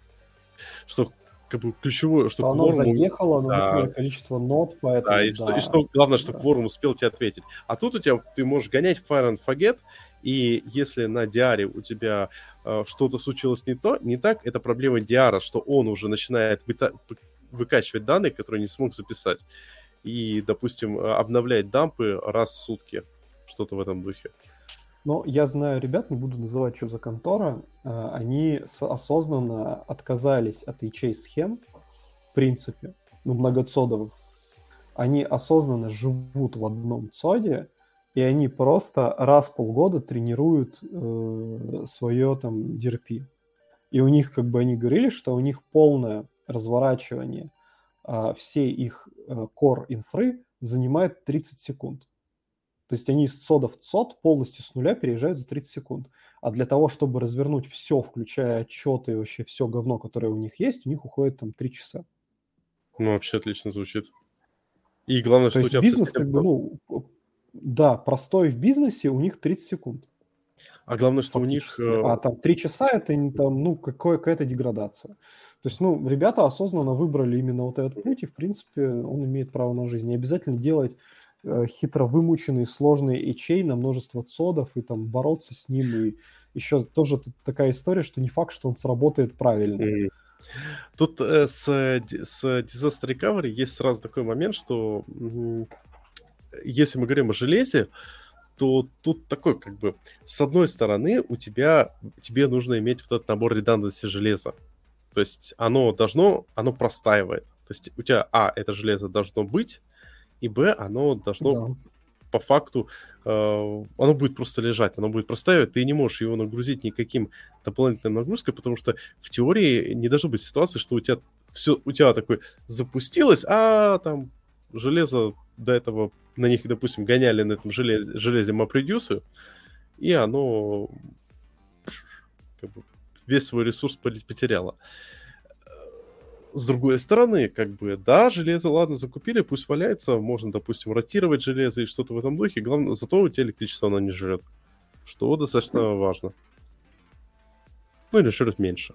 что как бы ключевое, что, что кворум... оно заехало на да. нужное количество нод, поэтому... Да, и, да, что, и что главное, да. что кворум успел тебе ответить. А тут у тебя ты можешь гонять fire and forget, и если на ди ар у тебя э, что-то случилось не, то, не так, это проблема ди ар, что он уже начинает выта- выкачивать данные, которые не смог записать. и, допустим, обновлять дампы раз в сутки. Что-то в этом духе. Но я знаю ребят, не буду называть, что за контора, они осознанно отказались от ячей-схем, в принципе, ну, многоцодовых. Они осознанно живут в одном цоде, и они просто раз в полгода тренируют э, свое там ди ар пи. И у них, как бы они говорили, что у них полное разворачивание э, всей их э, core инфры занимает тридцать секунд. То есть они из цода в цод полностью с нуля переезжают за тридцать секунд. А для того, чтобы развернуть все, включая отчеты и вообще все говно, которое у них есть, у них уходит там три часа. Ну, вообще отлично звучит. И главное, То что есть у тебя... бизнес, как бы, ну, да, простой в бизнесе у них тридцать секунд. А главное, что у них... А там три часа это не там, ну, какое, какая-то деградация. То есть, ну, ребята осознанно выбрали именно вот этот путь, и, в принципе, он имеет право на жизнь. Не обязательно делать э, хитро вымученный, сложный эйчей на множество цодов и там бороться с ним. И еще тоже такая история, что не факт, что он сработает правильно. Mm. Тут э, с, с Disaster Recovery есть сразу такой момент, что м- если мы говорим о железе, то тут такой, как бы, с одной стороны, у тебя, тебе нужно иметь вот этот набор реданденси железа. То есть оно должно, оно простаивает. То есть у тебя, а, это железо должно быть, и, б, оно должно... Да. По факту э, оно будет просто лежать, оно будет простаивать, ты не можешь его нагрузить никаким дополнительной нагрузкой, потому что в теории не должно быть ситуации, что у тебя все, у тебя такое запустилось, а там железо до этого, на них, допустим, гоняли на этом железе, железе MapReduce, и оно как бы, весь свой ресурс потеряло. С другой стороны, как бы, да, железо, ладно, закупили, пусть валяется, можно, допустим, ротировать железо и что-то в этом духе, главное, зато у тебя электричество оно не жрет, что достаточно важно. Ну, или жрет меньше.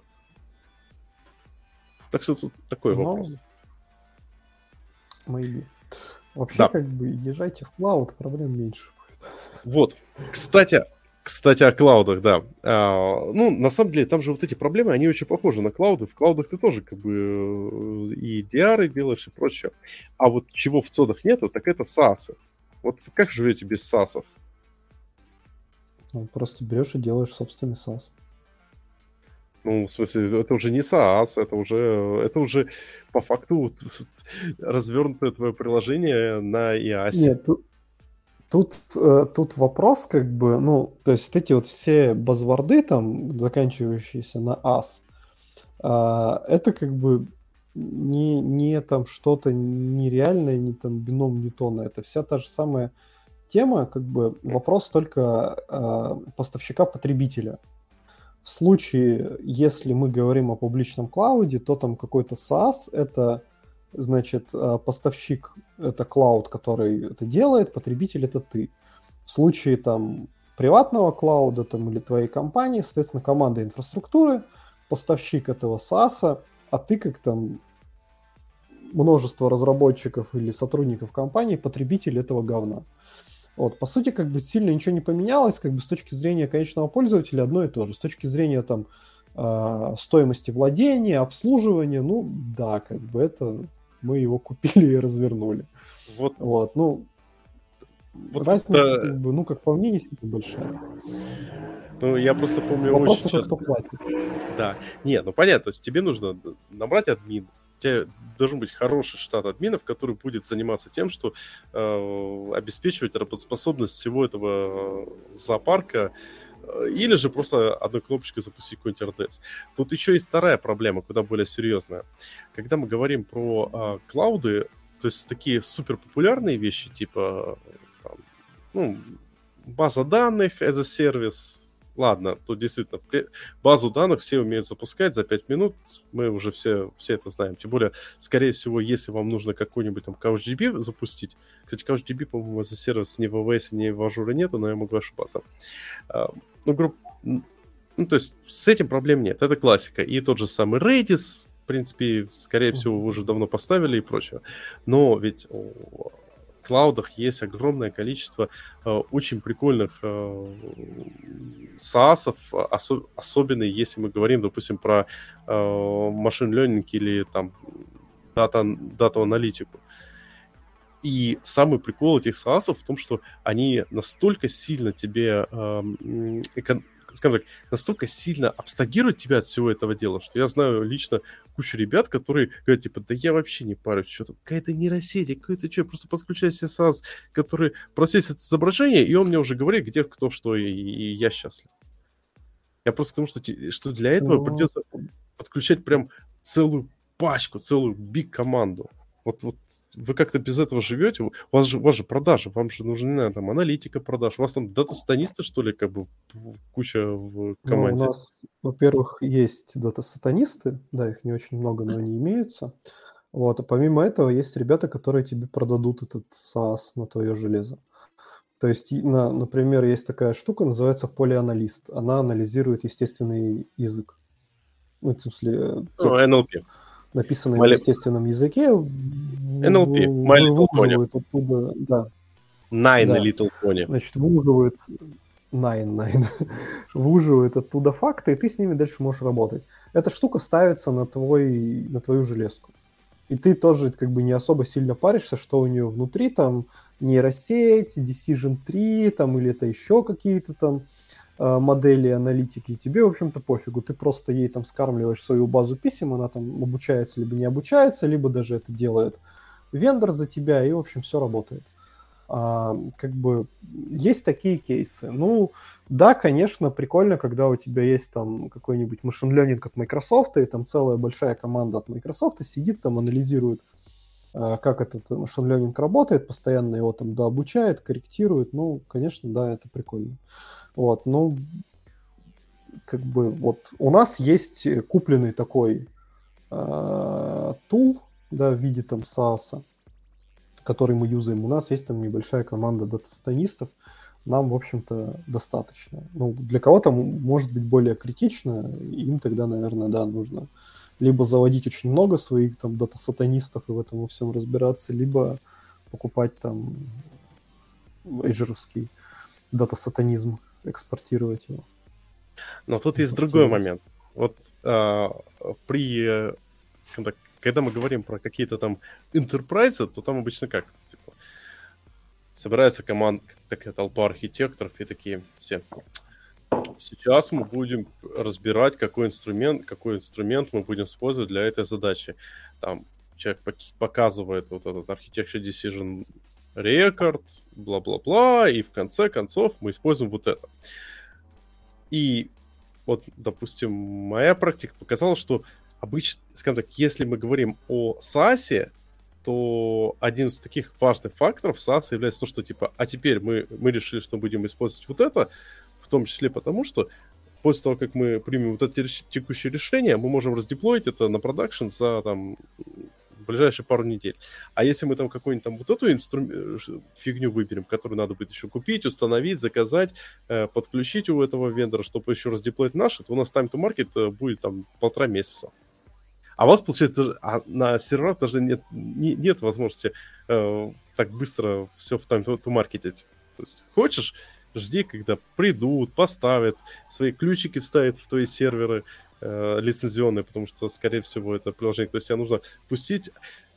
Так что тут такой Но... вопрос. Maybe. Вообще, да. Как бы, езжайте в клауд, проблем меньше будет. Вот, кстати... Кстати, о клаудах, да. А, ну, на самом деле, там же вот эти проблемы, они очень похожи на клауды. В клаудах ты тоже как бы и ди ар делаешь и прочее. А вот чего в цодах нету, так это сасы. Вот как живете без сасов? Ну, просто берешь и делаешь собственный сас. Ну, в смысле, это уже не сас, это уже, это уже по факту развернутое твое приложение на ай эй эс. Нет, тут... Тут, э, тут вопрос, как бы, ну, то есть эти вот все базворды, там, заканчивающиеся на ас, э, это как бы не, не там что-то нереальное, не там бином Ньютона, это вся та же самая тема, как бы вопрос только э, поставщика-потребителя. В случае, если мы говорим о публичном клауде, то там какой-то сас, это... Значит, поставщик — это клауд, который это делает, потребитель — это ты. В случае там приватного клауда там, или твоей компании, соответственно, команда инфраструктуры, поставщик этого саса, а ты как там множество разработчиков или сотрудников компании, потребитель этого говна. Вот, по сути, как бы сильно ничего не поменялось, как бы с точки зрения конечного пользователя одно и то же. С точки зрения там стоимости владения, обслуживания, ну да, как бы это мы его купили и развернули. Вот, вот ну вот разница, это... как бы, ну как по мне, не сильно большая. Ну, я просто помню Вопрос очень только, часто... кто платит. Да, нет, ну понятно, то есть тебе нужно набрать админ. У тебя должен быть хороший штат админов, который будет заниматься тем, что э, обеспечивать работоспособность всего этого зоопарка, или же просто одной кнопочкой запустить какой-нибудь эр ди эс. Тут еще есть вторая проблема, куда более серьезная. Когда мы говорим про э, клауды, то есть такие суперпопулярные вещи, типа там, ну, база данных as a service, ладно, тут действительно базу данных все умеют запускать за пять минут, мы уже все, все это знаем. Тем более, скорее всего, если вам нужно какой-нибудь там CouchDB запустить, кстати, CouchDB, по-моему, за сервис ни в эй ви эс, ни в Azure нету, но я могу ошибаться. Ну, групп... ну, то есть с этим проблем нет, это классика. И тот же самый Redis, в принципе, скорее всего, вы уже давно поставили и прочее. Но ведь в клаудах есть огромное количество э, очень прикольных э, сасов, осо- особенно если мы говорим, допустим, про э, machine learning или там дата, дата-аналитику. И самый прикол этих SaaS в том, что они настолько сильно тебе, эм, эко- скажем так, настолько сильно абстрагируют тебя от всего этого дела, что я знаю лично кучу ребят, которые говорят, типа, да я вообще не парюсь, что-то какая-то нейросеть, какой-то что, просто подключаю себе SaaS, который процессит изображение, и он мне уже говорит, где кто что, и, и я счастлив. Я просто к тому, что, те- что для этого придется подключать прям целую пачку, целую биг-команду. Вот, вот вы как-то без этого живете? У вас же, у вас же продажи, вам же нужна там аналитика продаж. У вас там дата-сатанисты, что ли, как бы куча в Ну, у команде? нас, во-первых, есть дата-сатанисты, да, их не очень много, но они имеются. Вот, а помимо этого есть ребята, которые тебе продадут этот SaaS на твое железо. То есть, и на, например, есть такая штука, называется полианалист. Она анализирует естественный язык. Ну, в смысле, э, Ну, текст, эн эл пи. написанный на My, естественном языке, эн эл пи. My вы- Little Pony. выуживают оттуда, да, Nine да, Little Pony. значит, выуживают Nine, nine. выуживают оттуда факты, и ты с ними дальше можешь работать. Эта штука ставится на, твой, на твою железку. И ты тоже как бы не особо сильно паришься, что у нее внутри, там, нейросеть, Decision три, там, или это еще какие-то там э, модели аналитики. И тебе, в общем-то, пофигу. Ты просто ей там скармливаешь свою базу писем, она там обучается, либо не обучается, либо даже это делает вендор за тебя, и, в общем, все работает. А, как бы есть такие кейсы. Ну, да, конечно, прикольно, когда у тебя есть там какой-нибудь machine learning от Microsoft, и там целая большая команда от Microsoft сидит там, анализирует, а, как этот machine learning работает, постоянно его там дообучает, корректирует. Ну, конечно, да, это прикольно. Вот, ну, как бы вот у нас есть купленный такой э, тул, да, в виде там SaaS, который мы юзаем. У нас есть там небольшая команда дата-сатанистов, нам, в общем-то, достаточно. Ну, для кого-то может быть более критично, им тогда, наверное, да, нужно либо заводить очень много своих там дата-сатанистов и в этом во всем разбираться, либо покупать там эйджеровский дата-сатанизм, экспортировать его. Но тут есть другой момент. Вот а, при, скажем так, когда мы говорим про какие-то там enterprise, то там обычно как? Типа, собирается команда, такая толпа архитекторов и такие все. Сейчас мы будем разбирать, какой инструмент, какой инструмент мы будем использовать для этой задачи. Там человек показывает вот этот Architecture Decision Record, бла-бла-бла, и в конце концов мы используем вот это. И вот, допустим, моя практика показала, что обычно, скажем так, если мы говорим о SaaS, то один из таких важных факторов SaaS является то, что типа, а теперь мы, мы решили, что будем использовать вот это, в том числе потому, что после того, как мы примем вот это текущее решение, мы можем раздеплоить это на продакшн за там ближайшие пару недель. А если мы там какую-нибудь там вот эту инстру... фигню выберем, которую надо будет еще купить, установить, заказать, э, подключить у этого вендора, чтобы еще раз деплоить наши, то у нас time to market будет там полтора месяца. А у вас, получается, даже, а на серверах даже нет, не, нет возможности э, так быстро все в time to market. То есть хочешь, жди, когда придут, поставят, свои ключики вставят в твои серверы, лицензионные, потому что, скорее всего, это приложение. То есть тебе нужно пустить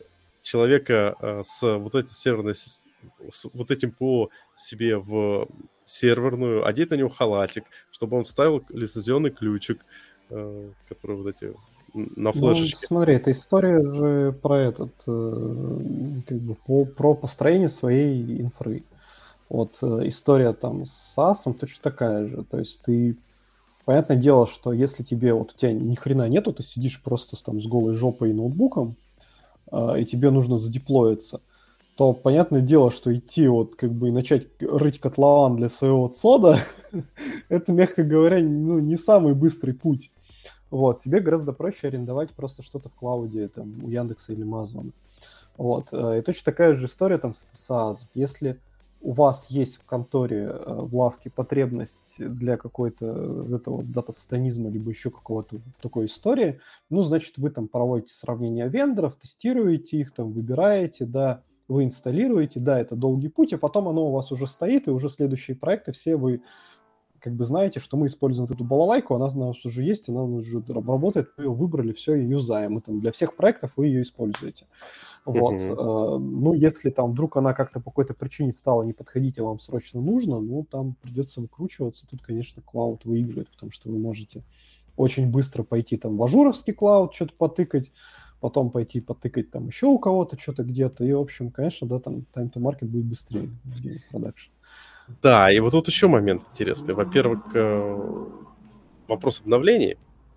человека э, с вот этой серверной, с вот этим ПО себе в серверную, одеть на него халатик, чтобы он вставил лицензионный ключик, э, который вот эти на флешечке. Ну, смотри, эта история же про этот, э, как бы по, про построение своей инфры. Вот э, история там с SaaS точно такая же. То есть ты понятное дело, что если тебе вот у тебя ни хрена нету, ты сидишь просто там с голой жопой и ноутбуком, э, и тебе нужно задеплоиться, то понятное дело, что идти вот как бы и начать рыть котлован для своего цода, это, мягко говоря, ну, не самый быстрый путь. Вот, тебе гораздо проще арендовать просто что-то в клауде, там, у Яндекса или Амазона. Вот, и точно такая же история там с SaaS. Если у вас есть в конторе, в лавке потребность для какой-то этого дата-сатанизма, либо еще какого-то такой истории, ну, значит, вы там проводите сравнение вендоров, тестируете их, там, выбираете, да, вы инсталируете, да, это долгий путь, а потом оно у вас уже стоит, и уже следующие проекты все вы как бы знаете, что мы используем эту балалайку, она у нас уже есть, она уже работает, мы ее выбрали, все, и юзаем. И там для всех проектов вы ее используете. Вот. Uh-huh. Ну, если там вдруг она как-то по какой-то причине стала не подходить, а вам срочно нужно, ну, там придется выкручиваться. Тут, конечно, клауд выигрывает, потому что вы можете очень быстро пойти там в ажуровский клауд, что-то потыкать, потом пойти потыкать там еще у кого-то что-то где-то. И, в общем, конечно, да, там time to market будет быстрее в продакшн. Да, и вот тут еще момент интересный. Во-первых, вопрос обновлений.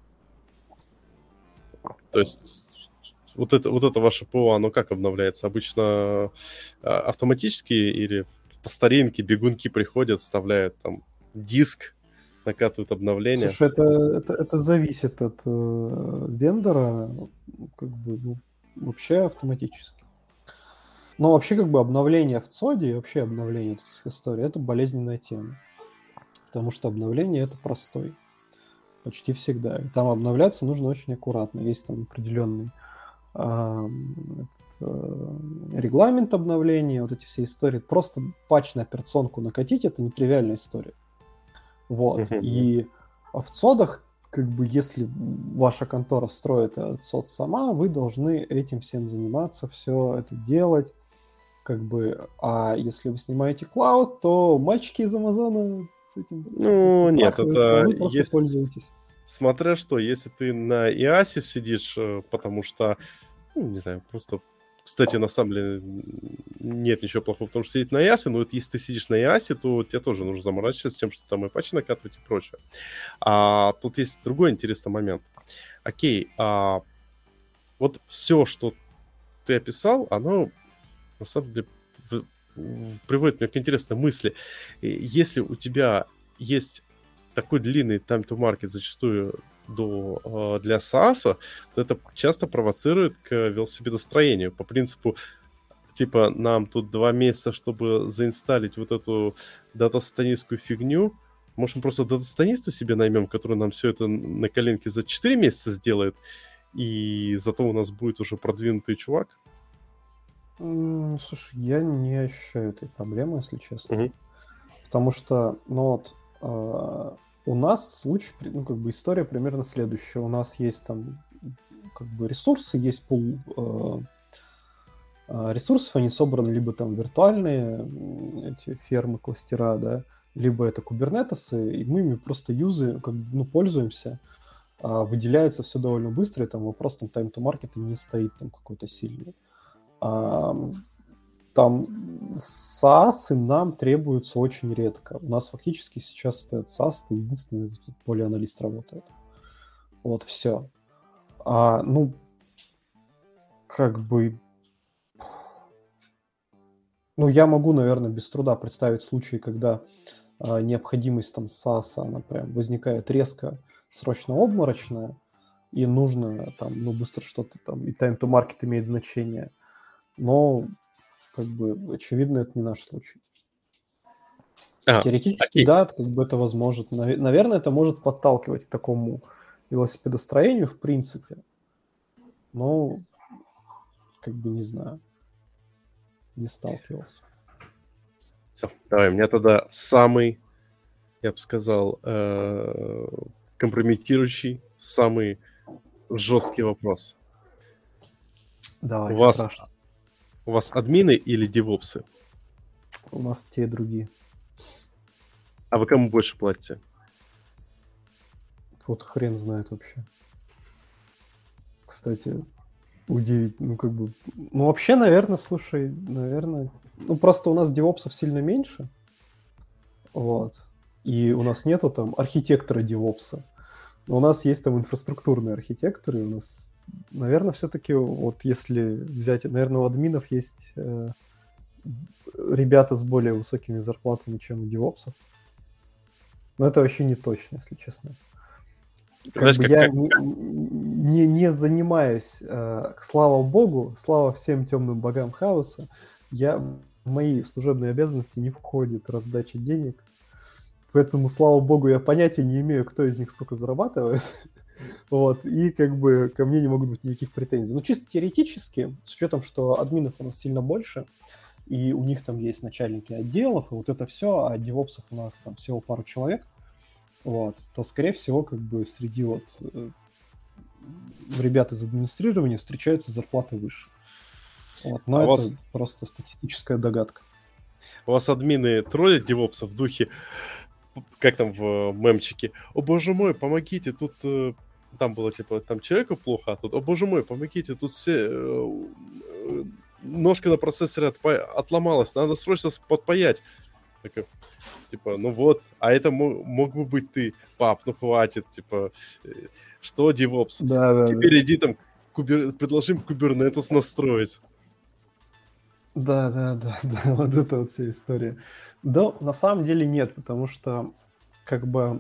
То есть вот это, вот это ваше ПО, оно как обновляется? Обычно автоматически или по старинке бегунки приходят, вставляют там диск, накатывают обновления? Слушай, это, это, это зависит от э, вендора, как бы, ну, вообще автоматически. Но вообще как бы обновление в цоде и вообще обновление этих историй – это болезненная тема. Потому что обновление – это простой. Почти всегда. И там обновляться нужно очень аккуратно. Есть там определенный э, этот, э, регламент обновления, вот эти все истории. Просто патч на операционку накатить – это нетривиальная история. Вот. Uh-huh. И в цодах, как бы, если ваша контора строит этот цод сама, вы должны этим всем заниматься, все это делать. Как бы, а если вы снимаете клауд, то мальчики из Амазона с этим... Ну, нет, это... Вы просто есть... пользуетесь. Смотря что, если ты на ИАСе сидишь, потому что, ну, не знаю, просто... Кстати, на самом деле, нет ничего плохого в том, что сидеть на ИАСе, но вот если ты сидишь на ИАСе, то тебе тоже нужно заморачиваться с тем, что там и патчи накатывать и прочее. А тут есть другой интересный момент. Окей, а вот все, что ты описал, оно на самом деле в, в, приводит меня к интересной мысли. Если у тебя есть такой длинный time to market зачастую до, для SaaS, то это часто провоцирует к велосипедостроению. По принципу, типа, нам тут два месяца, чтобы заинсталить вот эту дата-станистскую фигню. Может, мы просто дата-станиста себе наймем, который нам все это на коленке за четыре месяца сделает, и зато у нас будет уже продвинутый чувак? Mm, слушай, я не ощущаю этой проблемы, если честно. Uh-huh. Потому что, ну вот, э- у нас случай, ну, как бы история примерно следующая. У нас есть там, как бы, ресурсы, есть пул э, ресурсов, они собраны либо там виртуальные эти фермы, кластера, да, либо это кубернетесы, и мы ими просто юзаем, как бы, ну, пользуемся. А выделяется все довольно быстро, и там вопрос там time to market не стоит там какой-то сильный. А, там SaaS нам требуются очень редко. У нас фактически сейчас этот SaaS это единственный полианалист работает. Вот все. А, ну, как бы... Ну, я могу, наверное, без труда представить случаи, когда а, необходимость там SaaS, она прям возникает резко, срочно обморочная, и нужно там, ну, быстро что-то там, и time to market имеет значение. Но как бы, очевидно, это не наш случай. А, Теоретически, окей. Да, как бы это возможно. Наверное, это может подталкивать к такому велосипедостроению, в принципе. Но, как бы, не знаю. Не сталкивался. Все, давай, у меня тогда самый, я бы сказал, компрометирующий, самый жесткий вопрос. Давай, у вас, страшно. У вас админы или девопсы? У нас те и другие. А вы кому больше платите? Вот хрен знает вообще. Кстати, удивительно, ну как бы... Ну вообще, наверное, слушай, наверное... Ну просто у нас девопсов сильно меньше. Вот. И у нас нету там архитектора девопса. Но у нас есть там инфраструктурные архитекторы. У нас, наверное, все-таки вот если взять... Наверное, у админов есть э, ребята с более высокими зарплатами, чем у девопсов. Но это вообще не точно, если честно. Как Знаешь, бы как, я как... Не, не, не занимаюсь, э, слава богу, слава всем темным богам хаоса, я, в мои служебные обязанности не входит раздача денег. Поэтому, слава богу, я понятия не имею, кто из них сколько зарабатывает. Вот, и как бы ко мне не могут быть никаких претензий. Но чисто теоретически, с учетом, что админов у нас сильно больше, и у них там есть начальники отделов, и вот это все, а девопсов у нас там всего пару человек, вот, то, скорее всего, как бы среди вот э, ребят из администрирования встречаются зарплаты выше. Вот, но А у это вас, просто статистическая догадка. у вас админы троллят девопса в духе, как там в мемчике, о боже мой, помогите, тут э, там было типа, там человеку плохо, а тут, о боже мой, помогите, тут все э, э, ножка на процессоре отпа- отломалась, надо срочно подпаять. Так, типа, ну вот, а это мог, мог бы быть ты, пап, ну хватит, типа, э, что DevOps? Да, да, Теперь да. иди там, кубер... предложим Kubernetes настроить. Да, да, да, да, вот это вот вся история. Да, на самом деле нет, потому что как бы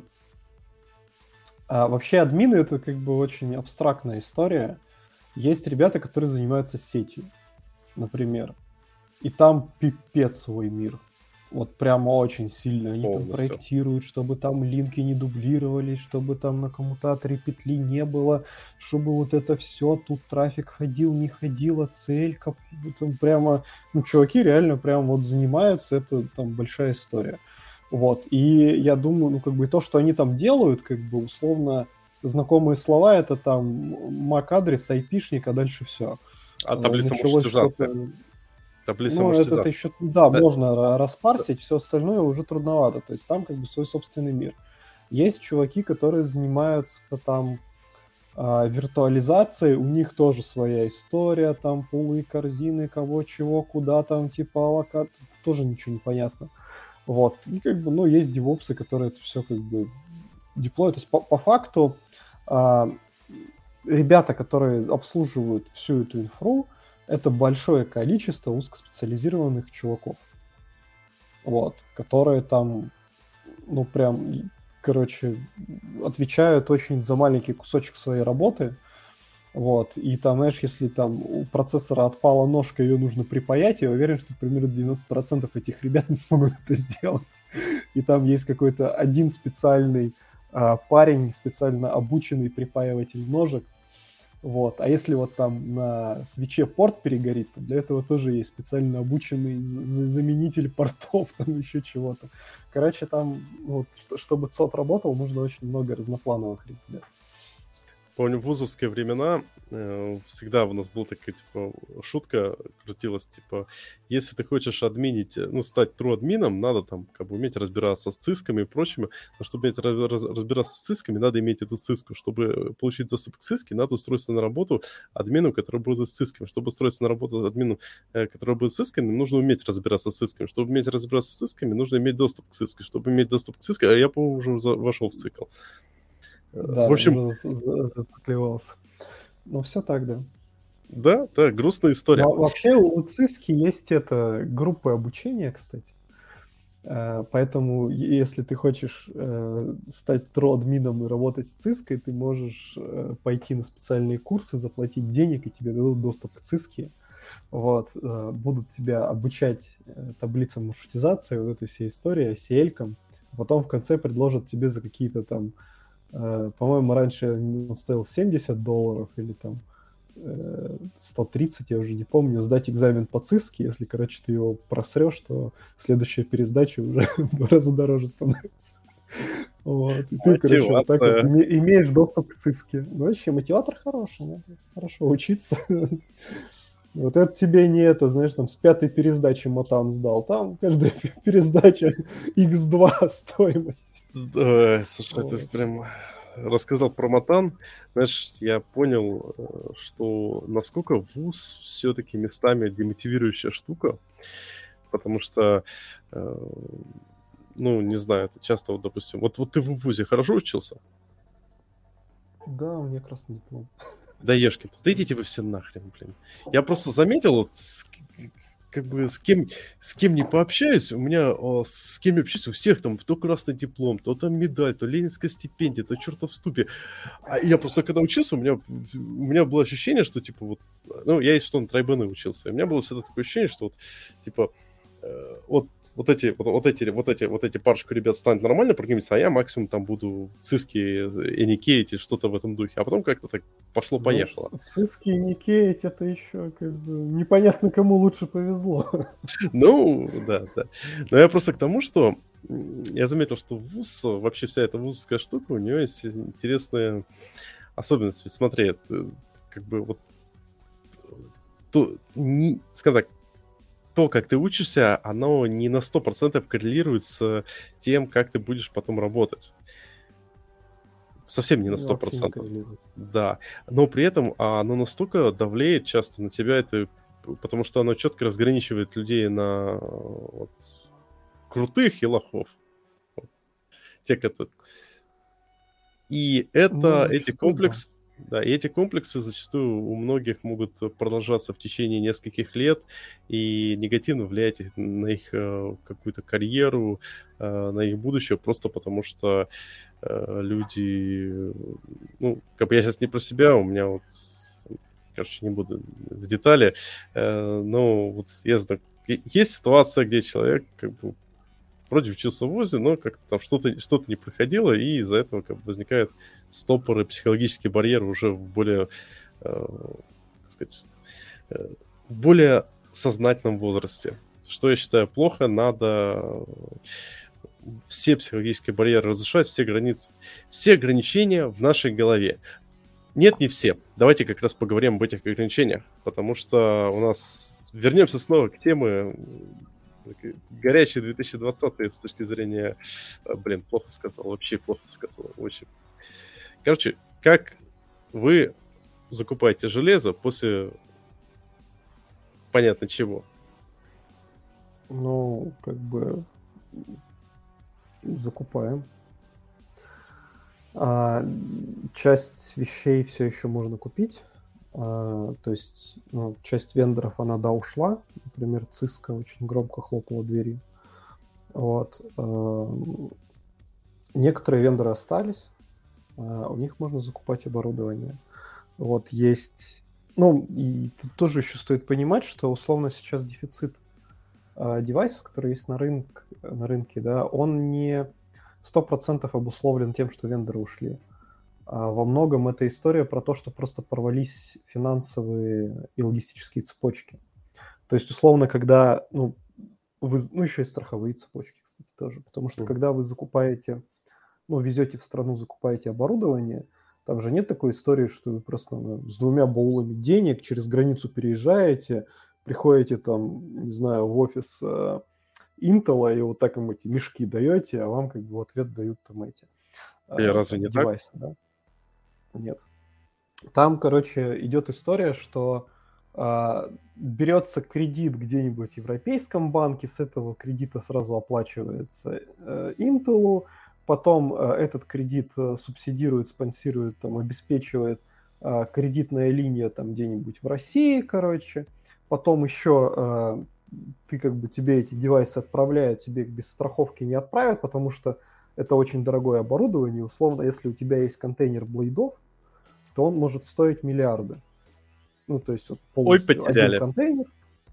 а, вообще админы это как бы очень абстрактная история. Есть ребята, которые занимаются сетью, например, и там пипец свой мир. Вот прямо очень сильно. Они там Полностью. проектируют, чтобы там линки не дублировались, чтобы там на коммутаторе петли не было, чтобы вот это все, тут трафик ходил, не ходил, а целька. Там прямо, ну, чуваки реально прям вот занимаются, это там большая история. Вот, и я думаю, ну, как бы то, что они там делают, как бы условно знакомые слова, это там MAC-адрес, айпишник, а дальше все. А таблица Началось маршрутизации? что-то... Таблица Ну, это маршрутизации. еще, да, Да. можно распарсить, все остальное уже трудновато. То есть там как бы свой собственный мир. Есть чуваки, которые занимаются там а, виртуализацией, у них тоже своя история, там пулы, корзины, кого, чего, куда там, типа аллокат, тоже ничего не понятно. Вот. И как бы, ну, есть девопсы, которые это все как бы деплоят. То есть по, по факту а, ребята, которые обслуживают всю эту инфру, это большое количество узкоспециализированных чуваков, вот, которые там, ну, прям, короче, отвечают очень за маленький кусочек своей работы, вот, и там, знаешь, если там у процессора отпала ножка, ее нужно припаять, я уверен, что примерно девяносто процентов этих ребят не смогут это сделать. И там есть какой-то один специальный а, парень, специально обученный припаиватель ножек. Вот. А если вот там на свече порт перегорит, то для этого тоже есть специально обученный заменитель портов, там еще чего-то. Короче, там, вот, чтобы цод работал, нужно очень много разноплановых ребят. Помню, в вузовские времена э, всегда у нас была такая, типа, шутка крутилась, типа, если ты хочешь админить, ну, стать true админом, надо там, как бы, уметь разбираться с цисками и прочими, но чтобы уметь раз, раз, разбираться с цисками, надо иметь эту циску. Чтобы получить доступ к циске, надо устроиться на работу админу, который будет с цисками. Чтобы устроиться на работу админу, э, который будет с цисками, нужно уметь разбираться с цисками. Чтобы уметь разбираться с цисками, нужно иметь доступ к циске. Чтобы иметь доступ к циске, а я, по-моему, уже за, вошел в цикл. Да, в общем, уже заклевался. Ну, все так, да. Да, да, грустная история. Но вообще у циски есть это группы обучения, кстати. Поэтому, если ты хочешь э, стать тру-админом и работать с циской, ты можешь э, пойти на специальные курсы, заплатить денег, и тебе дадут доступ к циске. Вот, э, будут тебя обучать э, таблицам маршрутизации, вот этой всей истории, си эль-кам. Потом в конце предложат тебе за какие-то там, э, по-моему, раньше он стоил семьдесят долларов или там сто тридцать, я уже не помню, сдать экзамен по циске. Если, короче, ты его просрешь, то следующая пересдача уже в два раза дороже становится. Вот. И ты, короче, вот так вот име- имеешь доступ к циске. Ну, вообще, мотиватор хороший, надо хорошо учиться. Вот это тебе не это, знаешь, там с пятой пересдачи Матан сдал. Там каждая пересдача икс два стоимость. Да, слушай, вот. Ты прям рассказал про Матан. Знаешь, я понял, что насколько вуз все-таки местами демотивирующая штука, потому что, ну, не знаю, это часто, вот, допустим, вот, вот ты в вузе хорошо учился? Да, у меня красный диплом. Да ешки, да идите вы все нахрен, блин. Я просто заметил, вот, с, как бы с кем, с кем не пообщаюсь, у меня о, с кем я общаюсь, у всех там то красный диплом, то там медаль, то ленинская стипендия, то чертов ступе. А я просто когда учился, у меня, у меня было ощущение, что типа вот, ну, я из что на трайбены учился, и у меня было всегда такое ощущение, что вот, типа, э, вот, вот эти, вот, вот эти, вот эти, вот эти парочку ребят станут нормально программистами, а я максимум там буду циски, эникейтить, что-то в этом духе. А потом как-то так пошло-поехало. Ну, циски и никейть, это еще как бы непонятно, кому лучше повезло. Ну, да, да. Но я просто к тому, что я заметил, что вуз, вообще вся эта вузовская штука, у нее есть интересная особенность. Смотри, это, как бы вот то, не, скажем так, то, как ты учишься, оно не на сто процентов коррелирует с тем, как ты будешь потом работать. Совсем не на сто процентов. Да. Но при этом оно настолько давлеет часто на тебя, это, потому что оно четко разграничивает людей на вот, крутых и лохов. Вот. Те, которые... И это, ну, эти комплексы, да, и эти комплексы зачастую у многих могут продолжаться в течение нескольких лет и негативно влиять на их э, какую-то карьеру, э, на их будущее, просто потому что э, люди, ну, как бы я сейчас не про себя, у меня вот, короче, не буду в детали, э, но вот я знаю, есть ситуация, где человек как бы вроде учился в вузе, но как-то там что-то, что-то не проходило, и из-за этого как бы возникают стопоры, психологические барьеры уже в более, э, так сказать, э, более сознательном возрасте. Что я считаю плохо, надо все психологические барьеры разрушать, все границы, все ограничения в нашей голове. Нет, не все. Давайте как раз поговорим об этих ограничениях, потому что у нас... Вернемся снова к теме горячий две тысячи двадцатый с точки зрения... Блин, плохо сказал, вообще плохо сказал. Очень. Короче, как вы закупаете железо после понятно чего? Ну, как бы закупаем. А, часть вещей все еще можно купить. Uh, то есть, ну, часть вендоров, она, да, ушла. Например, Cisco очень громко хлопала дверью. Вот. Uh, некоторые вендоры остались. Uh, у них можно закупать оборудование. Вот есть... Ну, и тут тоже еще стоит понимать, что условно сейчас дефицит uh, девайсов, которые есть на, рынок, на рынке, да, он не сто процентов обусловлен тем, что вендоры ушли. А во многом это история про то, что просто порвались финансовые и логистические цепочки. То есть, условно, когда, ну, вы, ну, еще и страховые цепочки, кстати, тоже. Потому что, mm. когда вы закупаете, ну, везете в страну, закупаете оборудование, там же нет такой истории, что вы просто ну, с двумя баулами денег через границу переезжаете, приходите там, не знаю, в офис э, Intel, и вот так им эти мешки даете, а вам как бы в ответ дают там эти э, разве не девайсы, так? Да? Нет. Там, короче, идет история, что э, берется кредит где-нибудь в европейском банке, с этого кредита сразу оплачивается э, Intel, потом э, этот кредит э, субсидирует, спонсирует, там, обеспечивает э, кредитная линия там где-нибудь в России, короче. Потом еще э, ты как бы тебе эти девайсы отправляют, тебе их без страховки не отправят, потому что это очень дорогое оборудование. Условно, если у тебя есть контейнер блейдов, то он может стоить миллиарды. Ну, то есть вот полностью Ой, потеряли. один контейнер.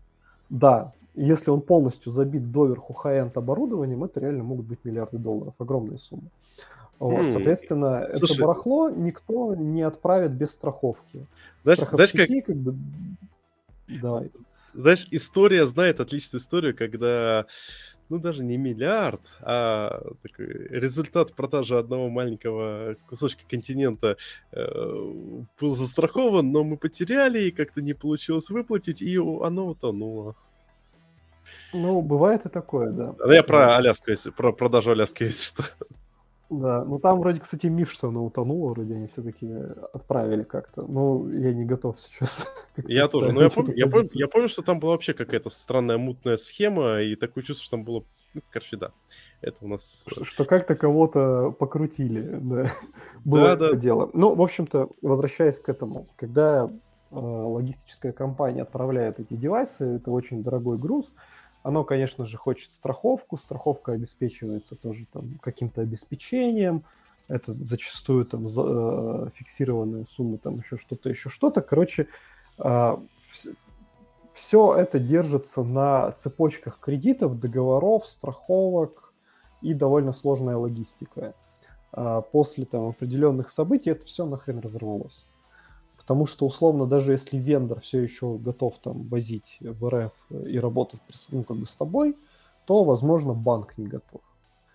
Да, если он полностью забит доверху хай-энд оборудованием, это реально могут быть миллиарды долларов, огромные суммы. Вот, mm. Соответственно, Слушай, это барахло никто не отправит без страховки. Знаешь, знаешь как... как бы... Давай. Знаешь, история знает отличную историю, когда, ну, даже не миллиард, а такой результат продажи одного маленького кусочка континента э, был застрахован, но мы потеряли, и как-то не получилось выплатить, и оно утонуло. Ну, бывает и такое, да. Ну, я про Аляску, если, про продажу Аляски, если что. Да, ну там вроде, кстати, миф, что она утонула, вроде они все-таки отправили как-то. Ну, я не готов сейчас. Я тоже, но я помню, я, помню, я помню, что там была вообще какая-то странная мутная схема, и такое чувство, что там было, ну, короче, да, это у нас... Что, что как-то кого-то покрутили, да, было да, это да. дело. Ну, в общем-то, возвращаясь к этому, когда э, логистическая компания отправляет эти девайсы, это очень дорогой груз, оно, конечно же, хочет страховку. Страховка обеспечивается тоже там каким-то обеспечением. Это зачастую там э, фиксированная сумма, там еще что-то, еще что-то. Короче, э, вс- все это держится на цепочках кредитов, договоров, страховок и довольно сложная логистика. Э, после там определенных событий это все нахрен разорвалось. Потому что, условно, даже если вендор все еще готов там возить в эр эф и работать ну, как бы с тобой, то, возможно, банк не готов.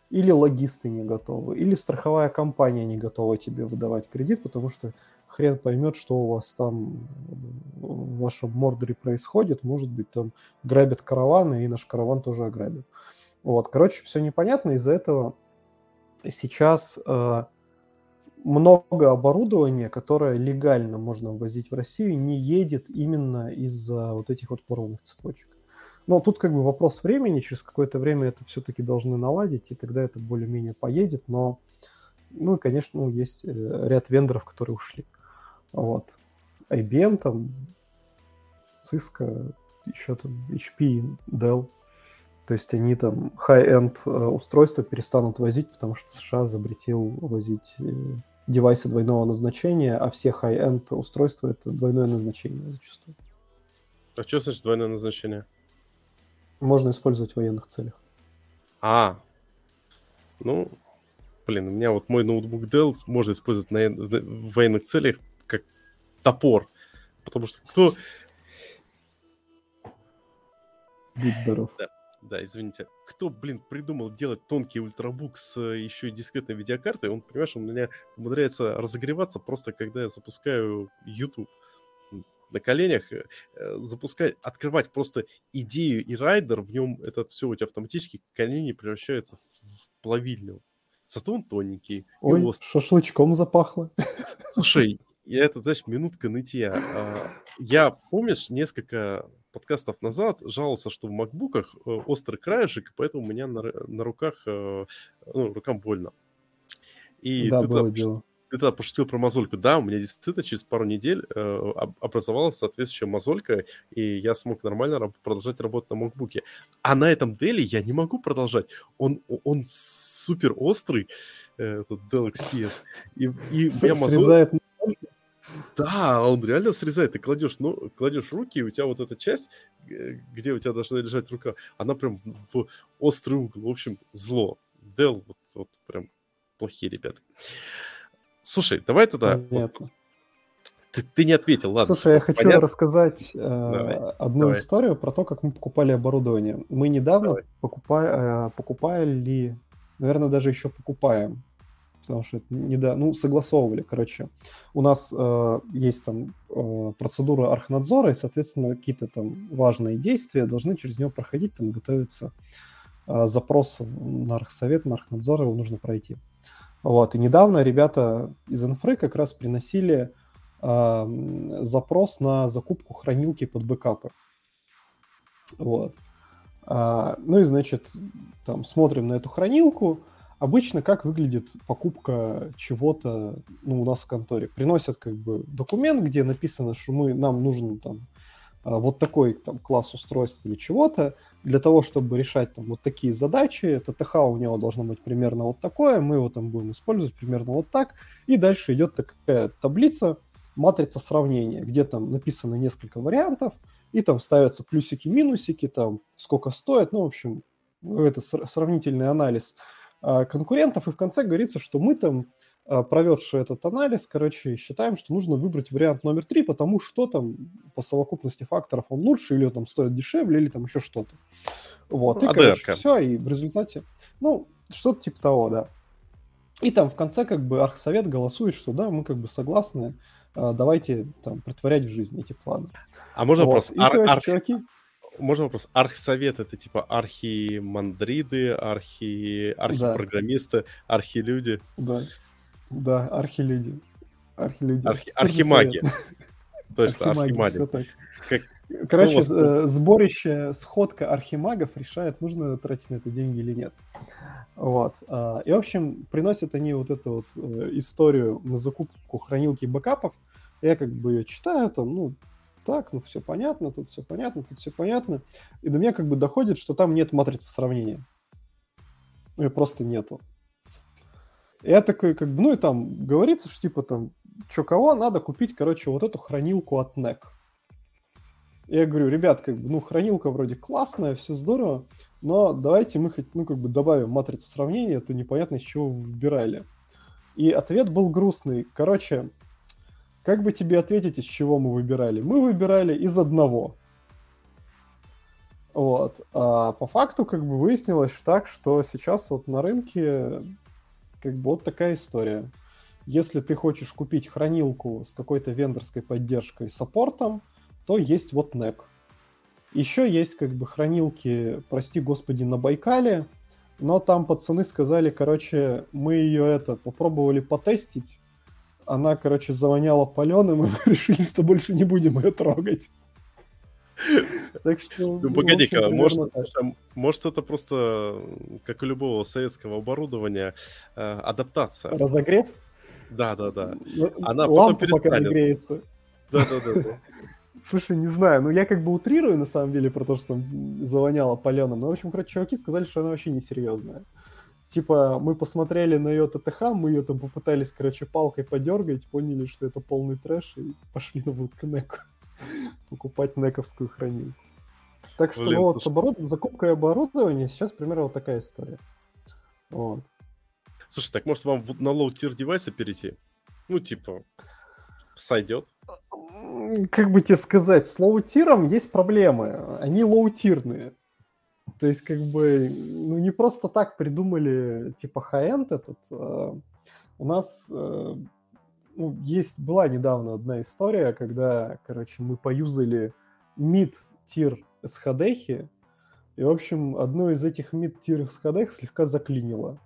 или логисты не готовы, или страховая компания не готова тебе выдавать кредит, потому что хрен поймет, что у вас там в вашем Мордоре происходит. Может быть, там грабят караваны, и наш караван тоже ограбят. Вот, короче, все непонятно. Из-за этого сейчас э, много оборудования, которое легально можно ввозить в Россию, не едет именно из-за вот этих вот порванных цепочек. Но тут как бы вопрос времени, через какое-то время это все-таки должны наладить, и тогда это более-менее поедет, но, ну, и, конечно, ну, есть ряд вендоров, которые ушли. Вот. ай би эм, там, Cisco, еще там эйч пи, Dell. То есть они там high-end устройства перестанут возить, потому что США запретил возить девайсы двойного назначения, а все high-end устройства — это двойное назначение зачастую. А что значит двойное назначение? Можно использовать в военных целях. А, ну, блин, у меня вот мой ноутбук Dell можно использовать на, в военных целях как топор. Потому что кто... Будь здоров. Да, да, извините. Кто, блин, придумал делать тонкий ультрабук с еще и дискретной видеокартой, он, понимаешь, он у меня умудряется разогреваться просто когда я запускаю YouTube. На коленях запускать, открывать просто идею и райдер, в нем это все у тебя автоматически колени превращаются в плавильню. Зато он тоненький. Ой, и острый. Шашлычком запахло. Слушай, я это, знаешь, минутка нытья. Я, помнишь, несколько подкастов назад жаловался, что в макбуках острый краешек, и поэтому у меня на, на руках, ну, рукам больно. И да, ты было там, дело. Ты тогда пошутил про мозольку. Да, у меня действительно через пару недель э, образовалась соответствующая мозолька, и я смог нормально раб- продолжать работать на макбуке. А на этом Деле я не могу продолжать. Он, он супер острый, э, этот Dell икс пи эс. И, и С- у меня мозоль... Срезает. Да, он реально срезает. Ты кладешь, ну, кладешь руки, и у тебя вот эта часть, где у тебя должна лежать рука, она прям в острый угол. В общем, зло. Dell вот, вот прям плохие ребята. Слушай, давай тогда... Понятно. Ты, ты не ответил, ладно. Слушай, я хочу Понятно? рассказать э, Давай, одну давай. историю про то, как мы покупали оборудование. Мы недавно Давай. покупа- э, покупали, наверное, даже еще покупаем, потому что это не да, ну, согласовывали, короче. У нас э, есть там э, процедура архнадзора, и, соответственно, какие-то там важные действия должны через него проходить, там готовится э, запрос на архсовет, на архнадзор, его нужно пройти. Вот, и недавно ребята из инфры как раз приносили э, запрос на закупку хранилки под бэкапы. Вот. А, ну и, значит, там смотрим на эту хранилку. Обычно как выглядит покупка чего-то, ну, у нас в конторе? Приносят как бы документ, где написано, что мы, нам нужен там вот такой там класс устройств или чего-то, для того, чтобы решать там вот такие задачи. ТТХ у него должно быть примерно вот такое, мы его там будем использовать примерно вот так. И дальше идет такая таблица, матрица сравнения, где там написано несколько вариантов, и там ставятся плюсики, минусики, там сколько стоит, ну, в общем, это сравнительный анализ конкурентов, и в конце говорится, что мы там, проведший этот анализ, короче, считаем, что нужно выбрать вариант номер три, потому что там по совокупности факторов он лучше, или он там стоит дешевле, или там еще что-то. Вот, и, короче, все, и в результате, ну, что-то типа того, да. И там в конце как бы архсовет голосует, что да, мы как бы согласны, давайте там притворять в жизнь эти планы. А можно вот. вопрос? И, Ар- короче, арх... чуваки... Можно вопрос? Архсовет — это типа архимандриды, архи... архипрограммисты, да. архилюди? Да, да, архилюди. Архилюди. Архи... Архимаги. Точно, архимаги. Все так. Как... Короче, вас... сборище, сходка архимагов решает, нужно тратить на это деньги или нет. Вот. И, в общем, приносят они вот эту вот историю на закупку хранилки бэкапов. Я как бы ее читаю, там, ну, так, ну, все понятно, тут все понятно, тут все понятно. И до меня как бы доходит, что там нет матрицы сравнения. Ее просто нету. Я такой, как бы, ну, и там говорится, что, типа, там, что кого, надо купить, короче, вот эту хранилку от эн и си. Я говорю, ребят, как бы, ну, хранилка вроде классная, все здорово, но давайте мы хоть, ну, как бы добавим матрицу сравнения, а то непонятно, с чего вы выбирали. И ответ был грустный. Короче, как бы тебе ответить, из чего мы выбирали? Мы выбирали из одного. Вот. А по факту как бы выяснилось так, что сейчас вот на рынке как бы вот такая история. Если ты хочешь купить хранилку с какой-то вендорской поддержкой, саппортом, то есть вот нэк. Еще есть как бы хранилки, прости господи, на Байкале, но там пацаны сказали, короче, мы ее это попробовали потестить, она, короче, завоняла паленым, и мы решили, что больше не будем ее трогать. Так что, Ну, ну, погоди-ка, в общем, может, примерно так. слушай, а может, это просто, как у любого советского оборудования, э, адаптация. Разогрев? Да-да-да. Л- Она потом Лампа пока не перестанет. греется. Да-да-да. Слушай, не знаю, ну я как бы утрирую на самом деле про то, что там завоняло паленым, но, в общем, короче, чуваки сказали, что она вообще не серьезная. Типа, мы посмотрели на ее ТТХ, мы ее там попытались, короче, палкой подергать, поняли, что это полный трэш, и пошли на вот к неку покупать нековскую хранилку. Так что, ну Блин, вот, с слушай, оборот... закупкой оборудования сейчас примерно вот такая история. Вот. слушай, так может вам в- на low-tier девайсы перейти? Ну, типа, сойдет. М, Как бы тебе сказать, с лоу-тиром есть проблемы. Они лоу-тирные. То есть, как бы, ну, не просто так придумали, типа, хай-энд этот. Э, У нас э, ну, есть, была недавно одна история, когда, короче, мы поюзали mid-tier эс эйч ди, и, в общем, одну из этих mid-tier эс эйч ди слегка заклинило.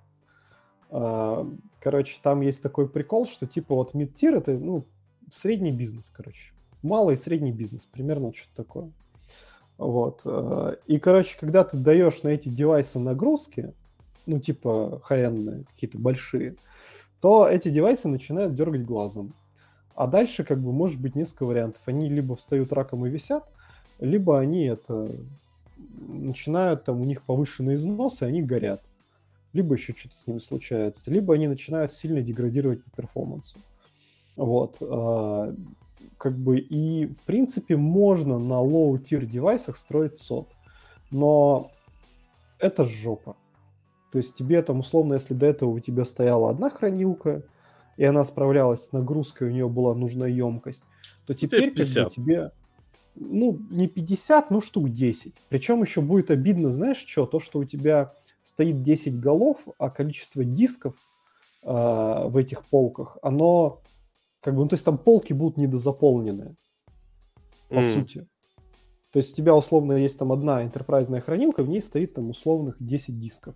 А, Короче, там есть такой прикол, что, типа, вот mid-tier — это, ну, средний бизнес, короче. Малый и средний бизнес, примерно что-то такое. Вот. э, И, короче, когда ты даешь на эти девайсы нагрузки, ну, типа хай-эндные, какие-то большие, то эти девайсы начинают дергать глазом. А дальше, как бы, может быть несколько вариантов. Они либо встают раком и висят, либо они это начинают, там, у них повышенный износ, и они горят. Либо еще что-то с ними случается. Либо они начинают сильно деградировать по перформансу. Вот. э, Как бы, и, в принципе, можно на low-tier девайсах строить сот. Но это жопа. То есть тебе там, условно, если до этого у тебя стояла одна хранилка, и она справлялась с нагрузкой, у нее была нужная емкость, то У тебя теперь как бы пятьдесят. тебе, ну, не пятьдесят, ну, штук десять. Причем еще будет обидно, знаешь что? То, что у тебя стоит десять голов, а количество дисков э, в этих полках, оно как бы, ну, то есть там полки будут недозаполнены, по М. сути. То есть у тебя условно есть там одна энтерпрайзная хранилка, в ней стоит там условных десять дисков.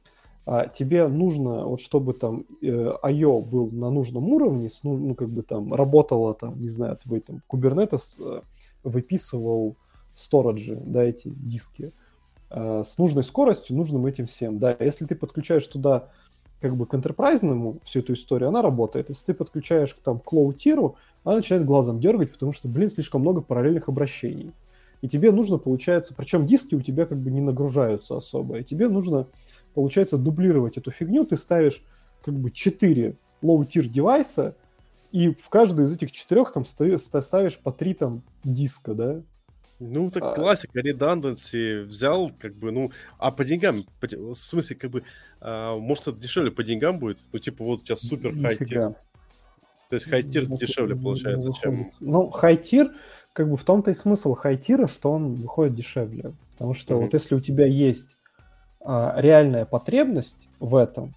А тебе нужно, вот чтобы там э, ай о был на нужном уровне, с, ну, ну, как бы там работало, там, не знаю, твой там Kubernetes э, выписывал сториджи, да, эти диски, э, с нужной скоростью, нужным этим всем, да. Если ты подключаешь туда как бы к энтерпрайзному всю эту историю, она работает. Если ты подключаешь там к лоу-тиру, она начинает глазом дергать, потому что, блин, слишком много параллельных обращений. И тебе нужно, получается, причем диски у тебя как бы не нагружаются особо, и тебе нужно, получается, дублировать эту фигню. Ты ставишь как бы четыре low-tier девайса, и в каждую из этих четырех там ставишь по три там диска, да. Ну, так А, классика, redundancy взял, как бы, ну, а по деньгам, по де- в смысле, как бы, а, может, это дешевле по деньгам будет? Ну, типа, вот сейчас супер хай-тир. нифига. То есть хай-тир Не, дешевле не- не получается, выходит. чем... Ну, хай-тир, как бы в том-то и смысл хай-тира, что он выходит дешевле. Потому что Мгм. вот если у тебя есть а, реальная потребность в этом,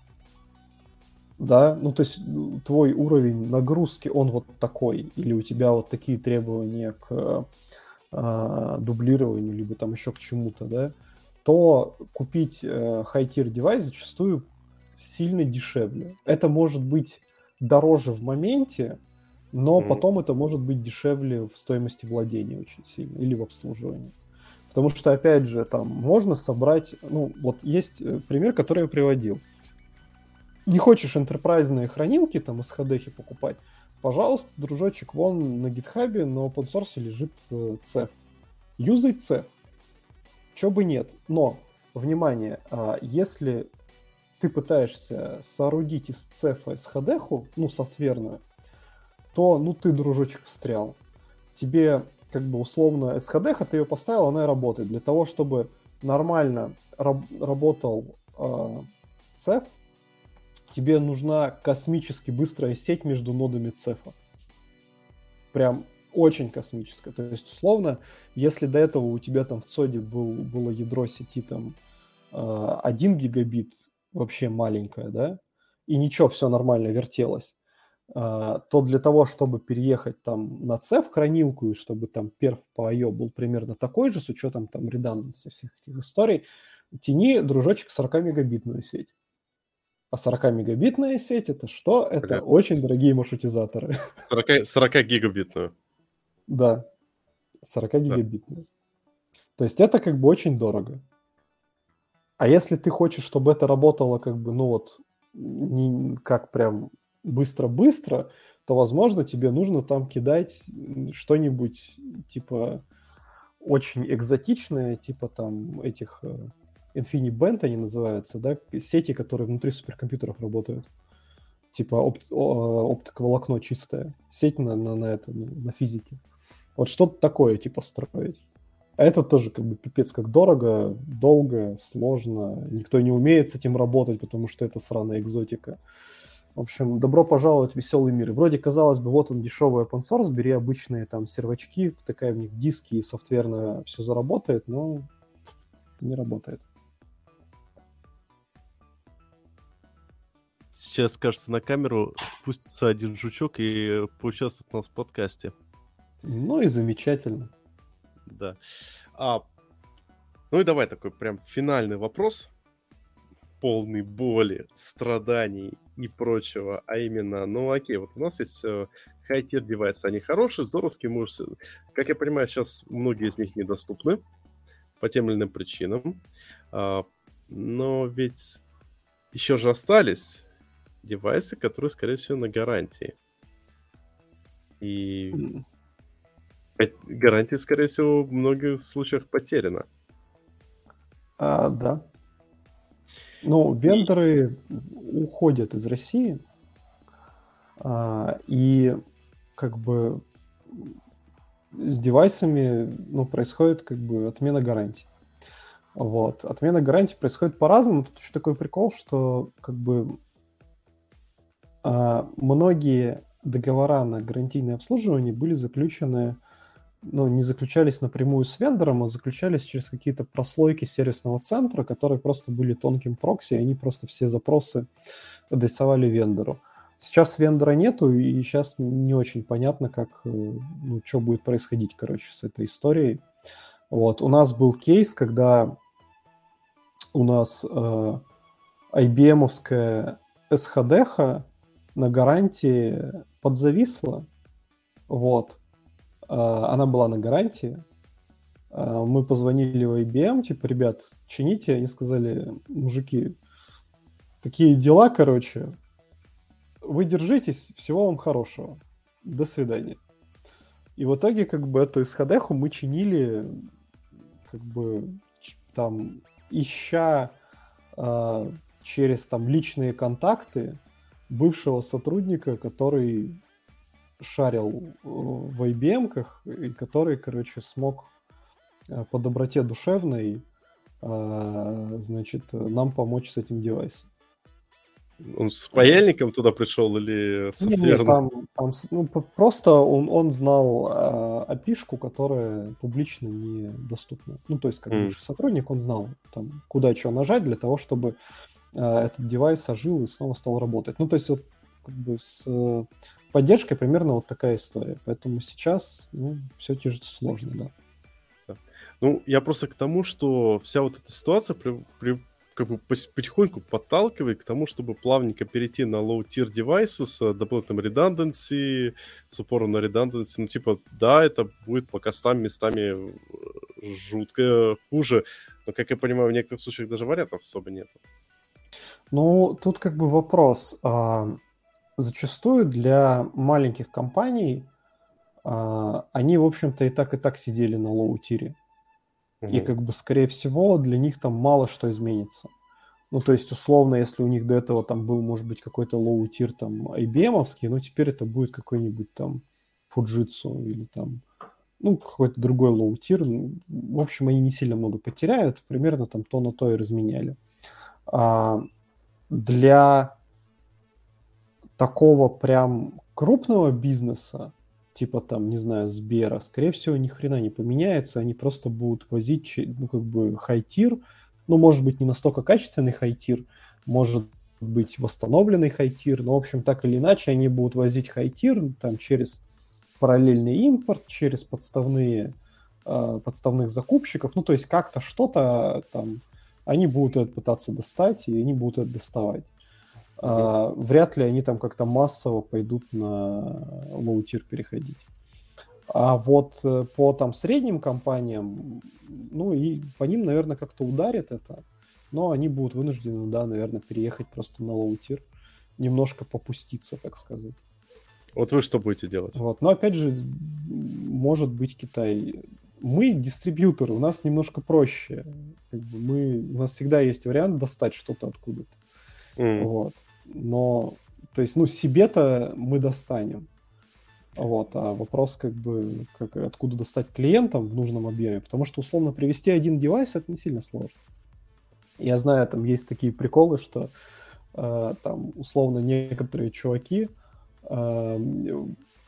да, ну то есть ну, твой уровень нагрузки, он вот такой, или у тебя вот такие требования к а, дублированию, либо там еще к чему-то, да, то купить э, high-tier девайс зачастую сильно дешевле. Это может быть дороже в моменте, но Мгм. потом это может быть дешевле в стоимости владения очень сильно или в обслуживании. Потому что, опять же, там можно собрать... Ну, вот есть э, пример, который я приводил. Не хочешь энтерпрайзные хранилки, там, эс эйч ди покупать, пожалуйста, дружочек, вон на гитхабе на open source лежит э, цеф. Юзай цеф. Чё бы нет. Но, внимание, а, если ты пытаешься соорудить из цефа эс эйч ди, ну, софтверную, то, ну, ты, дружочек, встрял. Тебе, как бы, условно, эс эйч ди, ты ее поставил, она и работает. Для того, чтобы нормально раб- работал э, цеф, тебе нужна космически быстрая сеть между нодами цефа. Прям очень космическое. То есть, условно, если до этого у тебя там в цоде был, было ядро сети там один гигабит, вообще маленькое, да, и ничего, все нормально вертелось, то для того, чтобы переехать там на C в хранилку, и чтобы там перф по ай о был примерно такой же, с учетом там редунданции всех этих историй, тяни, дружочек, сорок-мегабитную сеть. А сорок-мегабитная сеть — это что? Это Блядь. очень дорогие маршрутизаторы. сорок-гигабитную. Да, сорок-гигабитную. То есть это как бы очень дорого. А если ты хочешь, чтобы это работало как бы, ну вот, не, как прям быстро-быстро, то, возможно, тебе нужно там кидать что-нибудь типа очень экзотичное, типа там этих InfiniBand они называются, да, сети, которые внутри суперкомпьютеров работают. Типа опт- оптиковолокно чистое. Сеть на, на, на, это, на физике. Вот что-то такое типа строить. А это тоже как бы пипец как дорого, долго, сложно. Никто не умеет с этим работать, потому что это сраная экзотика. В общем, добро пожаловать в веселый мир. И вроде, казалось бы, вот он дешевый open source, бери обычные там сервачки, втыкай в них диски и софтверно все заработает, но не работает. Сейчас, кажется, на камеру спустится один жучок и поучаствует у нас в подкасте. Ну и замечательно. Да. А, ну и давай такой прям финальный вопрос, полный боли, страданий и прочего, а именно, ну окей, вот у нас есть э, high-tier девайсы, они хорошие, здоровские, может, как я понимаю, сейчас многие из них недоступны по тем или иным причинам, а, но ведь еще же остались девайсы, которые, скорее всего, на гарантии. И mm. гарантия, скорее всего, в многих случаях потеряна. А, да. Ну, вендоры и... уходят из России, а, и как бы с девайсами, ну, происходит как бы отмена гарантии. Вот. Отмена гарантии происходит по-разному. Тут еще такой прикол, что как бы а, многие договора на гарантийное обслуживание были заключены, ну, не заключались напрямую с вендором, а заключались через какие-то прослойки сервисного центра, которые просто были тонким прокси, и они просто все запросы адресовали вендору. Сейчас вендора нету, и сейчас не очень понятно, как, ну, что будет происходить, короче, с этой историей. Вот. У нас был кейс, когда у нас э, ай би эм-овская эс эйч ди на гарантии подзависла. Вот. Она была на гарантии. Мы позвонили в ай би эм, типа, ребят, чините. Они сказали, мужики, такие дела, короче, вы держитесь, всего вам хорошего. До свидания. И в итоге, как бы, эту эс эйч ди мы чинили, как бы, там, ища э, через, там, личные контакты бывшего сотрудника, который шарил в ай би эм-ках, и который, короче, смог по доброте душевной, значит, нам помочь с этим девайсом. Он с паяльником туда пришел или софтверно? Нет, там, там ну, просто он, он знал эй пи ай-шку, которая публично недоступна. Ну, то есть, как mm. бывший сотрудник, он знал, там, куда что нажать для того, чтобы этот девайс ожил и снова стал работать. Ну, то есть, вот, как бы с поддержкой примерно вот такая история. Поэтому сейчас, ну, все тяжело, сложно, да. да. Ну, я просто к тому, что вся вот эта ситуация при, при, как бы потихоньку подталкивает к тому, чтобы плавненько перейти на low-tier девайсы с дополнительным redundancy, с упором на redundancy. Ну, типа, да, это будет по костам местами жутко хуже, но, как я понимаю, в некоторых случаях даже вариантов особо нет. Ну, тут как бы вопрос. А, зачастую для маленьких компаний а, они, в общем-то, и так, и так сидели на лоу-тире. Угу. И как бы, скорее всего, для них там мало что изменится. Ну, то есть, условно, если у них до этого там был, может быть, какой-то лоу-тир там ай би эм-овский, ну, теперь это будет какой-нибудь там Fujitsu или там, ну, какой-то другой лоу-тир. В общем, они не сильно много потеряют, примерно там то на то и разменяли. А, для такого прям крупного бизнеса типа там, не знаю, Сбера, скорее всего, ни хрена не поменяется, они просто будут возить, ну, как бы, хай-тир, ну, может быть, не настолько качественный хай-тир, может быть, восстановленный хай-тир, но, в общем, так или иначе, они будут возить хай-тир там через параллельный импорт, через подставные, э, подставных закупщиков, ну, то есть как-то что-то там они будут это пытаться достать, и они будут это доставать. Uh, вряд ли они там как-то массово пойдут на лоу-тир переходить. А вот по там средним компаниям, ну и по ним, наверное, как-то ударит это, но они будут вынуждены, да, наверное, переехать просто на лоу-тир, немножко попуститься, так сказать. Вот вы что будете делать? Вот, но опять же, может быть, Китай. Мы дистрибьюторы, у нас немножко проще. Как бы мы, у нас всегда есть вариант достать что-то откуда-то. Mm. Вот. Но, то есть, ну, себе-то мы достанем. Вот. А вопрос, как бы, как, откуда достать клиентам в нужном объеме, потому что, условно, привести один девайс — это не сильно сложно. Я знаю, там есть такие приколы, что э, там, условно, некоторые чуваки э,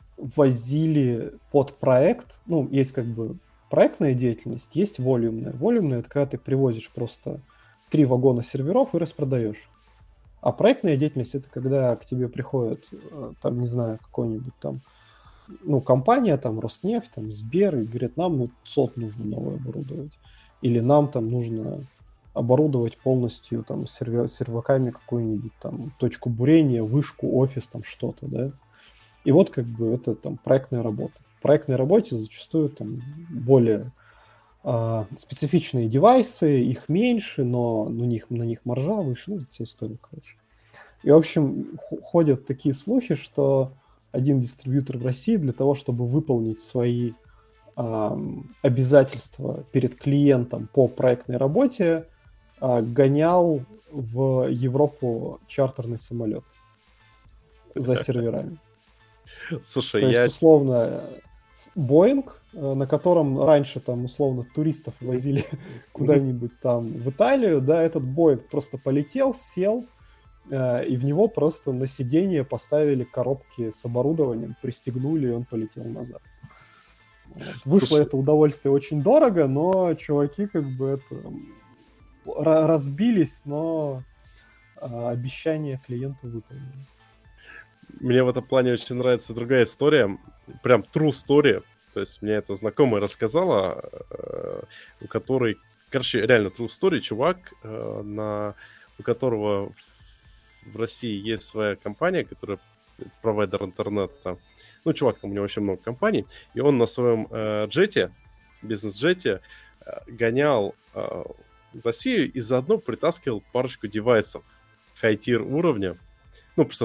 возили под проект, ну, есть как бы проектная деятельность, есть волюмная. Волюмная — это когда ты привозишь просто три вагона серверов и распродаешь. А проектная деятельность — это когда к тебе приходит, там, не знаю, какой-нибудь там, ну, компания, там, Роснефть, там, Сбер, и говорят, нам вот сот нужно новое оборудовать. Или нам там нужно оборудовать полностью там сервер, серваками какую-нибудь там точку бурения, вышку, офис, там что-то, да. И вот как бы это там проектная работа. В проектной работе зачастую там более Uh, специфичные девайсы, их меньше, но на них, на них маржа выше, ну, это вся история, короче. И, в общем, ходят такие слухи, что один дистрибьютор в России для того, чтобы выполнить свои uh, обязательства перед клиентом по проектной работе, uh, гонял в Европу чартерный самолет за серверами. Слушай, То я... есть, условно, Боинг, на котором раньше там условно туристов возили куда-нибудь там в Италию, да, этот Боинг просто полетел, сел, э, и в него просто на сиденье поставили коробки с оборудованием, пристегнули, и он полетел назад. Вот. Вышло Слушай... это удовольствие очень дорого, но чуваки как бы это разбились, но э, обещание клиенту выполнили. Мне в этом плане очень нравится другая история, прям true story. То есть мне это знакомая рассказала, э, у которой, короче, реально true story, чувак, э, на, у которого в России есть своя компания, которая провайдер интернета. Ну, чувак, там у него очень много компаний, и он на своем э, джете, бизнес-джете, э, гонял э, в Россию и заодно притаскивал парочку девайсов хай-тир уровня. Ну, просто...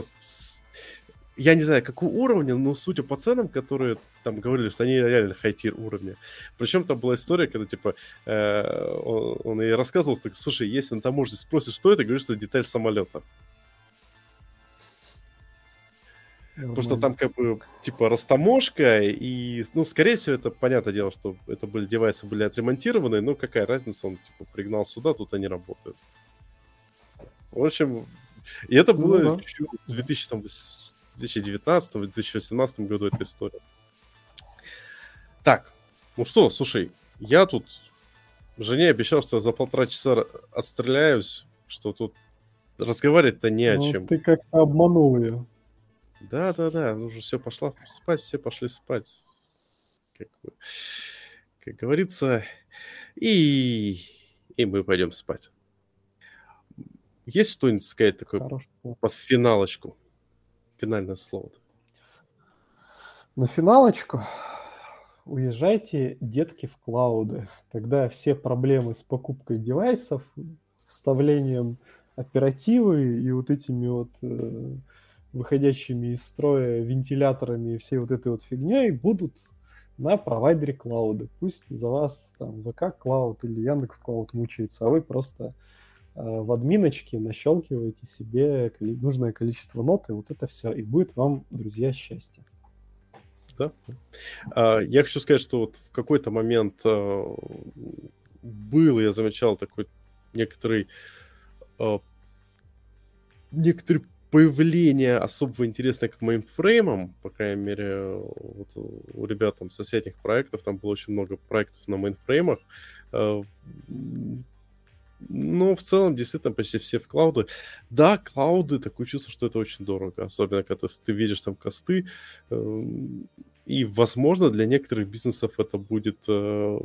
Я не знаю, какого уровня, но судя по ценам, которые там говорили, что они реально хай-тир уровня. Причем там была история, когда, типа, э, он, он ей рассказывал, что, слушай, если на таможне спросишь, что это, говоришь, что это деталь самолета. Нормально. Потому что там, как бы, типа, растаможка, и, ну, скорее всего, это, понятное дело, что это были девайсы, были отремонтированы, но какая разница, он, типа, пригнал сюда, тут они работают. В общем, и это было ну, да. в две тысячи девятнадцатом - две тысячи восемнадцатом году эта история. Так, ну что, слушай, я тут жене обещал, что я за полтора часа отстреляюсь, что тут разговаривать-то не о ну, чем. Ты как-то обманул ее. Да-да-да, уже все, пошла спать, все пошли спать. Как, как говорится, и... и мы пойдем спать. Есть что-нибудь сказать такое Хорошо. Под финалочку? Финальное слово. На финалочку уезжайте, детки, в клауды. Тогда все проблемы с покупкой девайсов, вставлением оперативы и вот этими вот э, выходящими из строя вентиляторами и всей вот этой вот фигней будут на провайдере клауда. Пусть за вас там вэ ка Cloud или Яндекс Cloud мучается, а вы просто в админочке нащелкиваете себе нужное количество нот, и вот это все, и будет вам, друзья, счастье. Да. Я хочу сказать, что вот в какой-то момент был, я замечал такой некоторый некоторый появление особого интереса к мейнфреймам, по крайней мере, вот у ребят там соседних проектов, там было очень много проектов на мейнфреймах, ну, в целом, действительно, почти все в клауды. Да, клауды, такое чувство, что это очень дорого. Особенно, когда ты видишь там косты. И, возможно, для некоторых бизнесов это будет ну,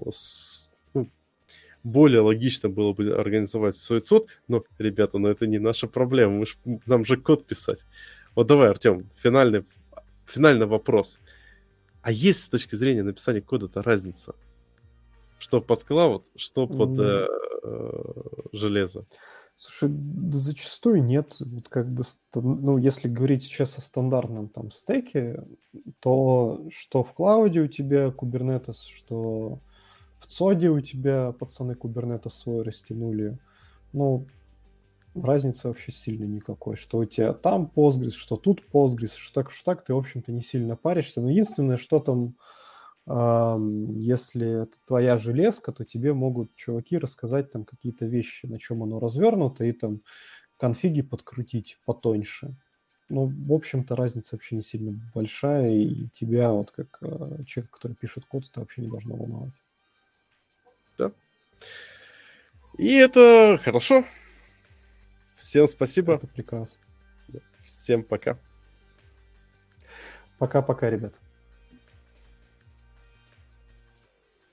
более логично было бы организовать свой цод. Но, ребята, ну это не наша проблема. Мы ж, нам же код писать. Вот давай, Артем, финальный, финальный вопрос. А есть с точки зрения написания кода-то разница? Что под клауд, что под э, э, железо? Слушай, да зачастую нет. Вот как бы, ну, если говорить сейчас о стандартном там стеке, то что в клауде у тебя Kubernetes, что в цоде у тебя пацаны Kubernetes свой растянули. Ну, разницы вообще сильно никакой. Что у тебя там Postgres, что тут Postgres, что так, что так, ты, в общем-то, не сильно паришься. Но единственное, что там, если это твоя железка, то тебе могут чуваки рассказать там какие-то вещи, на чем оно развернуто, и там конфиги подкрутить потоньше. Ну, в общем-то, разница вообще не сильно большая, и тебя, вот как э, человек, который пишет код, это вообще не должно волновать. Да. И это хорошо. Всем спасибо. Это прекрасно. Всем пока. Пока-пока, ребят.